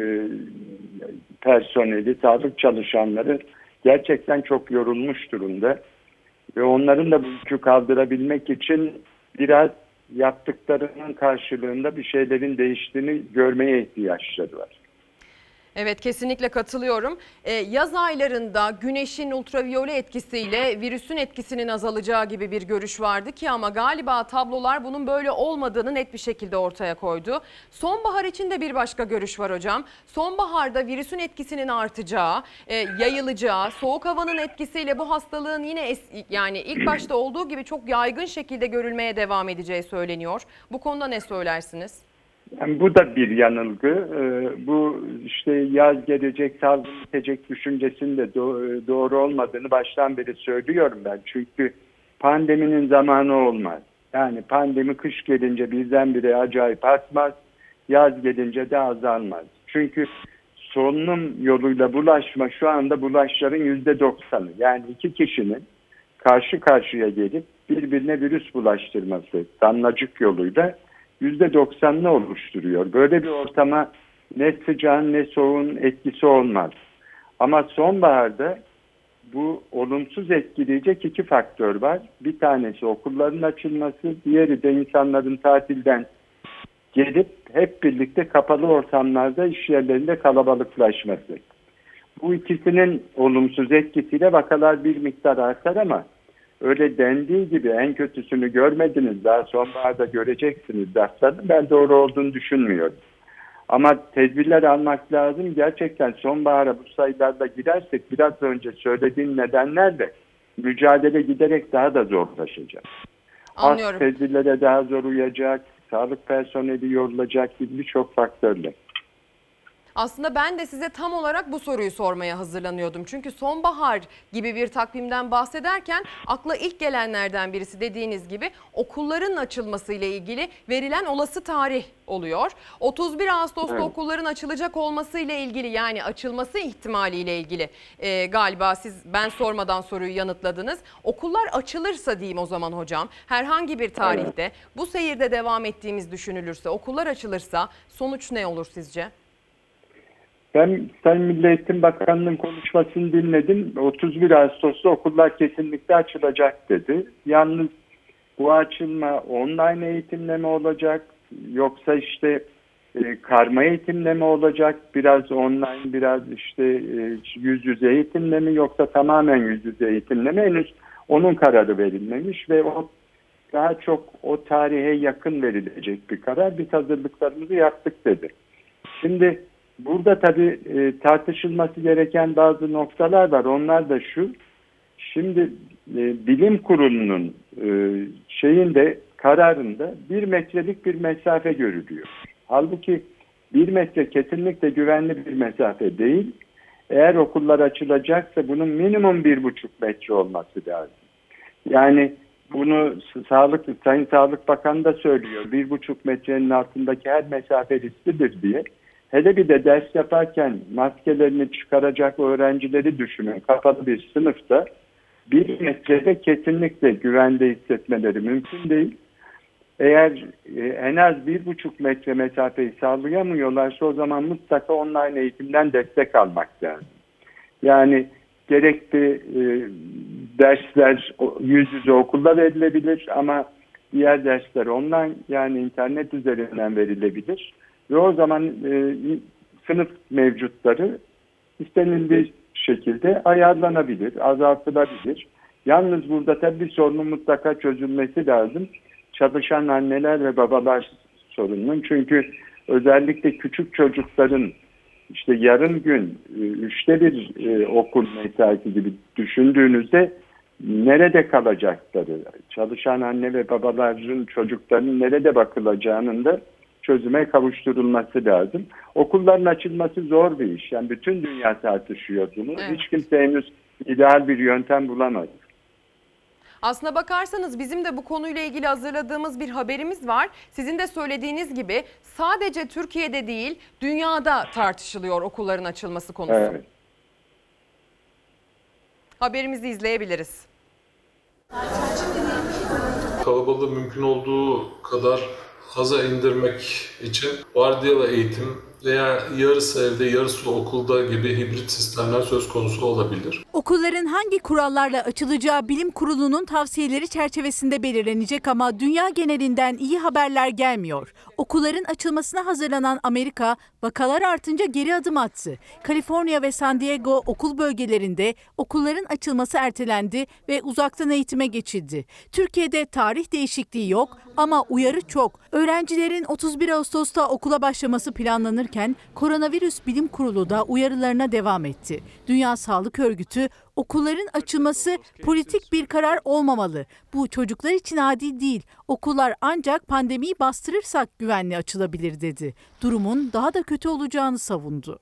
personeli, sağlık çalışanları gerçekten çok yorulmuş durumda. Ve onların da bu yükü kaldırabilmek için biraz yaptıklarının karşılığında bir şeylerin değiştiğini görmeye ihtiyaçları var. Evet, kesinlikle katılıyorum. Yaz aylarında güneşin ultraviyole etkisiyle virüsün etkisinin azalacağı gibi bir görüş vardı ki ama galiba tablolar bunun böyle olmadığını net bir şekilde ortaya koydu. Sonbahar için de bir başka görüş var hocam. Sonbaharda virüsün etkisinin artacağı, yayılacağı, soğuk havanın etkisiyle bu hastalığın yine yani ilk başta olduğu gibi çok yaygın şekilde görülmeye devam edeceği söyleniyor. Bu konuda ne söylersiniz? Yani bu da bir yanılgı. Bu işte yaz gelecek, salgın bitecek düşüncesinin de doğru olmadığını baştan beri söylüyorum ben. Çünkü pandeminin zamanı olmaz. Yani pandemi kış gelince birdenbire acayip artmaz, yaz gelince de azalmaz. Çünkü solunum yoluyla bulaşma şu anda bulaşların %90'ı. Yani iki kişinin karşı karşıya gelip birbirine virüs bulaştırması damlacık yoluyla %90'ını oluşturuyor. Böyle bir ortama ne sıcağın ne soğuğun etkisi olmaz. Ama sonbaharda bu olumsuz etkileyecek iki faktör var. Bir tanesi okulların açılması, diğeri de insanların tatilden gelip hep birlikte kapalı ortamlarda iş yerlerinde kalabalıklaşması. Bu ikisinin olumsuz etkisiyle vakalar bir miktar artar ama öyle dendiği gibi en kötüsünü görmediniz, daha sonbaharda göreceksiniz laflarının ben doğru olduğunu düşünmüyorum. Ama tedbirler almak lazım. Gerçekten sonbahara bu sayılarla gidersek biraz önce söylediğim nedenlerle mücadele giderek daha da zorlaşacak. Anlıyorum. Tedbirlere daha zor uyacak, sağlık personeli yorulacak gibi birçok faktörle. Aslında ben de size tam olarak bu soruyu sormaya hazırlanıyordum. Çünkü sonbahar gibi bir takvimden bahsederken akla ilk gelenlerden birisi dediğiniz gibi okulların açılmasıyla ilgili verilen olası tarih oluyor. 31 Ağustos'ta evet, okulların açılacak olmasıyla ilgili yani açılması ihtimaliyle ilgili galiba ben sormadan soruyu yanıtladınız. Okullar açılırsa diyeyim o zaman hocam herhangi bir tarihte evet, bu seyirde devam ettiğimiz düşünülürse okullar açılırsa sonuç ne olur sizce? Ben Sayın Milli Eğitim Bakanlığı'nın konuşmasını dinledim. 31 Ağustos'ta okullar kesinlikle açılacak dedi. Yalnız bu açılma online eğitimle mi olacak yoksa işte karma eğitimle mi olacak? Biraz online, biraz işte yüz yüze eğitimle mi yoksa tamamen yüz yüze eğitimle mi? Henüz onun kararı verilmemiş ve o daha çok o tarihe yakın verilecek bir karar. Biz hazırlıklarımızı yaptık dedi. Şimdi burada tabii tartışılması gereken bazı noktalar var. Onlar da şu. Şimdi bilim kurulunun kararında 1 metrelik bir mesafe görülüyor. Halbuki 1 metre kesinlikle güvenli bir mesafe değil. Eğer okullar açılacaksa bunun minimum 1,5 metre olması lazım. Yani bunu Sayın Sağlık Bakanı da söylüyor. 1,5 metrenin altındaki her mesafe risklidir diye. Hele bir de ders yaparken maskelerini çıkaracak öğrencileri düşünün. Kapalı bir sınıfta 1 metrede kesinlikle güvende hissetmeleri mümkün değil. Eğer en az 1,5 metre mesafeyi sağlayamıyorlarsa o zaman mutlaka online eğitimden destek almak lazım. Yani gerekli dersler yüz yüze okulda verilebilir ama diğer dersler online yani internet üzerinden verilebilir. Ve o zaman sınıf mevcutları istenildiği şekilde ayarlanabilir, azaltılabilir. Yalnız burada tabii bir sorunun mutlaka çözülmesi lazım. Çalışan anneler ve babalar sorununun. Çünkü özellikle küçük çocukların işte yarım gün, 3'te 1 okul mesaisi gibi düşündüğünüzde nerede kalacakları, çalışan anne ve babaların çocuklarının nerede bakılacağının da çözüme kavuşturulması lazım. Okulların açılması zor bir iş. Yani bütün dünya tartışıyor bunu. Evet. Hiç kimse henüz ideal bir yöntem bulamadı. Aslına bakarsanız bizim de bu konuyla ilgili hazırladığımız bir haberimiz var. Sizin de söylediğiniz gibi sadece Türkiye'de değil dünyada tartışılıyor okulların açılması konusu. Evet. Haberimizi izleyebiliriz. Kalabalığı mümkün olduğu kadar aza indirmek için vardiyalı eğitim veya yarısı evde, yarısı okulda gibi hibrit sistemler söz konusu olabilir. Okulların hangi kurallarla açılacağı bilim kurulunun tavsiyeleri çerçevesinde belirlenecek ama dünya genelinden iyi haberler gelmiyor. Okulların açılmasına hazırlanan Amerika vakalar artınca geri adım attı. Kaliforniya ve San Diego okul bölgelerinde okulların açılması ertelendi ve uzaktan eğitime geçildi. Türkiye'de tarih değişikliği yok ama uyarı çok. Öğrencilerin 31 Ağustos'ta okula başlaması planlanırken Koronavirüs Bilim Kurulu da uyarılarına devam etti. Dünya Sağlık Örgütü okulların açılması politik bir karar olmamalı. Bu çocuklar için adil değil. Okullar ancak pandemiyi bastırırsak güvenli açılabilir dedi. Durumun daha da kötü olacağını savundu.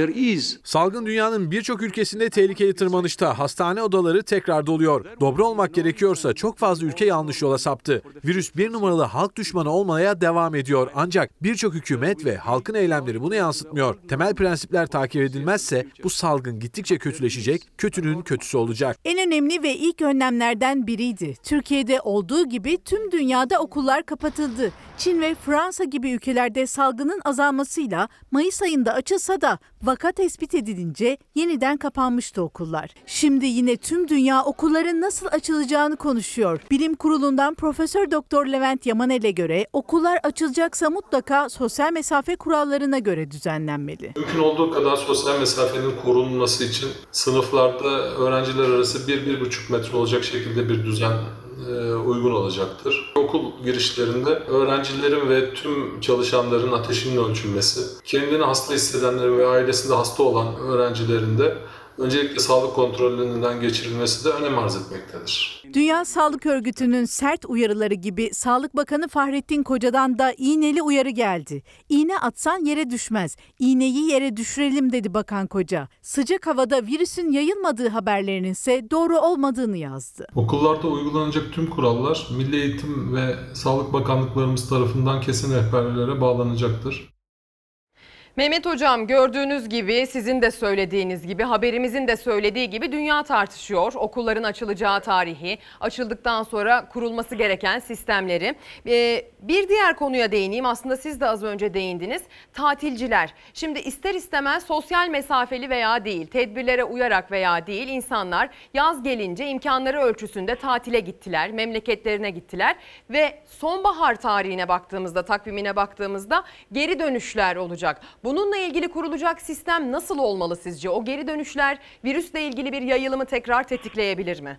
Salgın dünyanın birçok ülkesinde tehlikeli tırmanışta. Hastane odaları tekrar doluyor. Dobra olmak gerekiyorsa çok fazla ülke yanlış yola saptı. Virüs bir numaralı halk düşmanı olmaya devam ediyor. Ancak birçok hükümet ve halkın eylemleri bunu yansıtmıyor. Temel prensipler takip edilmezse bu salgın gittikçe kötüleşecek, kötünün kötüsü olacak. En önemli ve ilk önlemlerden biriydi. Türkiye'de olduğu gibi tüm dünyada okullar kapatıldı. Çin ve Fransa gibi ülkelerde salgının azalmasıyla Mayıs ayında açılsa da vaka tespit edilince yeniden kapanmıştı okullar. Şimdi yine tüm dünya okulların nasıl açılacağını konuşuyor. Bilim Kurulu'ndan Profesör Doktor Levent Yamanel'e göre okullar açılacaksa mutlaka sosyal mesafe kurallarına göre düzenlenmeli. Mümkün olduğu kadar sosyal mesafenin korunması için sınıflarda öğrenciler arası 1-1,5 metre olacak şekilde bir düzen uygun olacaktır. Okul girişlerinde öğrencilerin ve tüm çalışanların ateşinin ölçülmesi, kendini hasta hissedenlerin ve ailesinde hasta olan öğrencilerin de öncelikle sağlık kontrollerinden geçirilmesi de önem arz etmektedir. Dünya Sağlık Örgütü'nün sert uyarıları gibi Sağlık Bakanı Fahrettin Koca'dan da iğneli uyarı geldi. İğne atsan yere düşmez, iğneyi yere düşürelim dedi Bakan Koca. Sıcak havada virüsün yayılmadığı haberlerinin ise doğru olmadığını yazdı. Okullarda uygulanacak tüm kurallar Milli Eğitim ve Sağlık Bakanlıklarımız tarafından kesin rehberlere bağlanacaktır. Mehmet Hocam, gördüğünüz gibi, sizin de söylediğiniz gibi, haberimizin de söylediği gibi dünya tartışıyor. Okulların açılacağı tarihi, açıldıktan sonra kurulması gereken sistemleri. Bir diğer konuya değineyim. Aslında siz de az önce değindiniz. Tatilciler. Şimdi ister istemez sosyal mesafeli veya değil, tedbirlere uyarak veya değil insanlar yaz gelince imkanları ölçüsünde tatile gittiler, memleketlerine gittiler ve sonbahar tarihine baktığımızda, takvimine baktığımızda geri dönüşler olacak. Bununla ilgili kurulacak sistem nasıl olmalı sizce? O geri dönüşler virüsle ilgili bir yayılımı tekrar tetikleyebilir mi?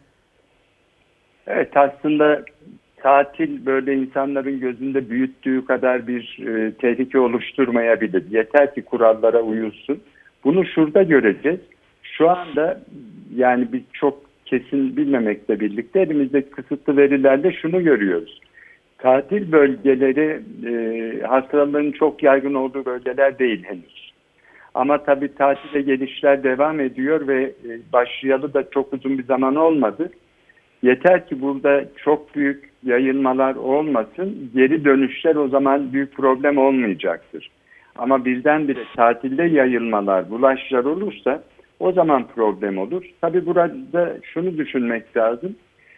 Evet, aslında tatil böyle insanların gözünde büyüttüğü kadar bir tehlike oluşturmayabilir. Yeter ki kurallara uyulsun. Bunu şurada göreceğiz. Şu anda yani biz çok kesin bilmemekle birlikte elimizdeki kısıtlı verilerle şunu görüyoruz. Tatil bölgeleri hastaların çok yaygın olduğu bölgeler değil henüz. Ama tabii tatile gelişler devam ediyor ve başlayalı da çok uzun bir zaman olmadı. Yeter ki burada çok büyük yayılmalar olmasın, geri dönüşler o zaman büyük problem olmayacaktır. Ama birdenbire tatilde yayılmalar, bulaşlar olursa o zaman problem olur. Tabii burada şunu düşünmek lazım.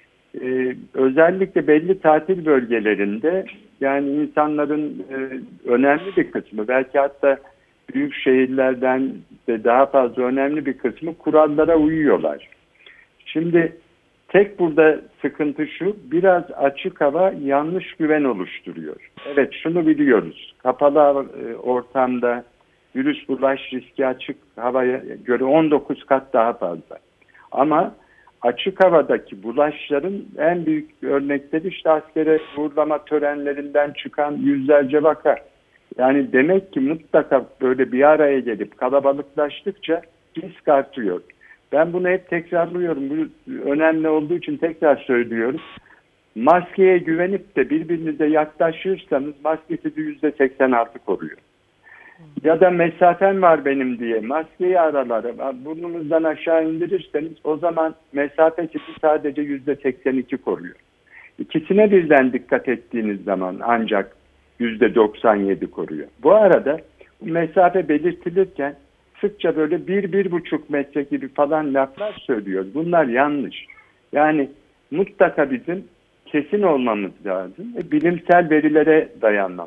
Özellikle belli tatil bölgelerinde yani insanların önemli bir kısmı, belki hatta büyük şehirlerden de daha fazla önemli bir kısmı kurallara uyuyorlar. Şimdi tek burada sıkıntı şu, biraz açık hava yanlış güven oluşturuyor. Evet, şunu biliyoruz, kapalı ortamda virüs bulaş riski açık havaya göre 19 kat daha fazla. Ama açık havadaki bulaşların en büyük örnekleri işte askere uğurlama törenlerinden çıkan yüzlerce vaka. Yani demek ki mutlaka böyle bir araya gelip kalabalıklaştıkça risk artıyor. Ben bunu hep tekrarlıyorum. Bu önemli olduğu için tekrar söylüyorum. Maskeye güvenip de birbirinize yaklaşırsanız maske sizi %86 koruyor. Ya da mesafem var benim diye maskeyi aralara burnunuzdan aşağı indirirseniz o zaman mesafe sizi sadece %82 koruyor. İkisine birden dikkat ettiğiniz zaman ancak %97 koruyor. Bu arada bu mesafe belirtilirken sıkça böyle 1-1,5 metre gibi falan laflar söylüyor. Bunlar yanlış. Yani mutlaka bizim kesin olmamız lazım. Bilimsel verilere dayanmamız lazım.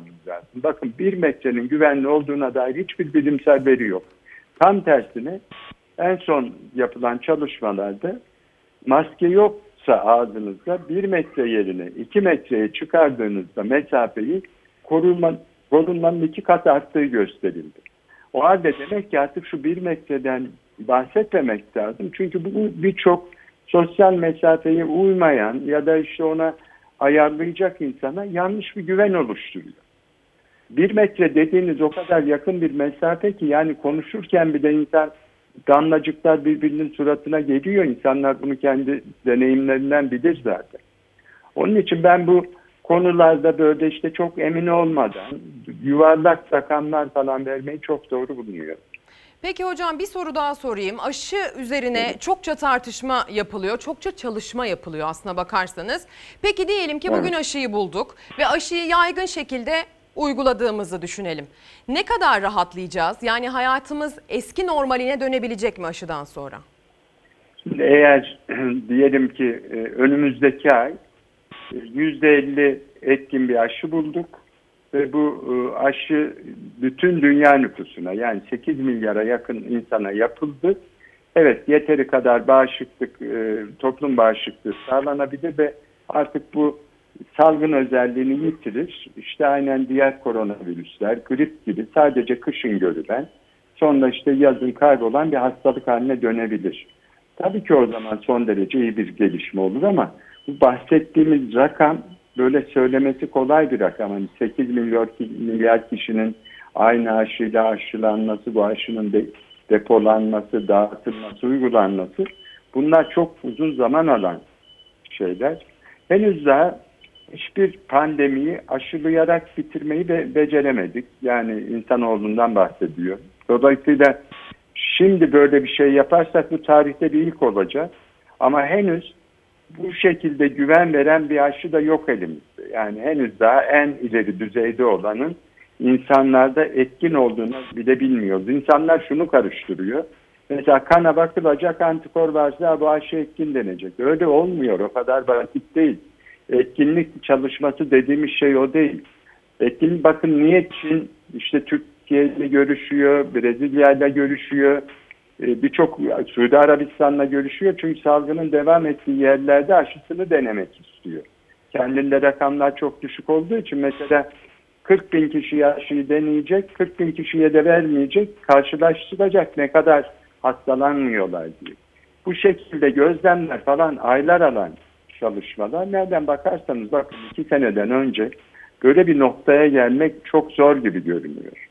Bakın 1 metrenin güvenli olduğuna dair hiçbir bilimsel veri yok. Tam tersine en son yapılan çalışmalarda maske yoksa ağzınızda 1 metre yerine 2 metreye çıkardığınızda mesafeyi korunmanın 2 kat arttığı gösterildi. O halde demek ki artık şu 1 metreden bahsetmemek lazım. Çünkü bu birçok sosyal mesafeye uymayan ya da işte ona ayarlayacak insana yanlış bir güven oluşturuyor. 1 metre dediğiniz o kadar yakın bir mesafe ki yani konuşurken bile insan damlacıklar birbirinin suratına geliyor. İnsanlar bunu kendi deneyimlerinden bilir zaten. Onun için ben bu konularda böyle işte çok emin olmadan yuvarlak rakamlar falan vermeyi çok doğru bulmuyorum. Peki hocam bir soru daha sorayım. Aşı üzerine çokça tartışma yapılıyor, çokça çalışma yapılıyor aslına bakarsanız. Peki diyelim ki bugün aşıyı bulduk ve aşıyı yaygın şekilde uyguladığımızı düşünelim. Ne kadar rahatlayacağız? Yani hayatımız eski normaline dönebilecek mi aşıdan sonra? Şimdi eğer diyelim ki önümüzdeki ay %50 etkin bir aşı bulduk ve bu aşı bütün dünya nüfusuna yani 8 milyara yakın insana yapıldı. Evet yeteri kadar bağışıklık, toplum bağışıklığı sağlanabilir ve artık bu salgın özelliğini yitirir. İşte aynen diğer koronavirüsler, grip gibi sadece kışın görülen, sonra işte yazın kaybolan bir hastalık haline dönebilir. Tabii ki o zaman son derece iyi bir gelişme olur ama bu bahsettiğimiz rakam böyle söylemesi kolay bir rakam. Hani 8 milyar kişinin aynı aşıyla aşılanması, bu aşının depolanması, dağıtılması, uygulanması bunlar çok uzun zaman alan şeyler. Henüz daha hiçbir pandemiyi aşılayarak bitirmeyi beceremedik. Yani insanoğlundan bahsediyor. Dolayısıyla şimdi böyle bir şey yaparsak bu tarihte bir ilk olacak. Ama henüz bu şekilde güven veren bir aşı da yok elimizde. Yani henüz daha en ileri düzeyde olanın insanlarda etkin olduğunu bile bilmiyoruz. İnsanlar şunu karıştırıyor. Mesela kana bakılacak, antikor varsa bu aşı etkin denecek. Öyle olmuyor, o kadar basit değil. Etkinlik çalışması dediğimiz şey o değil. Etkinlik bakın niye Çin işte Türkiye ile görüşüyor, Brezilya ile görüşüyor, birçok Suudi Arabistan'la görüşüyor. Çünkü salgının devam ettiği yerlerde aşısını denemek istiyor. Kendinde rakamlar çok düşük olduğu için mesela 40 bin kişiye aşıyı deneyecek, 40 bin kişiye de vermeyecek, karşılaştıracak ne kadar hastalanmıyorlar diye. Bu şekilde gözlemler falan aylar alan çalışmalar. Nereden bakarsanız bakın 2 seneden önce böyle bir noktaya gelmek çok zor gibi görünüyor.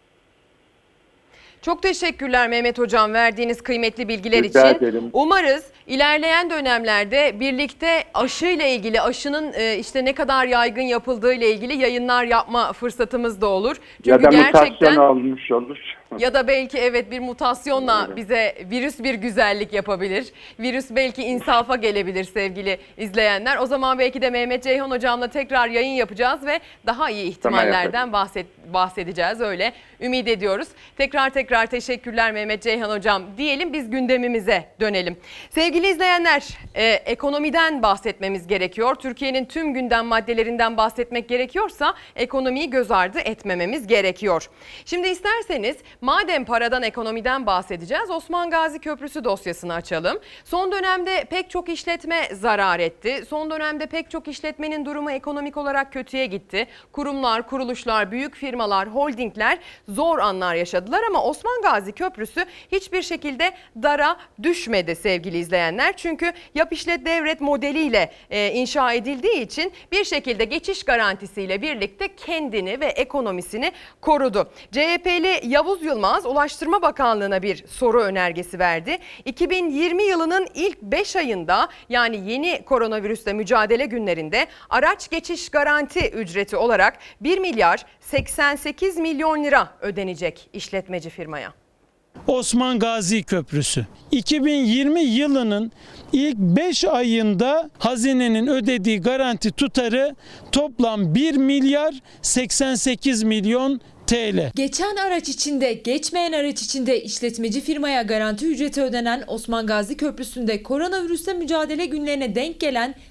Çok teşekkürler Mehmet Hocam verdiğiniz kıymetli bilgiler Rica için. ederim. Umarız ilerleyen dönemlerde birlikte aşıyla ilgili, aşının işte ne kadar yaygın yapıldığı ile ilgili yayınlar yapma fırsatımız da olur. Çünkü ya da gerçekten mutasyon olmuş olur. Ya da belki evet bir mutasyonla bize virüs bir güzellik yapabilir. Virüs belki insafa gelebilir sevgili izleyenler. O zaman belki de Mehmet Ceyhan Hocam'la tekrar yayın yapacağız ve daha iyi ihtimallerden bahsedeceğiz. Öyle ümit ediyoruz. Tekrar teşekkürler Mehmet Ceyhan Hocam diyelim, biz gündemimize dönelim. Sevgili izleyenler, ekonomiden bahsetmemiz gerekiyor. Türkiye'nin tüm gündem maddelerinden bahsetmek gerekiyorsa ekonomiyi göz ardı etmememiz gerekiyor. Şimdi isterseniz madem paradan, ekonomiden bahsedeceğiz, Osman Gazi Köprüsü dosyasını açalım. Son dönemde pek çok işletme zarar etti. Son dönemde pek çok işletmenin durumu ekonomik olarak kötüye gitti. Kurumlar, kuruluşlar, büyük firmalar, holdingler zor anlar yaşadılar ama Osman Gazi Köprüsü hiçbir şekilde dara düşmedi sevgili izleyenler. Çünkü yap işlet devret modeliyle inşa edildiği için bir şekilde geçiş garantisiyle birlikte kendini ve ekonomisini korudu. CHP'li Yavuz Yılmaz Ulaştırma Bakanlığı'na bir soru önergesi verdi. 2020 yılının ilk 5 ayında yani yeni koronavirüsle mücadele günlerinde araç geçiş garanti ücreti olarak 1 milyar 88 milyon lira ödenecek işletmeci firmaya. Osman Gazi Köprüsü 2020 yılının ilk 5 ayında hazinenin ödediği garanti tutarı toplam 1 milyar 88 milyon TL. Geçen araç içinde, geçmeyen araç içinde işletmeci firmaya garanti ücreti ödenen Osman Gazi Köprüsü'nde koronavirüsle mücadele günlerine denk gelen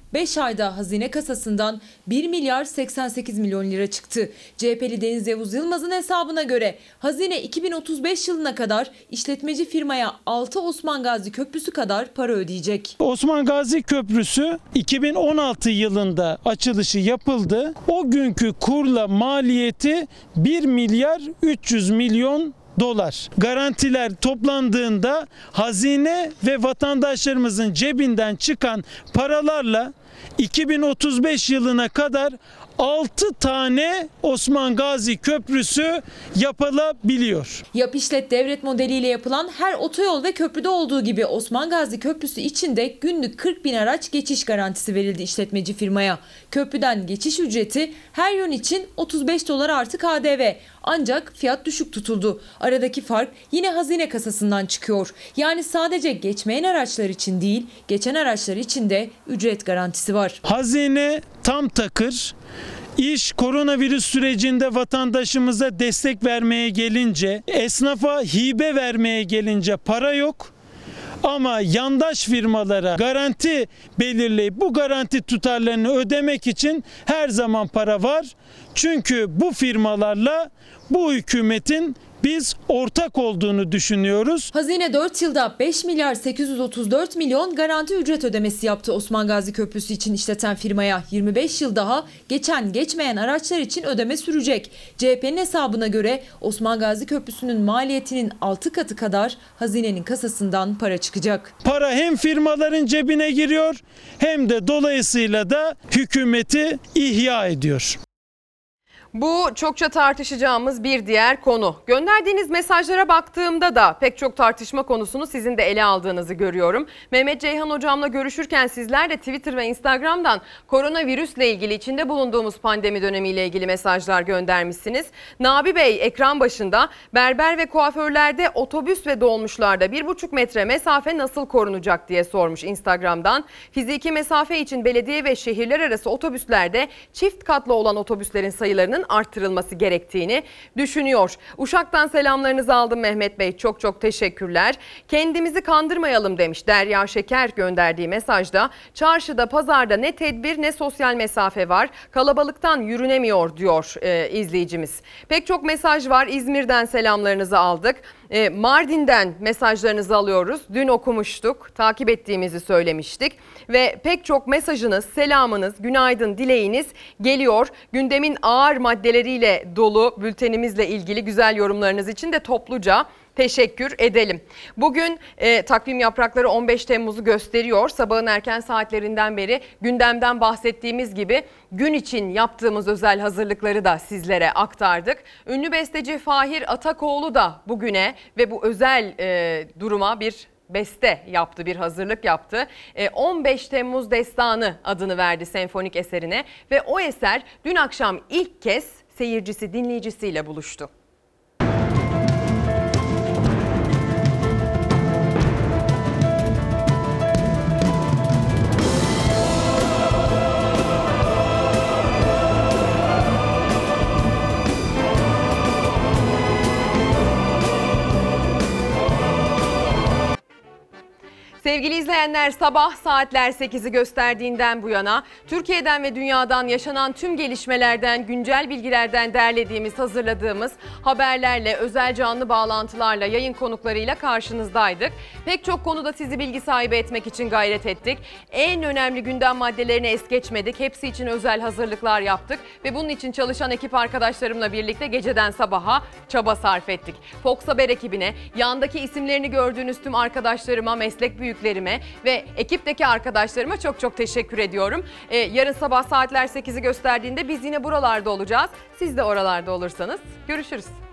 5 ayda hazine kasasından 1 milyar 88 milyon lira çıktı. CHP'li Deniz Yavuz Yılmaz'ın hesabına göre hazine 2035 yılına kadar işletmeci firmaya 6 Osman Gazi Köprüsü kadar para ödeyecek. Osman Gazi Köprüsü 2016 yılında açılışı yapıldı. O günkü kurla maliyeti 1 milyar 300 milyon dolar. Garantiler toplandığında hazine ve vatandaşlarımızın cebinden çıkan paralarla 2035 yılına kadar 6 tane Osman Gazi Köprüsü yapılabiliyor. Yap işlet devlet modeliyle yapılan her otoyol ve köprüde olduğu gibi Osman Gazi Köprüsü için de günlük 40 bin araç geçiş garantisi verildi işletmeci firmaya. Köprüden geçiş ücreti her yön için 35 dolar artı KDV. Ancak fiyat düşük tutuldu. Aradaki fark yine hazine kasasından çıkıyor. Yani sadece geçmeyen araçlar için değil, geçen araçlar için de ücret garantisi var. Hazine tam takır. İş koronavirüs sürecinde vatandaşımıza destek vermeye gelince, esnafa hibe vermeye gelince para yok. Ama yandaş firmalara garanti belirleyip bu garanti tutarlarını ödemek için her zaman para var. Çünkü bu firmalarla bu hükümetin biz ortak olduğunu düşünüyoruz. Hazine 4 yılda 5 milyar 834 milyon garanti ücret ödemesi yaptı Osman Gazi Köprüsü için işleten firmaya. 25 yıl daha geçmeyen araçlar için ödeme sürecek. CHP'nin hesabına göre Osman Gazi Köprüsü'nün maliyetinin 6 katı kadar hazinenin kasasından para çıkacak. Para hem firmaların cebine giriyor hem de dolayısıyla da hükümeti ihya ediyor. Bu çokça tartışacağımız bir diğer konu. Gönderdiğiniz mesajlara baktığımda da pek çok tartışma konusunu sizin de ele aldığınızı görüyorum. Mehmet Ceyhan hocamla görüşürken sizler de Twitter ve Instagram'dan koronavirüsle ilgili, içinde bulunduğumuz pandemi dönemiyle ilgili mesajlar göndermişsiniz. Nabi Bey ekran başında berber ve kuaförlerde, otobüs ve dolmuşlarda 1,5 metre mesafe nasıl korunacak diye sormuş Instagram'dan. Fiziki mesafe için belediye ve şehirler arası otobüslerde çift katlı olan otobüslerin sayılarının arttırılması gerektiğini düşünüyor. Uşak'tan selamlarınızı aldım Mehmet Bey. Çok çok teşekkürler. Kendimizi kandırmayalım demiş Derya Şeker gönderdiği mesajda. Çarşıda, pazarda ne tedbir ne sosyal mesafe var. Kalabalıktan yürünemiyor diyor izleyicimiz. Pek çok mesaj var. İzmir'den selamlarınızı aldık. Mardin'den mesajlarınızı alıyoruz. Dün okumuştuk, takip ettiğimizi söylemiştik ve pek çok mesajınız, selamınız, günaydın dileğiniz geliyor. Gündemin ağır maddeleriyle dolu bültenimizle ilgili güzel yorumlarınız için de topluca teşekkür edelim. Bugün takvim yaprakları 15 Temmuz'u gösteriyor. Sabahın erken saatlerinden beri gündemden bahsettiğimiz gibi gün için yaptığımız özel hazırlıkları da sizlere aktardık. Ünlü besteci Fahir Atakoğlu da bugüne ve bu özel duruma bir beste yaptı, bir hazırlık yaptı. 15 Temmuz Destanı adını verdi senfonik eserine ve o eser dün akşam ilk kez seyircisi, dinleyicisiyle buluştu. Sevgili izleyenler, sabah saatler 8'i gösterdiğinden bu yana Türkiye'den ve dünyadan yaşanan tüm gelişmelerden, güncel bilgilerden derlediğimiz, hazırladığımız haberlerle, özel canlı bağlantılarla, yayın konuklarıyla karşınızdaydık. Pek çok konuda sizi bilgi sahibi etmek için gayret ettik. En önemli gündem maddelerini es geçmedik. Hepsi için özel hazırlıklar yaptık ve bunun için çalışan ekip arkadaşlarımla birlikte geceden sabaha çaba sarf ettik. Fox Haber ekibine, yandaki isimlerini gördüğünüz tüm arkadaşlarıma, meslek büyüklerime ve ekipteki arkadaşlarıma çok çok teşekkür ediyorum. Yarın sabah saatler 8'i gösterdiğinde biz yine buralarda olacağız. Siz de oralarda olursanız görüşürüz.